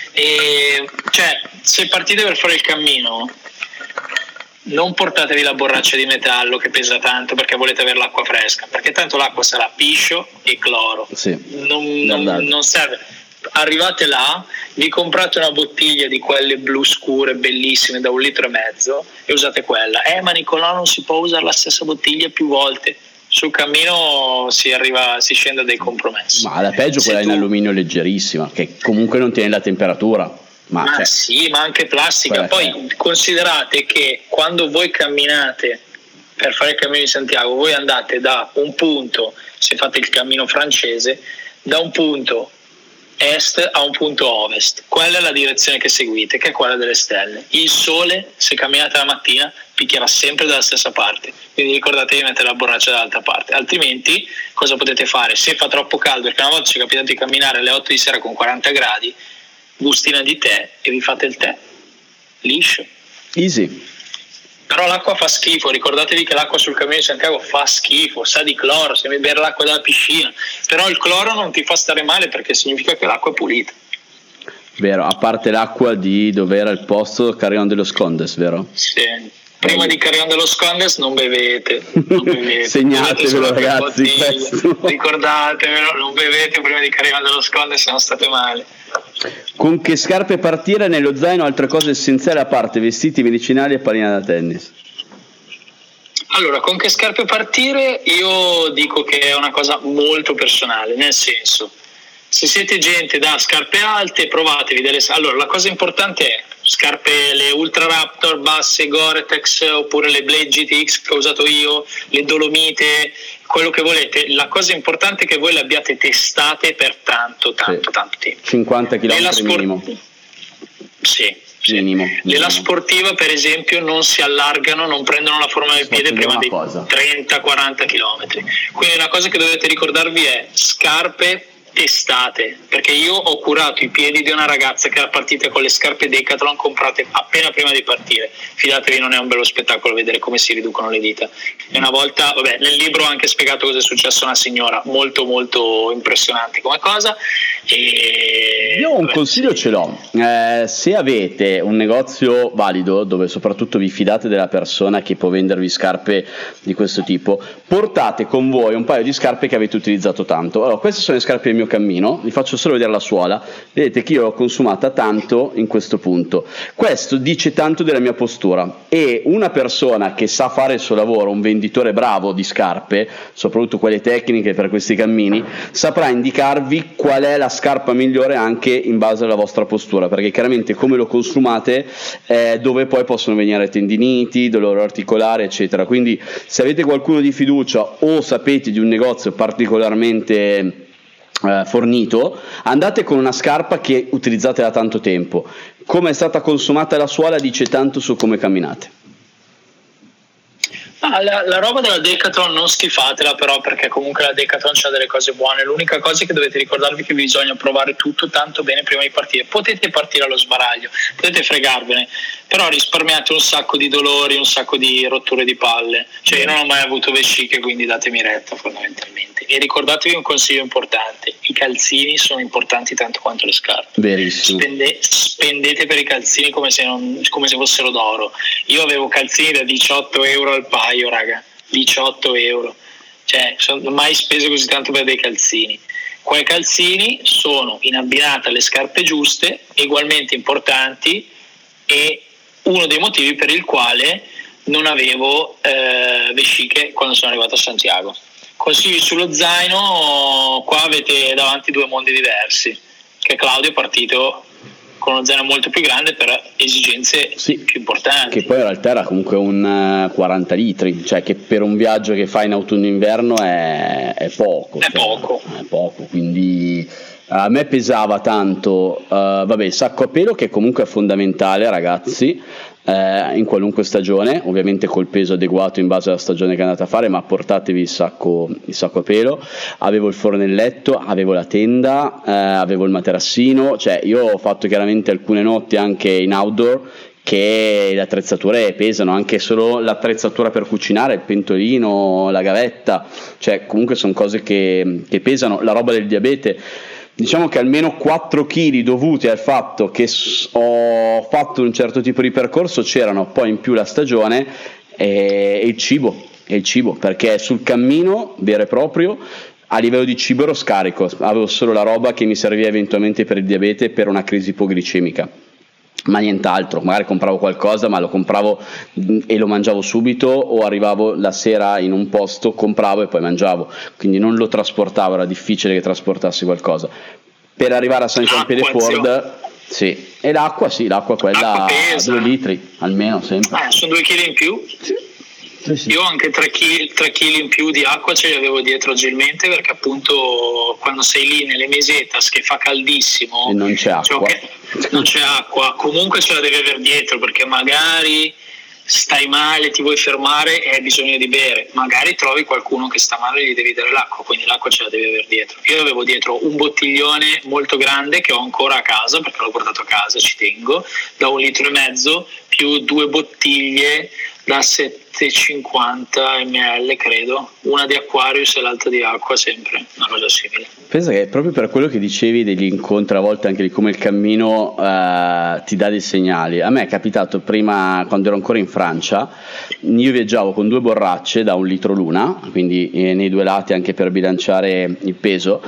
E cioè, se partite per fare il cammino, non portatevi la borraccia di metallo che pesa tanto perché volete avere l'acqua fresca, perché tanto l'acqua sarà piscio e cloro. Sì. Non, non, non serve. Arrivate là, vi comprate una bottiglia di quelle blu scure bellissime da un litro e mezzo e usate quella. Eh, ma Nicolò, non si può usare la stessa bottiglia più volte. Sul cammino si arriva, si scende a dei compromessi. Ma la peggio quella tu... in alluminio leggerissima, che comunque non tiene la temperatura. Ma, ma cioè... sì, ma anche plastica. Poi è. Considerate che quando voi camminate per fare il cammino di Santiago, voi andate da un punto, se fate il cammino francese, da un punto est a un punto ovest. Quella è la direzione che seguite, che è quella delle stelle. Il sole, se camminate la mattina, picchierà sempre dalla stessa parte, quindi ricordatevi di mettere la borraccia dall'altra parte. Altrimenti cosa potete fare? Se fa troppo caldo, perché una volta ci è capitato di camminare alle otto di sera con quaranta gradi, bustina di tè e vi fate il tè liscio, easy. Però l'acqua fa schifo, ricordatevi che l'acqua sul cammino di Santiago fa schifo, sa di cloro, sembra bere l'acqua dalla piscina, però il cloro non ti fa stare male perché significa che l'acqua è pulita. Vero, a parte l'acqua di dove era il posto, Carrion de los Condes, vero? Sì, prima di Carrion de los Condes non bevete, non bevete. Segnatevelo ragazzi, ricordatevelo, non bevete prima di Carrion de los Condes, se no state male. Con che scarpe partire? Nello zaino altre cose essenziali a parte vestiti, medicinali e pallina da tennis? Allora, con che scarpe partire? Io dico che è una cosa molto personale, nel senso, se siete gente da scarpe alte, provatevi delle... Allora, la cosa importante è scarpe, le Ultra Raptor basse, Gore-Tex, oppure le Blade G T X che ho usato io, le Dolomite, quello che volete. La cosa importante è che voi le abbiate testate per tanto, tanto, sì. tanto tempo. cinquanta chilometri sport... minimo. Sì. Sì. Minimo, minimo. Le la sportiva per esempio non si allargano, non prendono la forma del piede prima dei trenta quaranta chilometri. Quindi una cosa che dovete ricordarvi è scarpe testate, perché io ho curato i piedi di una ragazza che era partita con le scarpe Decathlon comprate appena prima di partire. Fidatevi, non è un bello spettacolo vedere come si riducono le dita. E una volta, vabbè, nel libro ho anche spiegato cosa è successo a una signora, molto molto impressionante come cosa. E io un vabbè, consiglio ce l'ho, eh, se avete un negozio valido dove soprattutto vi fidate della persona che può vendervi scarpe di questo tipo, portate con voi un paio di scarpe che avete utilizzato tanto. Allora, queste sono le scarpe del mio cammino, vi faccio solo vedere la suola, vedete che io l'ho consumata tanto in questo punto. Questo dice tanto della mia postura, e una persona che sa fare il suo lavoro, un venditore bravo di scarpe, soprattutto quelle tecniche per questi cammini, saprà indicarvi qual è la scarpa migliore anche in base alla vostra postura, perché chiaramente come lo consumate eh, dove poi possono venire tendiniti, dolore articolare eccetera. Quindi se avete qualcuno di fiducia o sapete di un negozio particolarmente eh, fornito, andate con una scarpa che utilizzate da tanto tempo. Come è stata consumata la suola dice tanto su come camminate. Ah, la, la roba della Decathlon non schifatela però, perché comunque la Decathlon c'ha delle cose buone. L'unica cosa è che dovete ricordarvi che bisogna provare tutto tanto bene prima di partire. Potete partire allo sbaraglio, potete fregarvene, però risparmiate un sacco di dolori, un sacco di rotture di palle. Cioè io non ho mai avuto vesciche, quindi datemi retta fondamentalmente. E ricordatevi un consiglio importante: i calzini sono importanti tanto quanto le scarpe. Verissimo. Spende, spendete per i calzini come se, non, come se fossero d'oro. Io avevo calzini da diciotto euro al paio, raga, diciotto euro, cioè sono mai speso così tanto per dei calzini. Quei calzini sono in abbinata alle scarpe giuste, ugualmente importanti, e uno dei motivi per il quale non avevo eh, vesciche quando sono arrivato a Santiago. Consigli sullo zaino: qua avete davanti due mondi diversi, che Claudio è partito con uno zaino molto più grande per esigenze sì, più importanti, che poi in realtà era comunque un quaranta litri, cioè che per un viaggio che fai in autunno-inverno è, è poco è cioè, poco è poco, quindi a me pesava tanto. Uh, vabbè, il sacco a pelo, che comunque è fondamentale ragazzi, eh, in qualunque stagione, ovviamente col peso adeguato in base alla stagione che andate a fare, ma portatevi il sacco, il sacco a pelo. Avevo il fornelletto, avevo la tenda, eh, avevo il materassino, cioè io ho fatto chiaramente alcune notti anche in outdoor che le attrezzature pesano, anche solo l'attrezzatura per cucinare, il pentolino, la gavetta, cioè comunque sono cose che, che pesano. La roba del diabete, diciamo che almeno quattro chili dovuti al fatto che ho fatto un certo tipo di percorso c'erano, poi in più la stagione e il cibo, e il cibo perché sul cammino vero e proprio a livello di cibo ero scarico, avevo solo la roba che mi serviva eventualmente per il diabete, per una crisi ipoglicemica, ma nient'altro. Magari compravo qualcosa, ma lo compravo e lo mangiavo subito, o arrivavo la sera in un posto, compravo e poi mangiavo, quindi non lo trasportavo, era difficile che trasportassi qualcosa. Per arrivare a Saint-Jean-Pied-de-Port, sì, e l'acqua, sì, l'acqua quella a due litri almeno sempre. Ah, sono due chili in più? Sì. Sì, sì. Io anche tre chili in più di acqua ce li avevo dietro agilmente, perché appunto quando sei lì nelle mesetas che fa caldissimo e non c'è acqua, cioè non c'è acqua, comunque ce la devi avere dietro, perché magari stai male, ti vuoi fermare e hai bisogno di bere, magari trovi qualcuno che sta male e gli devi dare l'acqua, quindi l'acqua ce la devi avere dietro. Io avevo dietro un bottiglione molto grande che ho ancora a casa, perché l'ho portato a casa, ci tengo, da un litro e mezzo, più due bottiglie da settecentocinquanta millilitri credo, una di Aquarius e l'altra di acqua, sempre una cosa simile. Pensa che proprio per quello che dicevi degli incontri a volte, anche di come il cammino eh, ti dà dei segnali. A me è capitato prima, quando ero ancora in Francia, io viaggiavo con due borracce da un litro l'una, quindi eh, nei due lati anche per bilanciare il peso,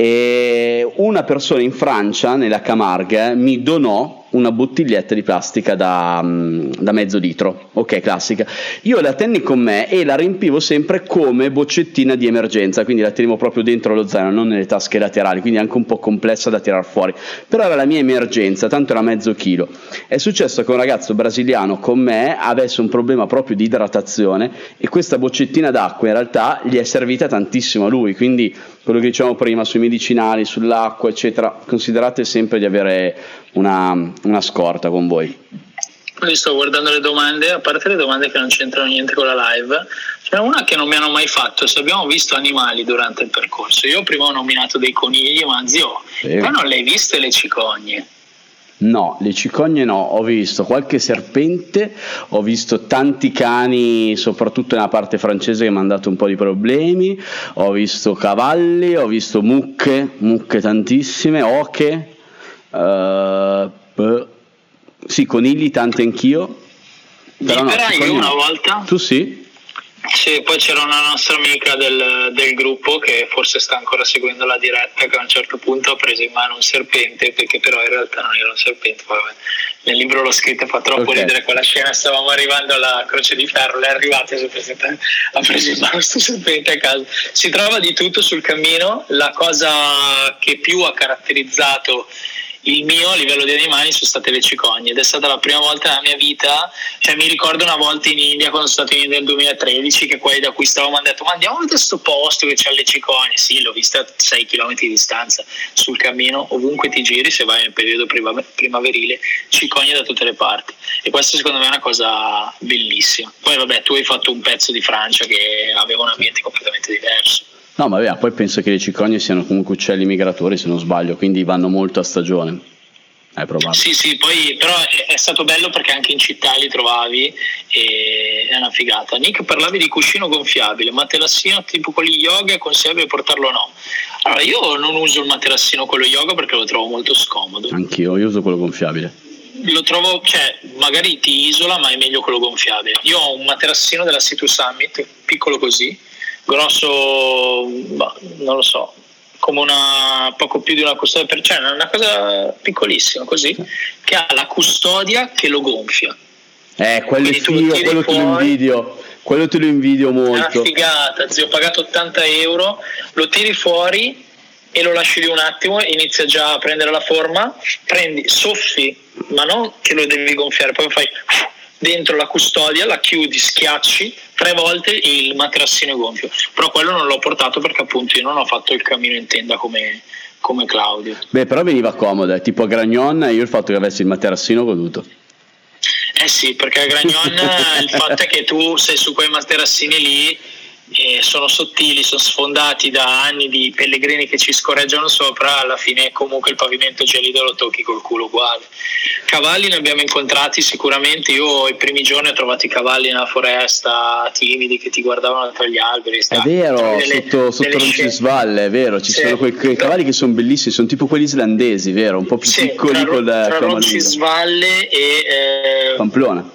e una persona in Francia, nella Camargue, mi donò una bottiglietta di plastica da, da mezzo litro, ok, classica. Io la tenni con me e la riempivo sempre come boccettina di emergenza, quindi la tenevo proprio dentro lo zaino, non nelle tasche laterali, quindi anche un po' complessa da tirar fuori, però era la mia emergenza, tanto era mezzo chilo. È successo che un ragazzo brasiliano con me avesse un problema proprio di idratazione e questa boccettina d'acqua in realtà gli è servita tantissimo a lui, quindi quello che dicevamo prima sui medicinali, sull'acqua eccetera, considerate sempre di avere una, una scorta con voi. Io sto guardando le domande, a parte le domande che non c'entrano niente con la live, c'è una che non mi hanno mai fatto: se abbiamo visto animali durante il percorso. Io prima ho nominato dei conigli, ma zio, sì. Ma non le hai viste le cicogne? No, le cicogne no, ho visto qualche serpente, ho visto tanti cani, soprattutto nella parte francese, che mi hanno dato un po' di problemi, ho visto cavalli, ho visto mucche, mucche tantissime, oche, uh, beh, sì, conigli tanti anch'io. Però no, io una volta? Tu sì? Sì, poi c'era una nostra amica del, del gruppo che forse sta ancora seguendo la diretta, che a un certo punto ha preso in mano un serpente, perché però in realtà non era un serpente. Poi, nel libro l'ho scritto, fa troppo okay. ridere quella scena. Stavamo arrivando alla Croce di Ferro, lei è arrivata e ha preso in mano questo serpente a casa. Si trova di tutto sul cammino. La cosa che più ha caratterizzato il mio a livello di animali sono state le cicogne, ed è stata la prima volta nella mia vita, cioè mi ricordo una volta in India, quando sono stato in India nel duemilatredici, che quelli da cui stavamo hanno detto: ma andiamo a vedere questo posto che c'ha le cicogne. Sì, l'ho vista a sei chilometri di distanza sul cammino, ovunque ti giri, se vai nel periodo primaverile, cicogne da tutte le parti, e questa secondo me è una cosa bellissima. Poi vabbè, tu hai fatto un pezzo di Francia che aveva un ambiente completamente diverso. No, ma vabbè, poi penso che le cicogne siano comunque uccelli migratori, se non sbaglio, quindi vanno molto a stagione. È probabile. Sì, sì, poi però è, è stato bello perché anche in città li trovavi e è una figata. Nick, parlavi di cuscino gonfiabile, materassino tipo quelli yoga, consigliabile portarlo o no? Allora, io non uso il materassino quello yoga perché lo trovo molto scomodo. Anch'io, io uso quello gonfiabile. Lo trovo, cioè, magari ti isola, ma è meglio quello gonfiabile. Io ho un materassino della Situ Summit, piccolo così, grosso, bah, non lo so, come una poco più di una custodia, per, cioè una cosa piccolissima così, che ha la custodia che lo gonfia. Eh, quello è figo, quello te lo invidio, quello te lo invidio molto. È una figata, zio, ho pagato ottanta euro, lo tiri fuori e lo lasci lì un attimo, inizia già a prendere la forma, prendi, soffi, ma non che lo devi gonfiare, poi fai dentro la custodia, la chiudi, schiacci tre volte e il materassino è gonfio. Però quello non l'ho portato perché appunto io non ho fatto il cammino in tenda come, come Claudio. Beh, però veniva comodo, eh. Tipo a Gragnon io il fatto che avessi il materassino goduto. Eh sì, perché a Gragnon il fatto è che tu sei su quei materassini lì e sono sottili, sono sfondati da anni di pellegrini che ci scorreggiano sopra, alla fine comunque il pavimento gelido lo tocchi col culo uguale. Cavalli ne abbiamo incontrati sicuramente, io i primi giorni ho trovato i cavalli nella foresta timidi che ti guardavano tra gli alberi. È vero, delle, sotto, sotto Roncesvalles, è vero, ci sì, sono quei, quei cavalli che sono bellissimi, sono tipo quelli islandesi, vero? Un po' più sì, piccoli tra, con la tra Roncesvalles e eh, Pamplona.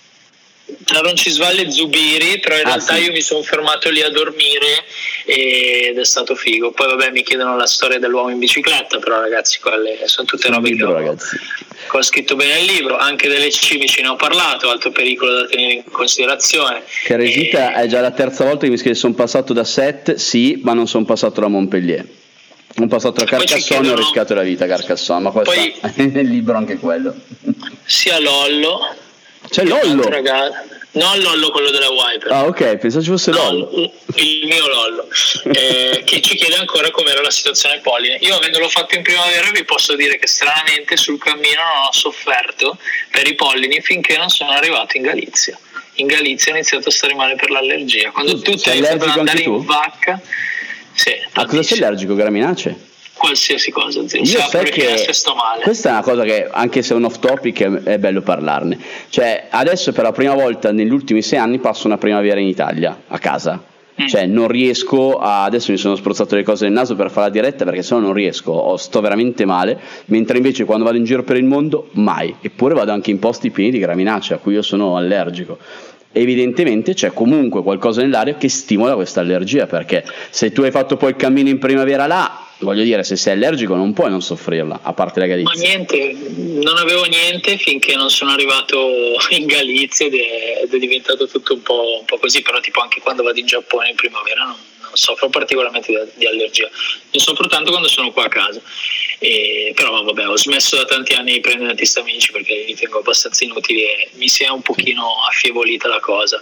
Tra Roncisvalle e Zubiri, però in ah, realtà sì. Io mi sono fermato lì a dormire ed è stato figo. Poi vabbè, mi chiedono la storia dell'uomo in bicicletta, però ragazzi quelle sono tutte robe libro, che, ho, che ho scritto bene nel libro. Anche delle cimici ne ho parlato, alto pericolo da tenere in considerazione. Che Resita e... è già la terza volta che mi scrive: sono passato da Sète, sì, ma non sono passato da Montpellier. Sono passato a Carcassonne e ho rischiato la vita a Carcassonne, ma questo è nel libro anche quello. Sia Lollo. C'è Lollo. Ragazzo, Non Lollo, quello della Wiper. Ah, ok, pensavo ci fosse no, Lollo. Il mio Lollo, eh, che ci chiede ancora com'era la situazione polline. Io, avendolo fatto in primavera, vi posso dire che stranamente sul cammino non ho sofferto per i pollini finché non sono arrivato in Galizia. In Galizia ho iniziato a stare male per l'allergia. Quando tu tutto è iniziato ad andare in vacca. Sì, a cosa sei allergico? Graminacee? Qualsiasi cosa, zio. Io sai che sto male. Questa è una cosa che, anche se è un off topic, è, è bello parlarne. Cioè, adesso per la prima volta negli ultimi sei anni passo una primavera in Italia, a casa. Mm. Cioè, non riesco a... Adesso mi sono spruzzato le cose nel naso per fare la diretta, perché sennò non riesco, o sto veramente male. Mentre invece quando vado in giro per il mondo, mai. Eppure vado anche in posti pieni di graminacea, a cui io sono allergico. Evidentemente c'è comunque qualcosa nell'aria che stimola questa allergia, perché se tu hai fatto poi il cammino in primavera là, voglio dire, se sei allergico non puoi non soffrirla, a parte la Galizia. Ma niente, non avevo niente finché non sono arrivato in Galizia ed è, ed è diventato tutto un po', un po' così, però tipo anche quando vado in Giappone in primavera non, non soffro particolarmente di, di allergia, ne soffro tanto quando sono qua a casa. E, però vabbè, ho smesso da tanti anni di prendere antistaminici perché li ritengo abbastanza inutili e mi si è un pochino affievolita la cosa.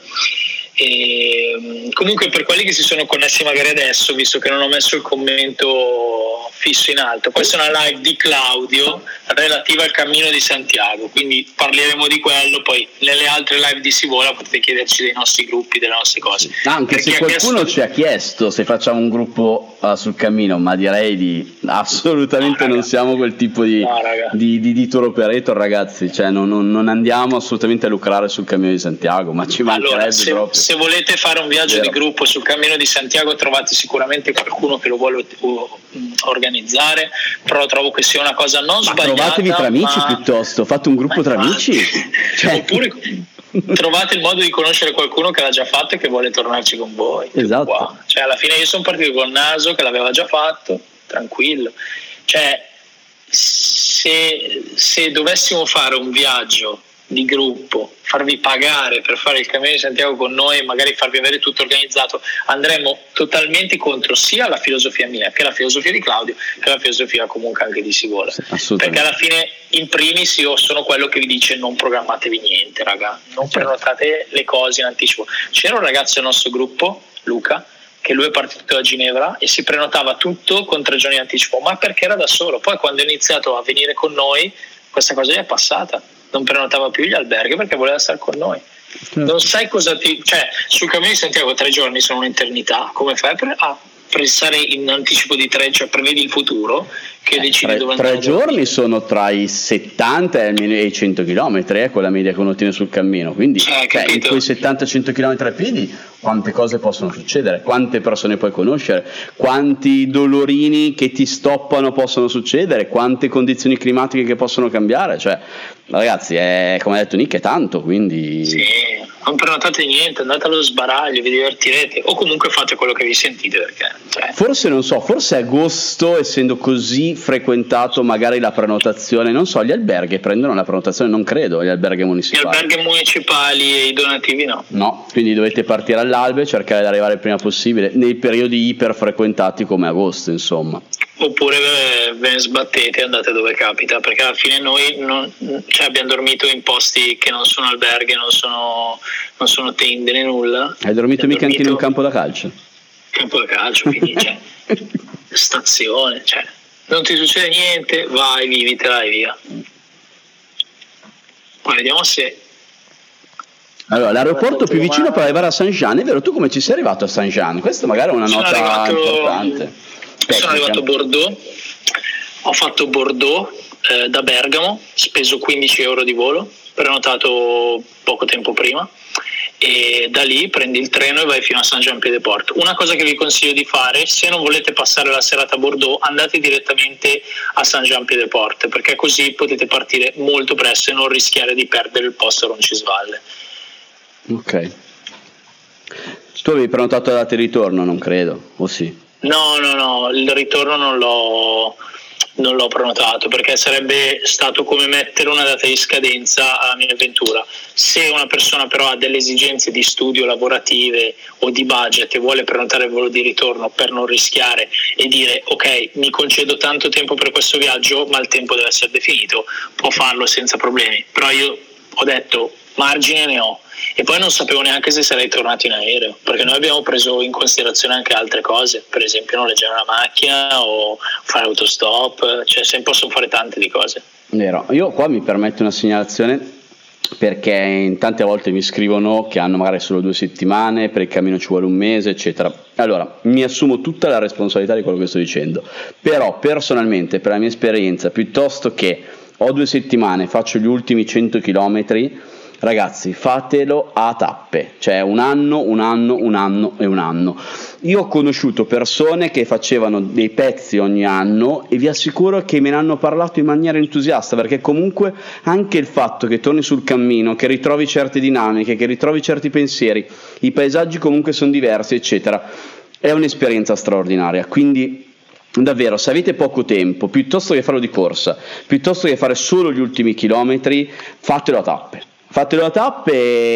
E, comunque, per quelli che si sono connessi magari adesso, visto che non ho messo il commento fisso in alto, questa è una live di Claudio relativa al Cammino di Santiago, quindi parleremo di quello. Poi nelle altre live di Sivola potete chiederci dei nostri gruppi, delle nostre cose. Anche se qualcuno chiesto... ci ha chiesto se facciamo un gruppo uh, sul cammino, ma direi di assolutamente no, non siamo quel tipo di, no, di, di, di tour operator, ragazzi, cioè non, non, non andiamo assolutamente a lucrare sul Cammino di Santiago, ma ci mancherebbe allora, se, proprio. Se volete fare un viaggio Vero. di gruppo sul Cammino di Santiago trovate sicuramente qualcuno che lo vuole organizzare, però trovo che sia una cosa non ma sbagliata. Trovatevi tra amici ma... piuttosto, fate un gruppo ma tra amici. Cioè... Oppure trovate il modo di conoscere qualcuno che l'ha già fatto e che vuole tornarci con voi. Esatto. Qua. Cioè alla fine io sono partito col naso che l'aveva già fatto, tranquillo. Cioè se, se dovessimo fare un viaggio di gruppo, farvi pagare per fare il Cammino di Santiago con noi e magari farvi avere tutto organizzato, andremo totalmente contro sia la filosofia mia che la filosofia di Claudio che la filosofia comunque anche di Sivola, perché alla fine in primis io sono quello che vi dice non programmatevi niente, raga, non certo. prenotate le cose in anticipo. C'era un ragazzo del nostro gruppo, Luca, che lui è partito da Ginevra e si prenotava tutto con tre giorni di anticipo, ma perché era da solo. Poi quando è iniziato a venire con noi questa cosa gli è passata, non prenotava più gli alberghi perché voleva stare con noi. Non sai cosa ti... cioè sul Cammino di Santiago tre giorni sono un'eternità, come fai per, ah, per stare in anticipo di tre, cioè prevedi il futuro che eh, decidi tre, dove andare. Tre giorni sono tra i settanta e i cento chilometri, è eh, quella media che uno tiene sul cammino, quindi eh, cioè, in quei settanta cento chilometri a piedi quante cose possono succedere, quante persone puoi conoscere, quanti dolorini che ti stoppano possono succedere, quante condizioni climatiche che possono cambiare, cioè ragazzi è, come ha detto Nick, è tanto, quindi sì, non prenotate niente, andate allo sbaraglio, vi divertirete o comunque fate quello che vi sentite, perché cioè... forse non so, forse agosto, essendo così frequentato, magari la prenotazione, non so, gli alberghi prendono la prenotazione, non credo, gli alberghi municipali. Gli alberghi municipali e i donativi no. No, quindi dovete partire all'alba e cercare di arrivare il prima possibile nei periodi iper frequentati come agosto, insomma. Oppure ve ne sbattete e andate dove capita, perché alla fine noi non, cioè abbiamo dormito in posti che non sono alberghi, non sono, non sono tende né nulla. Hai dormito mica anche in un campo da calcio? Campo da calcio, quindi cioè, stazione, cioè non ti succede niente, vai, vivitela e via. Poi vediamo se... Allora, l'aeroporto più vicino per arrivare a Saint-Jean, è vero, tu come ci sei arrivato a Saint-Jean? Questa magari è una sono nota arrivato, importante. Sono arrivato a Bordeaux, ho fatto Bordeaux eh, da Bergamo, speso quindici euro di volo, prenotato poco tempo prima, e da lì prendi il treno e vai fino a Saint-Jean-Pied-de-Port. Una cosa che vi consiglio di fare, se non volete passare la serata a Bordeaux, andate direttamente a Saint-Jean-Pied-de-Port, perché così potete partire molto presto e non rischiare di perdere il posto a Roncisvalle. Ok. Tu avevi prenotato la data di ritorno, non credo, o sì? No, no, no, il ritorno non l'ho, non l'ho prenotato, perché sarebbe stato come mettere una data di scadenza alla mia avventura. Se una persona però ha delle esigenze di studio, lavorative o di budget e vuole prenotare il volo di ritorno per non rischiare e dire ok, mi concedo tanto tempo per questo viaggio ma il tempo deve essere definito, può farlo senza problemi. Però io ho detto margine ne ho, e poi non sapevo neanche se sarei tornato in aereo, perché noi abbiamo preso in considerazione anche altre cose, per esempio noleggiare una macchina o fare autostop, cioè se possono fare tante di cose. Vero, io qua mi permetto una segnalazione, perché in tante volte mi scrivono che hanno magari solo due settimane, per il cammino ci vuole un mese, eccetera. Allora, mi assumo tutta la responsabilità di quello che sto dicendo, però personalmente, per la mia esperienza, piuttosto che ho due settimane, faccio gli ultimi cento chilometri, ragazzi, fatelo a tappe, cioè un anno, un anno, un anno e un anno. Io ho conosciuto persone che facevano dei pezzi ogni anno e vi assicuro che me ne hanno parlato in maniera entusiasta, perché comunque anche il fatto che torni sul cammino, che ritrovi certe dinamiche, che ritrovi certi pensieri, i paesaggi comunque sono diversi, eccetera, è un'esperienza straordinaria. Quindi davvero, se avete poco tempo, piuttosto che farlo di corsa, piuttosto che fare solo gli ultimi chilometri, fatelo a tappe. Fatelo a tappe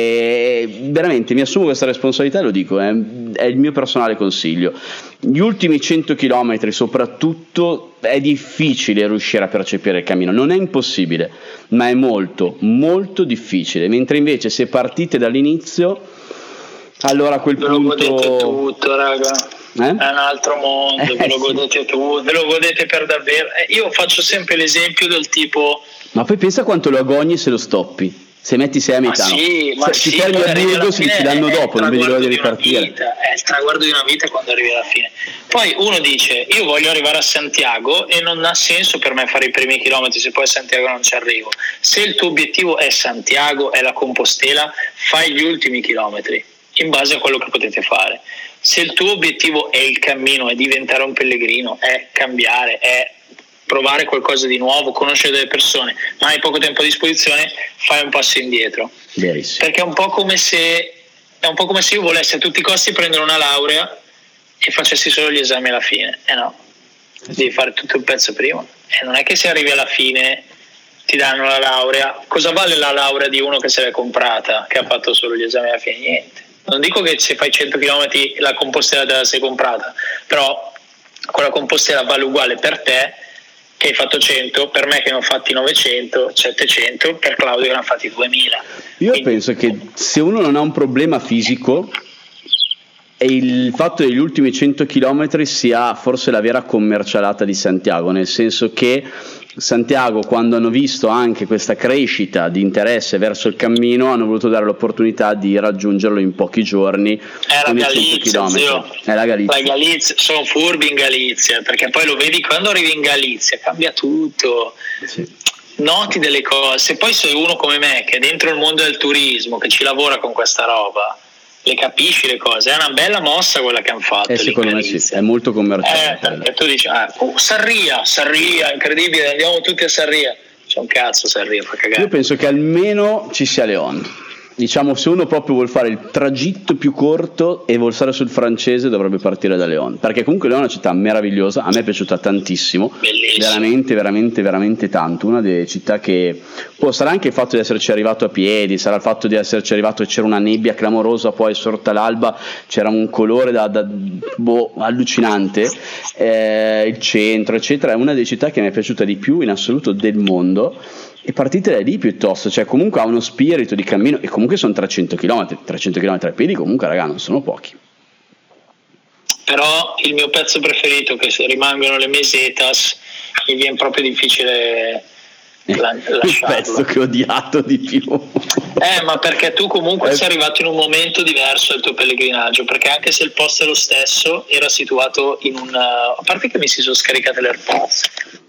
e veramente mi assumo questa responsabilità e lo dico, eh, è il mio personale consiglio. Gli ultimi cento chilometri soprattutto è difficile riuscire a percepire il cammino, non è impossibile, ma è molto molto difficile, mentre invece se partite dall'inizio, allora a quel ve punto... Ve lo godete tutto, raga. Eh? È un altro mondo, eh, ve lo sì. godete tutto, ve lo godete per davvero. Eh, io faccio sempre l'esempio del tipo... Ma poi pensa quanto lo agogni se lo stoppi. Se metti sei a metà, ma sì, no? ma se sì, ti fermi a Burgos ti danno dopo, non vedi l'ora di ripartire. Vita, è il traguardo di una vita quando arrivi alla fine. Poi uno dice, io voglio arrivare a Santiago e non ha senso per me fare i primi chilometri se poi a Santiago non ci arrivo. Se il tuo obiettivo è Santiago, è la Compostela, fai gli ultimi chilometri in base a quello che potete fare. Se il tuo obiettivo è il cammino, è diventare un pellegrino, è cambiare, è provare qualcosa di nuovo, conoscere delle persone, ma hai poco tempo a disposizione, fai un passo indietro. Verissimo. Perché è un po' come se è un po' come se io volessi a tutti i costi prendere una laurea e facessi solo gli esami alla fine. Eh no, devi fare tutto il pezzo prima. E non è che se arrivi alla fine ti danno la laurea. Cosa vale la laurea di uno che se l'è comprata, che ha fatto solo gli esami alla fine? Niente. Non dico che se fai cento chilometri la Compostela te la sei comprata, però quella Compostela vale uguale per te che hai fatto cento, per me che ne ho fatti novecento, settecento, per Claudio che ne ha fatti duemila. Io Quindi, penso che se uno non ha un problema fisico, e il fatto degli ultimi cento chilometri sia forse la vera commercialata di Santiago, nel senso che Santiago, quando hanno visto anche questa crescita di interesse verso il cammino, hanno voluto dare l'opportunità di raggiungerlo in pochi giorni. È la Galizia, è la Galizia. La Galizia, sono furbi in Galizia, perché poi lo vedi quando arrivi in Galizia, cambia tutto. Sì. Noti delle cose. Se poi sei uno come me che è dentro il mondo del turismo, che ci lavora con questa roba, le capisci le cose, è una bella mossa quella che hanno fatto. Eh, secondo me sì, è molto commerciale. Eh, perché tu dici, ah, oh, Sarria, Sarria, incredibile, andiamo tutti a Sarria. C'è un cazzo Sarria, fa cagare. Io penso che almeno ci sia Leon. Diciamo, se uno proprio vuol fare il tragitto più corto e vuol stare sul francese, dovrebbe partire da Leon, perché comunque Leon è una città meravigliosa, a me è piaciuta tantissimo. Bellissimo. veramente veramente veramente tanto, una delle città che può, sarà anche il fatto di esserci arrivato a piedi, sarà il fatto di esserci arrivato e c'era una nebbia clamorosa, poi sorta l'alba c'era un colore da, da boh, allucinante, eh, il centro eccetera, è una delle città che mi è piaciuta di più in assoluto del mondo. E partite da lì piuttosto, cioè comunque ha uno spirito di cammino, e comunque sono trecento chilometri, trecento chilometri a piedi comunque, raga, non sono pochi. Però il mio pezzo preferito, che se rimangono le mesetas, mi viene proprio difficile la, lasciarlo. Il pezzo che ho odiato di più. Eh, ma perché tu comunque eh. sei arrivato in un momento diverso del tuo pellegrinaggio, perché anche se il posto è lo stesso, era situato in un... a parte che mi si sono scaricate le AirPods.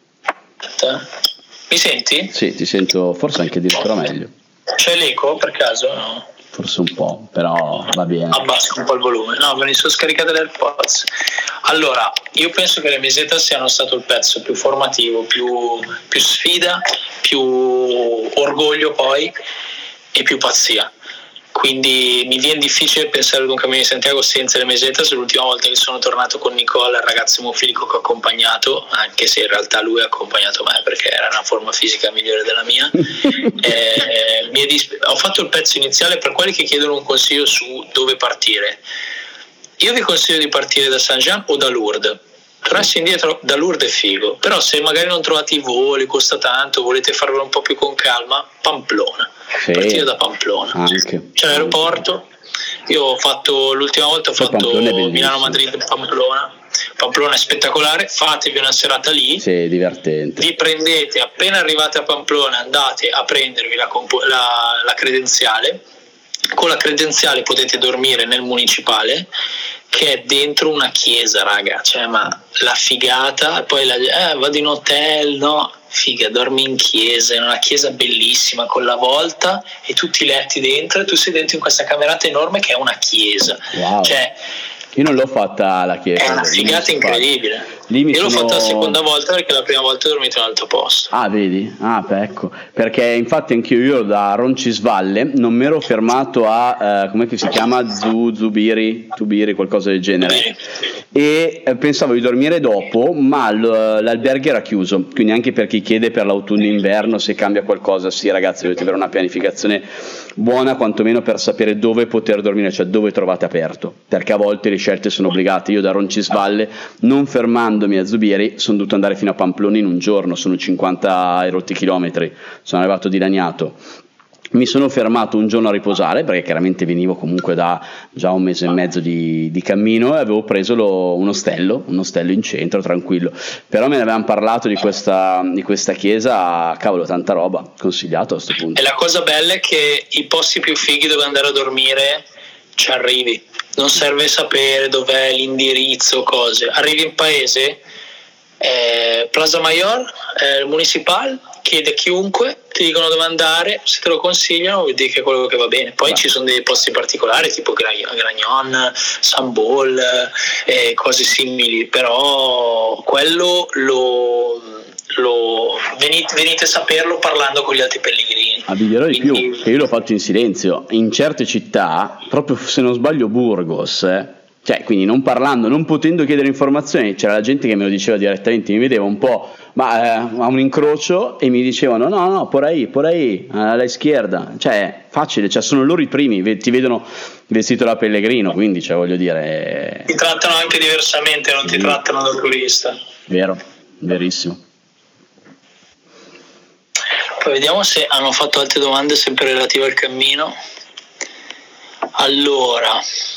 Mi senti? Sì, ti sento forse anche addirittura meglio. C'è l'eco per caso? No. Forse un po', però va bene. Abbasco un po' il volume. No, me ne sono scaricate le AirPods. Allora, io penso che le mesetas siano stato il pezzo più formativo, più, più sfida, più orgoglio poi e più pazzia. Quindi mi viene difficile pensare ad un cammino di Santiago senza le mesetas. L'ultima volta che sono tornato con Nicola, il ragazzo emofilico che ho accompagnato, anche se in realtà lui ha accompagnato me perché era una forma fisica migliore della mia, eh, mi è disp- ho fatto il pezzo iniziale. Per quelli che chiedono un consiglio su dove partire, io vi consiglio di partire da Saint-Jean o da Lourdes. Tornassi indietro da Lourdes è figo, però se magari non trovate i voli, costa tanto, volete farvelo un po' più con calma, Pamplona. sì, partire da Pamplona. Anche. C'è l'aeroporto. Io ho fatto l'ultima volta ho Poi fatto Pamplona Milano-Madrid-Pamplona. Pamplona è spettacolare, fatevi una serata lì. Sì, divertente. Vi prendete, appena arrivate a Pamplona, andate a prendervi la, compo- la, la credenziale. Con la credenziale potete dormire nel municipale, che è dentro una chiesa, raga. Cioè, ma la figata, poi la, eh, vado in hotel, no? Figa, dormi in chiesa, in una chiesa bellissima con la volta e tutti i letti dentro, e tu sei dentro in questa camerata enorme che è una chiesa. Wow. Cioè, io non l'ho fatta la chiesa. È una figata incredibile. Lì mi Io sono... l'ho fatta la seconda volta perché la prima volta ho dormito in un altro posto. Ah, vedi? Ah, beh, ecco. Perché infatti anch'io io da Roncisvalle non mi ero fermato a, eh, com'è che si chiama? Zu, Zubiri, Tubiri, qualcosa del genere. Zubiri. E eh, pensavo di dormire dopo, ma l- l'albergo era chiuso. Quindi anche per chi chiede per l'autunno-inverno se cambia qualcosa, sì ragazzi, dovete avere una pianificazione buona, quantomeno per sapere dove poter dormire, cioè dove trovate aperto. Perché a volte le scelte sono obbligate. Io da Roncisvalle, non fermandomi a Zubiri, sono dovuto andare fino a Pamplona in un giorno, sono cinquanta e rotti chilometri, sono arrivato dilaniato. Mi sono fermato un giorno a riposare perché chiaramente venivo comunque da già un mese e mezzo di, di cammino, e avevo preso lo, un ostello, un ostello in centro tranquillo, però me ne avevano parlato di questa, di questa chiesa, cavolo, tanta roba, consigliato a questo punto. E la cosa bella è che i posti più fighi dove andare a dormire ci arrivi, non serve sapere dov'è l'indirizzo, cose, arrivi in paese, eh, Plaza Mayor, eh, municipal, chiede a chiunque, ti dicono dove andare, se te lo consigliano vuol dire che è quello che va bene. Poi ci sono dei posti particolari tipo Gragnon, San Bol, eh, cose simili, però quello lo, lo venite, venite a saperlo parlando con gli altri pellegrini. Ah, vi dirò di Quindi... più, che io l'ho fatto in silenzio, in certe città, proprio se non sbaglio Burgos, eh, cioè quindi non parlando, non potendo chiedere informazioni, c'era la gente che me lo diceva direttamente, mi vedeva un po' ma eh, a un incrocio e mi dicevano no no por ahí, por ahí, alla izquierda, cioè facile, cioè sono loro i primi, ti vedono vestito da pellegrino, quindi cioè voglio dire, ti trattano anche diversamente, non ti sì. trattano da turista. Vero, verissimo. Poi vediamo se hanno fatto altre domande sempre relative al cammino. Allora,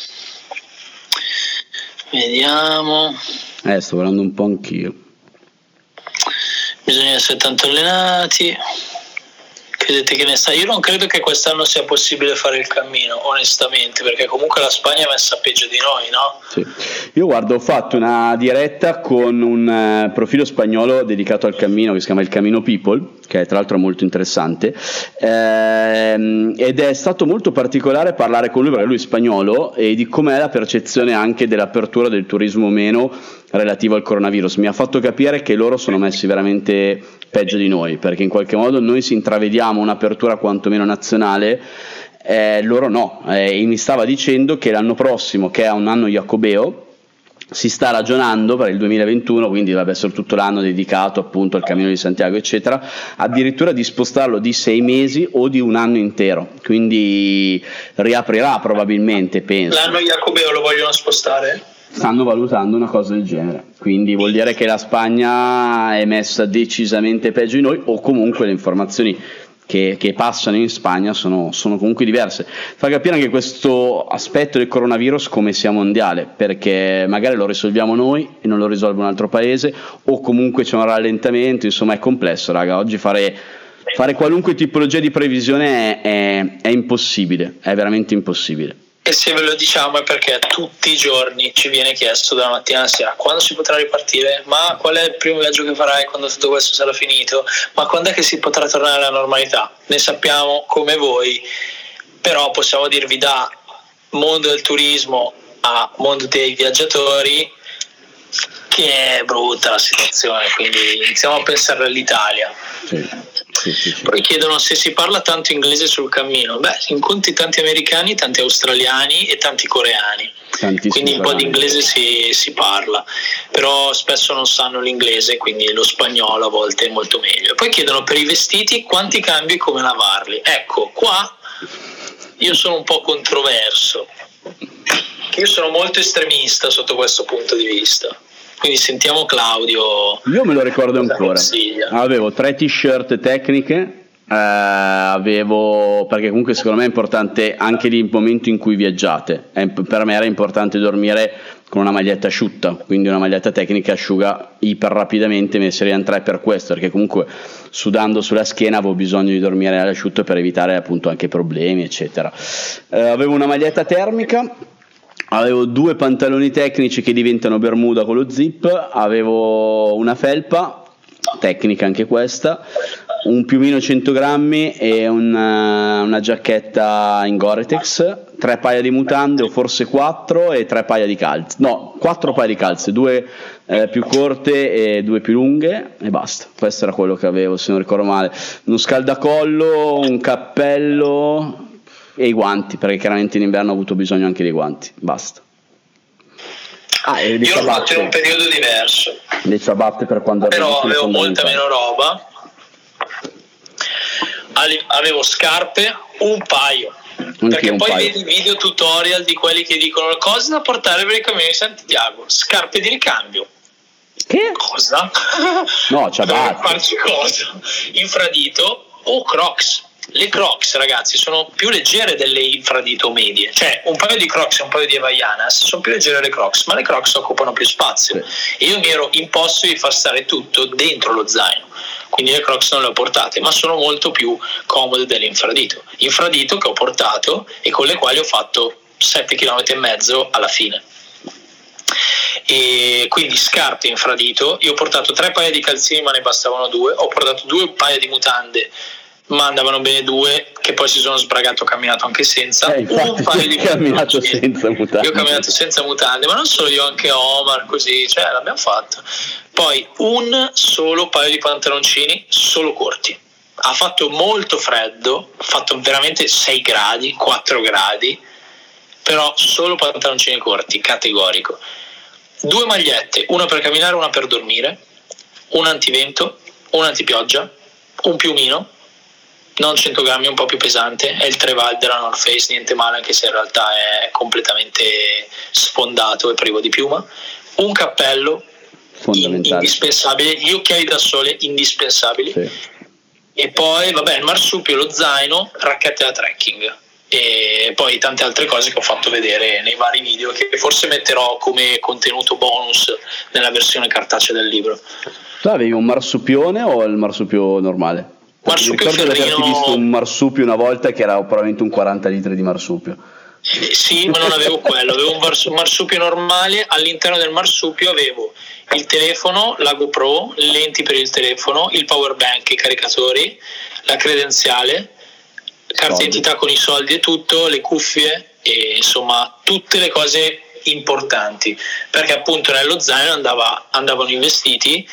vediamo. Eh, sto guardando un po' anch'io. Bisogna essere tanto allenati. Credete che ne sta? Io non credo che quest'anno sia possibile fare il cammino, onestamente, perché comunque la Spagna è messa peggio di noi, no? Sì. Io guardo, ho fatto una diretta con un uh, profilo spagnolo dedicato al cammino che si chiama Il Camino People, che è tra l'altro molto interessante, ehm, ed è stato molto particolare parlare con lui perché lui è spagnolo e di com'è la percezione anche dell'apertura del turismo o meno relativo al coronavirus. Mi ha fatto capire che loro sono messi veramente peggio di noi, perché in qualche modo noi si intravediamo un'apertura quantomeno nazionale, eh, loro no, eh, e mi stava dicendo che l'anno prossimo, che è un anno jacobeo, si sta ragionando per il duemilaventuno, quindi dovrebbe essere tutto l'anno dedicato appunto al Cammino di Santiago eccetera, addirittura di spostarlo di sei mesi o di un anno intero, quindi riaprirà probabilmente, penso. L'anno jacobeo lo vogliono spostare? Stanno valutando una cosa del genere, quindi vuol dire che la Spagna è messa decisamente peggio di noi, o comunque le informazioni che, che passano in Spagna sono, sono comunque diverse. Fa capire anche questo aspetto del coronavirus come sia mondiale, perché magari lo risolviamo noi e non lo risolve un altro paese, o comunque c'è un rallentamento, insomma è complesso, raga. Oggi fare, fare qualunque tipologia di previsione è, è, è impossibile, è veramente impossibile. E se ve lo diciamo è perché tutti i giorni ci viene chiesto dalla mattina alla sera quando si potrà ripartire, ma qual è il primo viaggio che farai quando tutto questo sarà finito, ma quando è che si potrà tornare alla normalità? Ne sappiamo come voi, però possiamo dirvi da mondo del turismo a mondo dei viaggiatori che è brutta la situazione, quindi iniziamo a pensare all'Italia. Sì, sì, sì, sì. Poi chiedono se si parla tanto inglese sul cammino. Beh, incontri tanti americani, tanti australiani e tanti coreani, quindi un po' di inglese si, si parla, però spesso non sanno l'inglese, quindi lo spagnolo a volte è molto meglio. Poi chiedono per i vestiti quanti cambi e come lavarli. Ecco, qua io sono un po' controverso, io sono molto estremista sotto questo punto di vista. Quindi sentiamo Claudio. Io me lo ricordo ancora. Avevo tre t-shirt tecniche Eh, avevo, perché comunque secondo me è importante anche il momento in cui viaggiate. È, per me era importante dormire con una maglietta asciutta, quindi una maglietta tecnica asciuga iper rapidamente, me ne servivano tre per questo, perché comunque sudando sulla schiena avevo bisogno di dormire all'asciutto per evitare appunto anche problemi eccetera. Eh, avevo una maglietta termica, avevo due pantaloni tecnici che diventano bermuda con lo zip, avevo una felpa tecnica anche questa, un piumino cento grammi e una, una giacchetta in Gore-Tex, tre paia di mutande o forse quattro e tre paia di calze, no, quattro paia di calze, due eh, più corte e due più lunghe e basta. Questo era quello che avevo, se non ricordo male. Uno scaldacollo, un cappello e i guanti, perché chiaramente in inverno ho avuto bisogno anche dei guanti, basta. Ah, e io l'ho fatto in un periodo diverso, le ciabatte per quando però avevo molta meno roba. Avevo scarpe un paio, anche perché un poi paio. Vedi video tutorial di quelli che dicono cose da portare per il Cammino di Santiago, scarpe di ricambio. Che? Cosa? No, ciabatte. Farci cosa? Infradito o Crocs. Le Crocs, ragazzi, sono più leggere delle infradito medie, cioè un paio di Crocs e un paio di Havaianas sono più leggere le Crocs, ma le Crocs occupano più spazio. Sì. E io mi ero imposto di far stare tutto dentro lo zaino, quindi le Crocs non le ho portate, ma sono molto più comode dell'infradito. Infradito che ho portato e con le quali ho fatto sette chilometri e mezzo alla fine. E quindi scarpe infradito, io ho portato tre paia di calzini ma ne bastavano due, ho portato due paia di mutande ma andavano bene due, che poi si sono sbragato, ho camminato anche senza. Eh, un paio di camminato senza mutande. Io ho camminato senza mutande, ma non solo io, anche Omar, così, cioè l'abbiamo fatto. Poi un solo paio di pantaloncini, solo corti. Ha fatto molto freddo, ha fatto veramente sei gradi, quattro gradi, però solo pantaloncini corti, categorico. Due magliette, una per camminare, una per dormire, un antivento, un antipioggia, un piumino, non cento grammi, un po' più pesante, è il Treval della North Face, niente male, anche se in realtà è completamente sfondato e privo di piuma, un cappello in, indispensabile, gli occhiali da sole indispensabili, sì. E poi vabbè il marsupio, lo zaino, racchette da trekking e poi tante altre cose che ho fatto vedere nei vari video, che forse metterò come contenuto bonus nella versione cartacea del libro. Tu avevi un marsupione o il marsupio normale? Marsupio ricordo ferrino... di averti visto un marsupio una volta che era probabilmente un quaranta litri di marsupio. Eh, sì, ma non avevo quello, avevo un marsupio normale. All'interno del marsupio avevo il telefono, la GoPro, le lenti per il telefono, il power bank, i caricatori, la credenziale, carta d'identità con i soldi e tutto, le cuffie e insomma tutte le cose importanti, perché appunto nello zaino andava, andavano i vestiti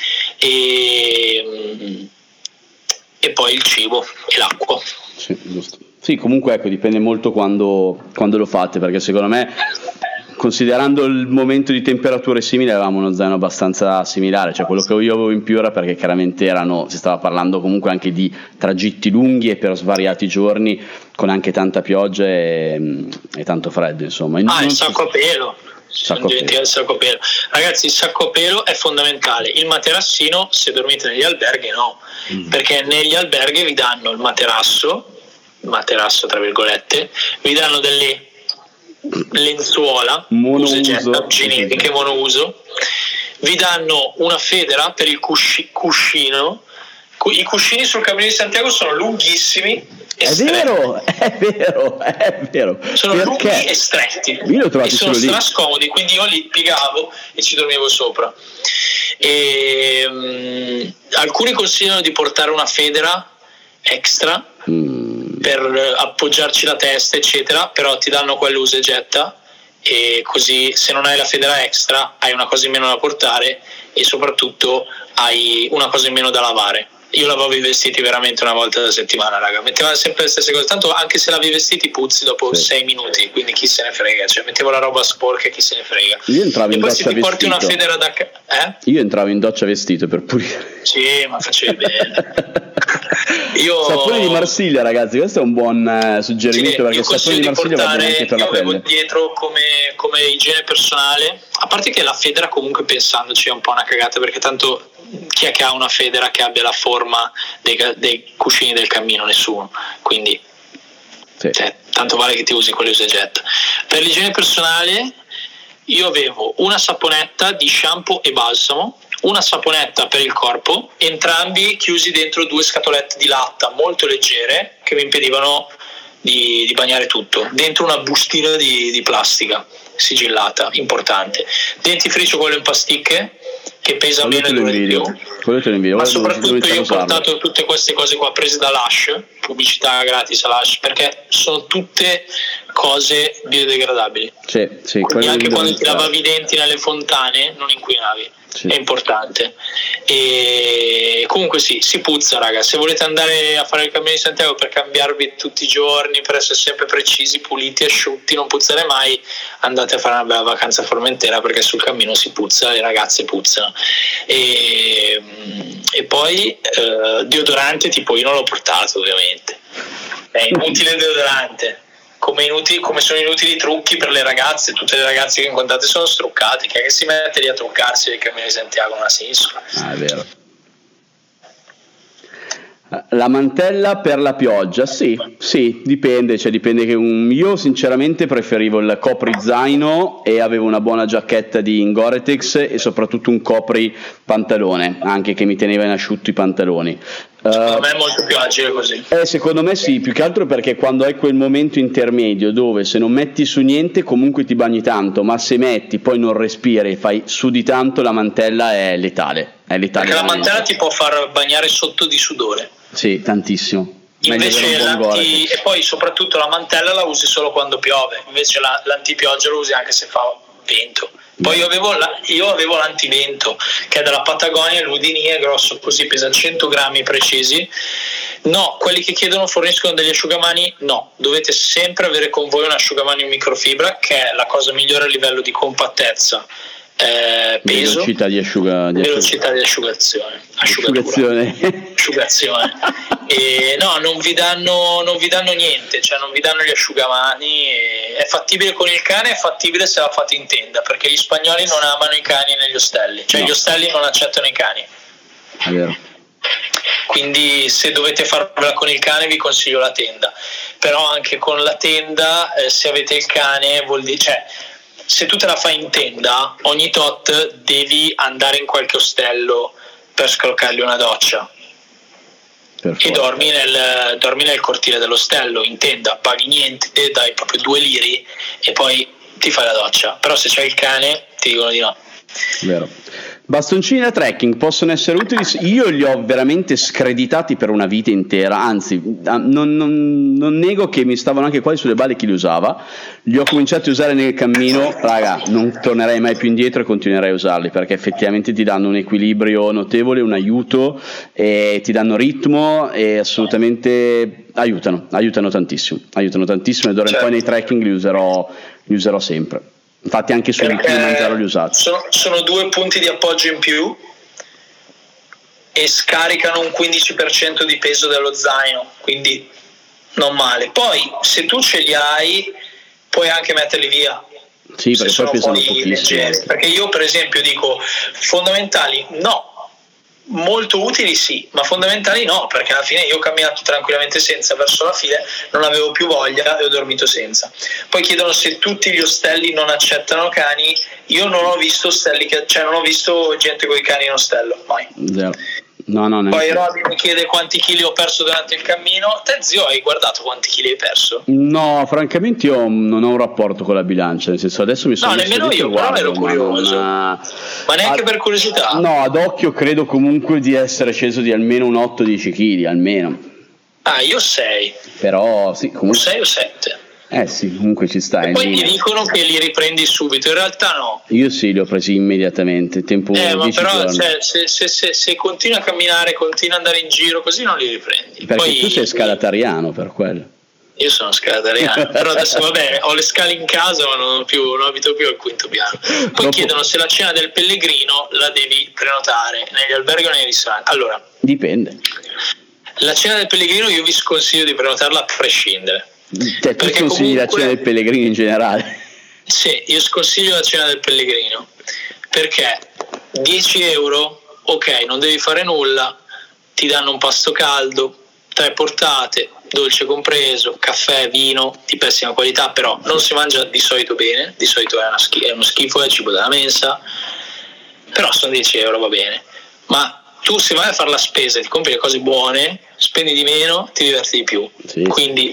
e e poi il cibo e l'acqua. Sì, giusto. Sì, comunque ecco, dipende molto quando, quando lo fate, perché secondo me, considerando il momento di temperature simili, avevamo uno zaino abbastanza similare, cioè quello che io avevo in più era perché chiaramente erano, si stava parlando comunque anche di tragitti lunghi e per svariati giorni, con anche tanta pioggia e, e tanto freddo, insomma. Ah, il sacco a pelo. Sacco il sacco a pelo. Ragazzi, il sacco a pelo è fondamentale. Il materassino, se dormite negli alberghi, no, mm. perché negli alberghi vi danno il materasso, materasso tra virgolette, vi danno delle lenzuola monouso, generiche monouso, vi danno una federa per il cusci- cuscino. I cuscini sul Cammino di Santiago sono lunghissimi. È vero, è vero, è vero. Sono perché? lunghi e stretti. Io l'ho trovato e sono solo lì. scomodi, quindi io li piegavo e ci dormivo sopra. E, um, alcuni consigliano di portare una federa extra mm. per appoggiarci la testa, eccetera, però ti danno quella usa e getta, e così se non hai la federa extra hai una cosa in meno da portare e soprattutto hai una cosa in meno da lavare. Io lavavo i vestiti veramente una volta alla settimana, raga, metteva sempre le stesse cose, tanto anche se lavi i vestiti puzzi dopo sì. sei minuti, quindi chi se ne frega, cioè mettevo la roba sporca e chi se ne frega. Io entravo e in poi doccia se ti porti vestito. Una federa da eh? Io entravo in doccia vestito per pulire. Sì, ma facevi bene. Io... Sapone di Marsiglia, ragazzi, questo è un buon eh, suggerimento, sì, perché il sapone di Marsiglia va bene anche per la pelle. Io avevo dietro come, come igiene personale, a parte che la federa comunque pensandoci è un po' una cagata, perché tanto chi è che ha una federa che abbia la forma dei, dei cuscini del cammino? Nessuno, quindi sì. Cioè, tanto vale che ti usi quelli usa e getta. Per l'igiene personale io avevo una saponetta di shampoo e balsamo, una saponetta per il corpo, entrambi chiusi dentro due scatolette di latta molto leggere che mi impedivano di, di bagnare tutto, dentro una bustina di, di plastica sigillata, importante. Dentifricio quello in pasticche che pesa quello meno e dura di più, ma soprattutto io ho portato tutte queste cose qua prese da Lush, pubblicità gratis a Lush, perché sono tutte cose biodegradabili, sì, sì, quindi anche quando ti lavavi i denti nelle fontane non inquinavi. Sì. È importante. E comunque sì, si puzza, raga. Se volete andare a fare il cammino di Santiago per cambiarvi tutti i giorni, per essere sempre precisi, puliti, asciutti, non puzzare mai, andate a fare una bella vacanza a Formentera, perché sul cammino si puzza, le ragazze puzzano. E, e poi eh, deodorante, tipo io non l'ho portato ovviamente, è inutile il deodorante. Come, inutili, come sono inutili i trucchi per le ragazze, tutte le ragazze che incontrate sono struccate, che, che si mette lì a truccarsi il cammino di Santiago, non ha senso. Ah, è vero. La mantella per la pioggia, sì, sì, dipende, cioè dipende che un, io sinceramente preferivo il copri zaino e avevo una buona giacchetta di Gore-Tex e soprattutto un copri pantalone, anche che mi teneva in asciutto i pantaloni. Secondo uh, me è molto più agile così. Eh, secondo me sì, più che altro perché quando hai quel momento intermedio dove se non metti su niente comunque ti bagni tanto, ma se metti poi non respiri e fai su di tanto, la mantella è letale, è letale. Perché la mantella ti può far bagnare sotto di sudore. Sì, tantissimo. Invece l'anti, e poi soprattutto la mantella la usi solo quando piove, invece la, l'antipioggia lo usi anche se fa vento. Poi io avevo, la, io avevo l'antivento che è della Patagonia, l'Udini, è grosso così, pesa cento grammi precisi. No, quelli che chiedono forniscono degli asciugamani, no, dovete sempre avere con voi un asciugamano in microfibra, che è la cosa migliore a livello di compattezza, eh, peso, velocità di, asciuga, di velocità di asciugazione, asciugazione. asciugazione. E no, non vi danno non vi danno niente, cioè non vi danno gli asciugamani. È fattibile con il cane, è fattibile se la fate in tenda, perché gli spagnoli non amano i cani negli ostelli, cioè no. Gli ostelli non accettano i cani. È vero. Quindi se dovete farvela con il cane vi consiglio la tenda, però anche con la tenda eh, se avete il cane vuol dire, cioè se tu te la fai in tenda ogni tot devi andare in qualche ostello per scroccargli una doccia e dormi nel, dormi nel cortile dell'ostello in tenda, paghi niente, dai proprio due liri e poi ti fai la doccia, però se c'hai il cane ti dicono di no. Vero. Bastoncini da trekking possono essere utili, io li ho veramente screditati per una vita intera, anzi non, non, non nego che mi stavano anche quasi sulle balle chi li usava, li ho cominciati a usare nel cammino, raga, non tornerei mai più indietro e continuerei a usarli perché effettivamente ti danno un equilibrio notevole, un aiuto e ti danno ritmo e assolutamente aiutano, aiutano tantissimo, aiutano tantissimo e d'ora in poi nei trekking li userò, li userò sempre. Infatti anche su Kilimangiaro li usate. Sono, sono due punti di appoggio in più e scaricano un quindici per cento di peso dello zaino, quindi non male. Poi se tu ce li hai puoi anche metterli via. Sì, perché poi pesano pochissimo. Perché io per esempio dico fondamentali no, molto utili sì, ma fondamentali no, perché alla fine io ho camminato tranquillamente senza verso la fine, non avevo più voglia e ho dormito senza. Poi chiedono se tutti gli ostelli non accettano cani, io non ho visto ostelli che, cioè non ho visto gente con i cani in ostello, mai. Zero. No, no, Poi Robby mi chiede quanti chili ho perso durante il cammino. Te zio hai guardato quanti chili hai perso? No, francamente io non ho un rapporto con la bilancia, nel senso adesso mi sono no nemmeno io, però ero curioso, ma, ma neanche ad, per curiosità. No, ad occhio credo comunque di essere sceso di almeno un otto dieci chili almeno. Ah, io sei. Però sì, comunque sei o sette. Eh sì, comunque ci sta. E poi ti dicono che li riprendi subito, in realtà no. Io sì, li ho presi immediatamente, tempo eh, ma però giorni. Cioè, se, se, se, se continui a camminare, continui ad andare in giro così non li riprendi. Perché poi, tu sei scalatariano per quello. Io sono scalatariano, però adesso va bene, ho le scale in casa ma non, ho più, non abito più al quinto piano. Poi Dopo... chiedono se la cena del pellegrino la devi prenotare negli alberghi o nei ristoranti. Allora, dipende. La cena del pellegrino io vi sconsiglio di prenotarla a prescindere. Cioè, tu consigli comunque, la cena del pellegrino in generale? Sì, io sconsiglio la cena del pellegrino perché dieci euro ok, non devi fare nulla, ti danno un pasto caldo, tre portate, dolce compreso, caffè, vino di pessima qualità, però non si mangia di solito bene, di solito è, una schifo, è uno schifo, è il cibo della mensa, però sono dieci euro, va bene. Ma tu se vai a fare la spesa e ti compri le cose buone, spendi di meno, ti diverti di più. Sì. Quindi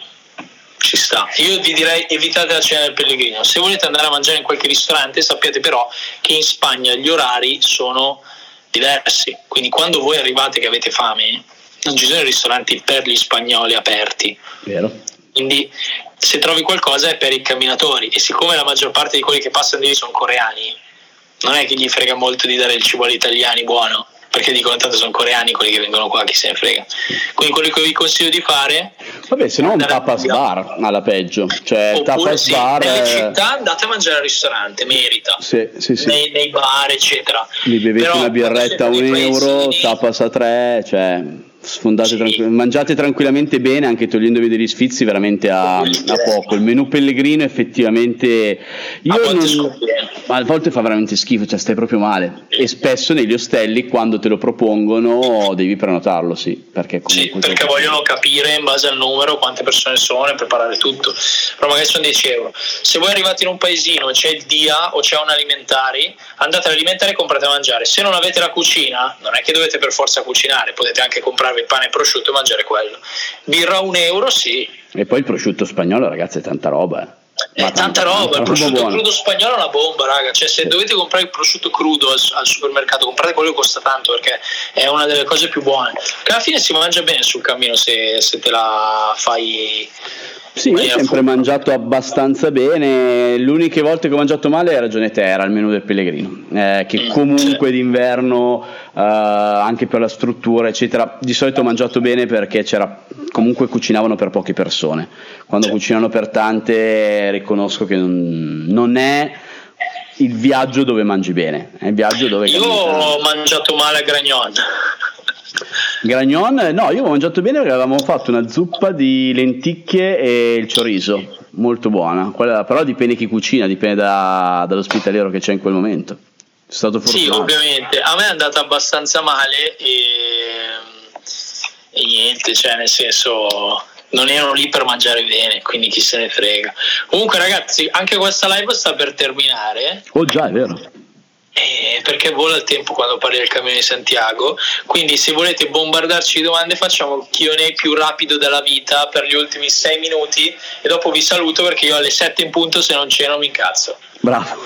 ci sta. Io vi direi evitate la cena del pellegrino. Se volete andare a mangiare in qualche ristorante, sappiate però che in Spagna gli orari sono diversi, quindi quando voi arrivate che avete fame non ci sono ristoranti per gli spagnoli aperti. Vero. Quindi se trovi qualcosa è per i camminatori, e siccome la maggior parte di quelli che passano di lì sono coreani, non è che gli frega molto di dare il cibo agli italiani buono, perché dicono tanto sono coreani quelli che vengono qua, chi se ne frega. Quindi quello che vi consiglio di fare, vabbè, se no un tapas bar alla peggio, cioè tapas sì, bar nelle città andate a mangiare al ristorante, merita, sì, sì, sì. Nei, nei bar eccetera, vi bevete però una birretta a un euro, paesini, tapas a tre, cioè sfondate sì. tranquill- mangiate tranquillamente bene, anche togliendovi degli sfizi veramente a, a poco. Il menù pellegrino effettivamente io a volte, non, a volte fa veramente schifo, cioè stai proprio male, e spesso negli ostelli quando te lo propongono devi prenotarlo, sì, perché comunque sì, perché vogliono capire in base al numero quante persone sono e preparare tutto, però magari sono dieci euro. Se voi arrivate in un paesino e c'è il dia o c'è un alimentari, andate all'alimentare e comprate a mangiare. Se non avete la cucina, non è che dovete per forza cucinare, potete anche comprare il pane e prosciutto e mangiare quello. Birra un euro, sì. E poi il prosciutto spagnolo, ragazzi, è tanta roba. Eh. È tanta roba, il prosciutto buono. Crudo spagnolo è una bomba, raga. Cioè, se sì. dovete comprare il prosciutto crudo al, al supermercato, comprate quello che costa tanto, perché è una delle cose più buone. Che alla fine si mangia bene sul cammino se, se te la fai. Sì, io ho sempre fuori. mangiato abbastanza bene. L'uniche volte che ho mangiato male, hai ragione te, era il menù del pellegrino, eh, che comunque d'inverno, eh, anche per la struttura eccetera, di solito ho mangiato bene perché c'era, comunque cucinavano per poche persone. Quando sì. cucinano per tante, riconosco che non, non è il viaggio dove mangi bene, è il viaggio dove io ho mangiato male a Gragnon. Gragnon, no, io ho mangiato bene perché avevamo fatto una zuppa di lenticchie e il chorizo, molto buona. Quella, però dipende chi cucina, dipende da, dall'ospitaliero che c'è in quel momento. Sono stato fortunato. Sì, ovviamente. A me è andata abbastanza male e, e niente, cioè nel senso non erano lì per mangiare bene, quindi chi se ne frega. Comunque ragazzi, anche questa live sta per terminare. Oh già, è vero. Eh, perché vola il tempo quando parli del Cammino di Santiago, quindi se volete bombardarci di domande facciamo il Q and A più rapido della vita per gli ultimi sei minuti e dopo vi saluto perché io alle sette in punto, se non c'è non mi incazzo. Bravo.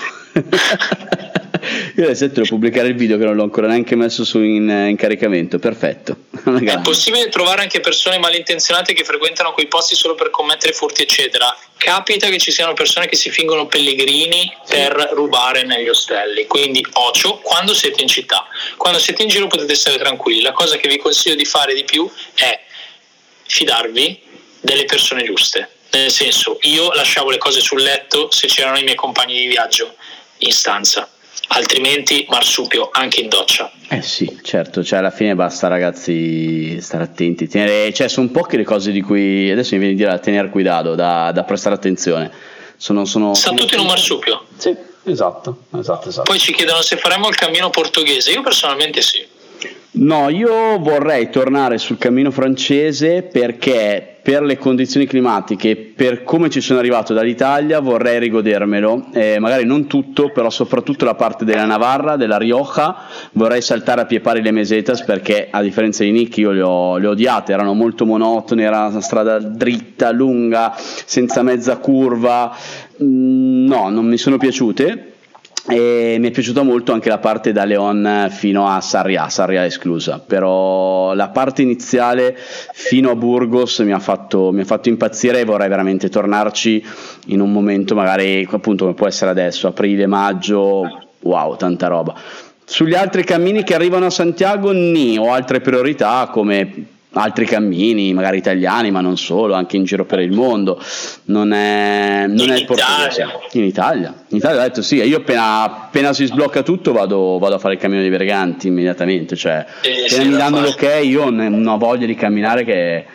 Io alle sette devo pubblicare il video che non l'ho ancora neanche messo su in, in caricamento. Perfetto. È possibile trovare anche persone malintenzionate che frequentano quei posti solo per commettere furti eccetera. Capita che ci siano persone che si fingono pellegrini per rubare negli ostelli, quindi occhio quando siete in città. Quando siete in giro potete stare tranquilli. La cosa che vi consiglio di fare di più è fidarvi delle persone giuste, nel senso, io lasciavo le cose sul letto se c'erano i miei compagni di viaggio in stanza, altrimenti marsupio anche in doccia. Eh sì, certo, cioè alla fine basta ragazzi stare attenti, tenere, cioè sono poche le cose di cui adesso mi viene a dire da tenere cuidado, da, da prestare attenzione. Sono, sono, sta sono tutto in un marsupio. Sì, esatto, esatto, esatto. Poi ci chiedono se faremo il cammino portoghese, io personalmente sì. No, io vorrei tornare sul cammino francese perché per le condizioni climatiche, per come ci sono arrivato dall'Italia, vorrei rigodermelo, eh, magari non tutto, però soprattutto la parte della Navarra, della Rioja. Vorrei saltare a pie pari le mesetas perché a differenza di Nick io le ho, le ho odiate, erano molto monotone, era una strada dritta, lunga, senza mezza curva, mm, no, non mi sono piaciute. E mi è piaciuta molto anche la parte da León fino a Sarriá, Sarriá esclusa, però la parte iniziale fino a Burgos mi ha fatto, mi ha fatto impazzire e vorrei veramente tornarci in un momento magari appunto come può essere adesso, aprile, maggio, wow, tanta roba. Sugli altri cammini che arrivano a Santiago nì, ho altre priorità come altri cammini, magari italiani, ma non solo, anche in giro per il mondo. Non è, non in è il portoghese. In Italia, in Italia ho detto sì. Io appena, appena si sblocca tutto vado, vado a fare il cammino dei Verganti immediatamente. Cioè, eh, appena mi danno l'ok, io ho una voglia di camminare che,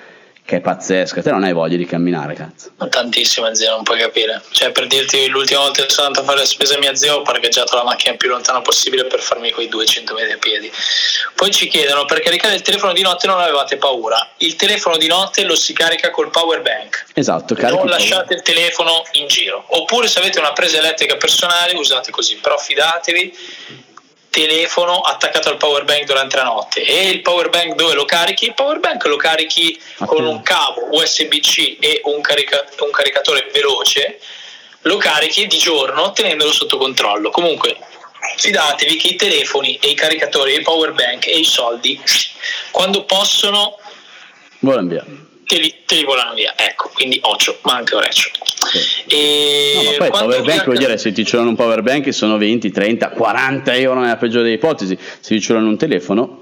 che è pazzesca. Te non hai voglia di camminare, cazzo? Tantissimo, zio, non puoi capire. Cioè, per dirti, l'ultima volta che sono andato a fare le spese a mia zia ho parcheggiato la macchina il più lontano possibile per farmi quei duecento metri a piedi. Poi ci chiedono, per caricare il telefono di notte non avevate paura? Il telefono di notte lo si carica col power bank. Esatto, non lasciate il telefono in giro. Oppure se avete una presa elettrica personale usate così, però fidatevi, telefono attaccato al power bank durante la notte. E il power bank dove lo carichi? Il power bank lo carichi con un cavo U S B C e un, carica- un caricatore veloce, lo carichi di giorno tenendolo sotto controllo. Comunque fidatevi che i telefoni e i caricatori e i power bank e i soldi quando possono volano via, te li, te li volano via, ecco, quindi occhio, ma anche orecchio. Sì. E no, ma poi il power bank, vuol dire, se ti ci un power bank sono venti, trenta, quaranta euro nella peggiore delle ipotesi. Se ti ci un telefono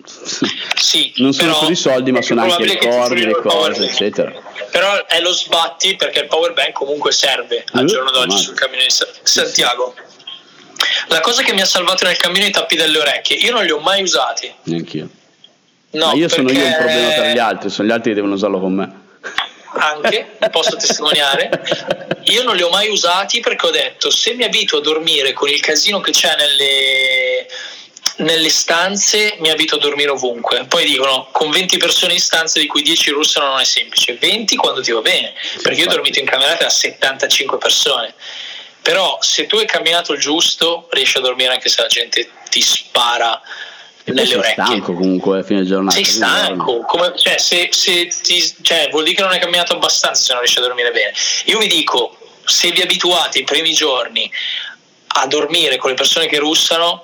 sì, non sono però solo i soldi, ma sono anche le corde, le cose, eccetera. Però è lo sbatti, perché il power bank comunque serve al uh, giorno d'oggi sul cammino di Santiago. La cosa che mi ha salvato nel cammino è i tappi delle orecchie. Io non li ho mai usati. Neanch'io. No, ma io perché... sono io un problema per gli altri, sono gli altri che devono usarlo con me. Anche, posso testimoniare. Io non li ho mai usati perché ho detto, se mi abituo a dormire con il casino che c'è nelle, nelle stanze, mi abituo a dormire ovunque. Poi dicono, con venti persone in stanza, di cui dieci russano, non è semplice. venti quando ti va bene, sì, perché io ho dormito in camerata da settantacinque persone. Però se tu hai camminato il giusto, riesci a dormire anche se la gente ti spara nelle sei orecchie. Sei stanco comunque a fine giornata. Sei stanco, come, cioè, se, se ti, cioè, vuol dire che non hai camminato abbastanza se non riesci a dormire bene. Io vi dico, se vi abituate i primi giorni a dormire con le persone che russano,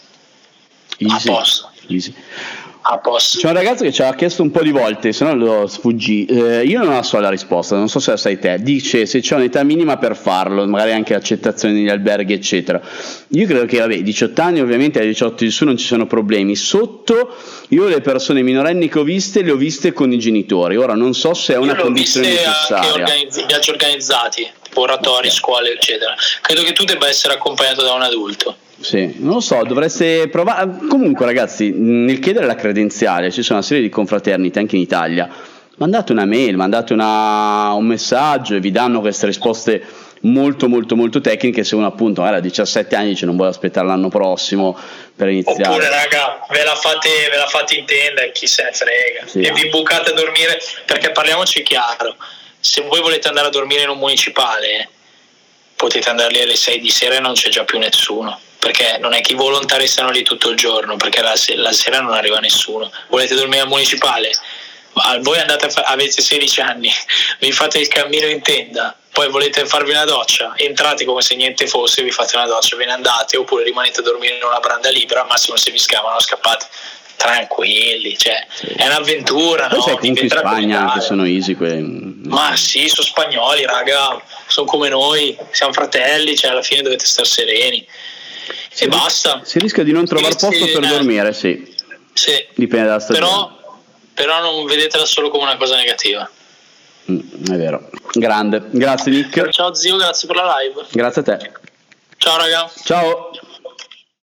easy, a posto. Easy. A posto. C'è un ragazzo che ci ha chiesto un po' di volte, se no lo sfuggì. Eh, io non la so la risposta, non so se la sai te. Dice se c'è un'età minima per farlo, magari anche accettazione negli alberghi, eccetera. Io credo che, vabbè, diciotto anni, ovviamente, ai diciotto di su non ci sono problemi. Sotto, io le persone minorenni che ho viste, le ho viste con i genitori. Ora non so se è una condizione necessaria. Anche organizz- viaggi organizzati, tipo oratori, okay, scuole, eccetera. Credo che tu debba essere accompagnato da un adulto. Sì, non lo so, dovreste provare. Comunque, ragazzi, nel chiedere la credenziale ci sono una serie di confraternite anche in Italia. Mandate una mail, mandate una, un messaggio e vi danno queste risposte molto molto molto tecniche. Se uno appunto magari a diciassette anni dice non vuole aspettare l'anno prossimo per iniziare, oppure raga ve la fate, ve la fate in tenda e chi se ne frega, sì, e vi bucate a dormire, perché parliamoci chiaro, se voi volete andare a dormire in un municipale potete andare lì alle sei di sera e non c'è già più nessuno, perché non è che i volontari stanno lì tutto il giorno, perché la, se- la sera non arriva nessuno. Volete dormire al municipale? Voi andate a fa- avete sedici anni, vi fate il cammino in tenda, poi volete farvi una doccia, entrate come se niente fosse, vi fate una doccia, ve ne andate, oppure rimanete a dormire in una branda libera, al massimo se vi scamano scappate. Tranquilli, cioè sì, è un'avventura. Poi no? sai, comunque in Spagna anche sono easy que... ma sì, sono spagnoli, raga, sono come noi, siamo fratelli, cioè alla fine dovete stare sereni. Si e basta. Si rischia di non trovare posto sì, per eh, dormire, sì. Sì. Dipende dalla stagione. Però, però non vedetela solo come una cosa negativa. Mm, è vero. Grande. Grazie Nick. Ciao zio, grazie per la live. Grazie a te. Ciao raga. Ciao.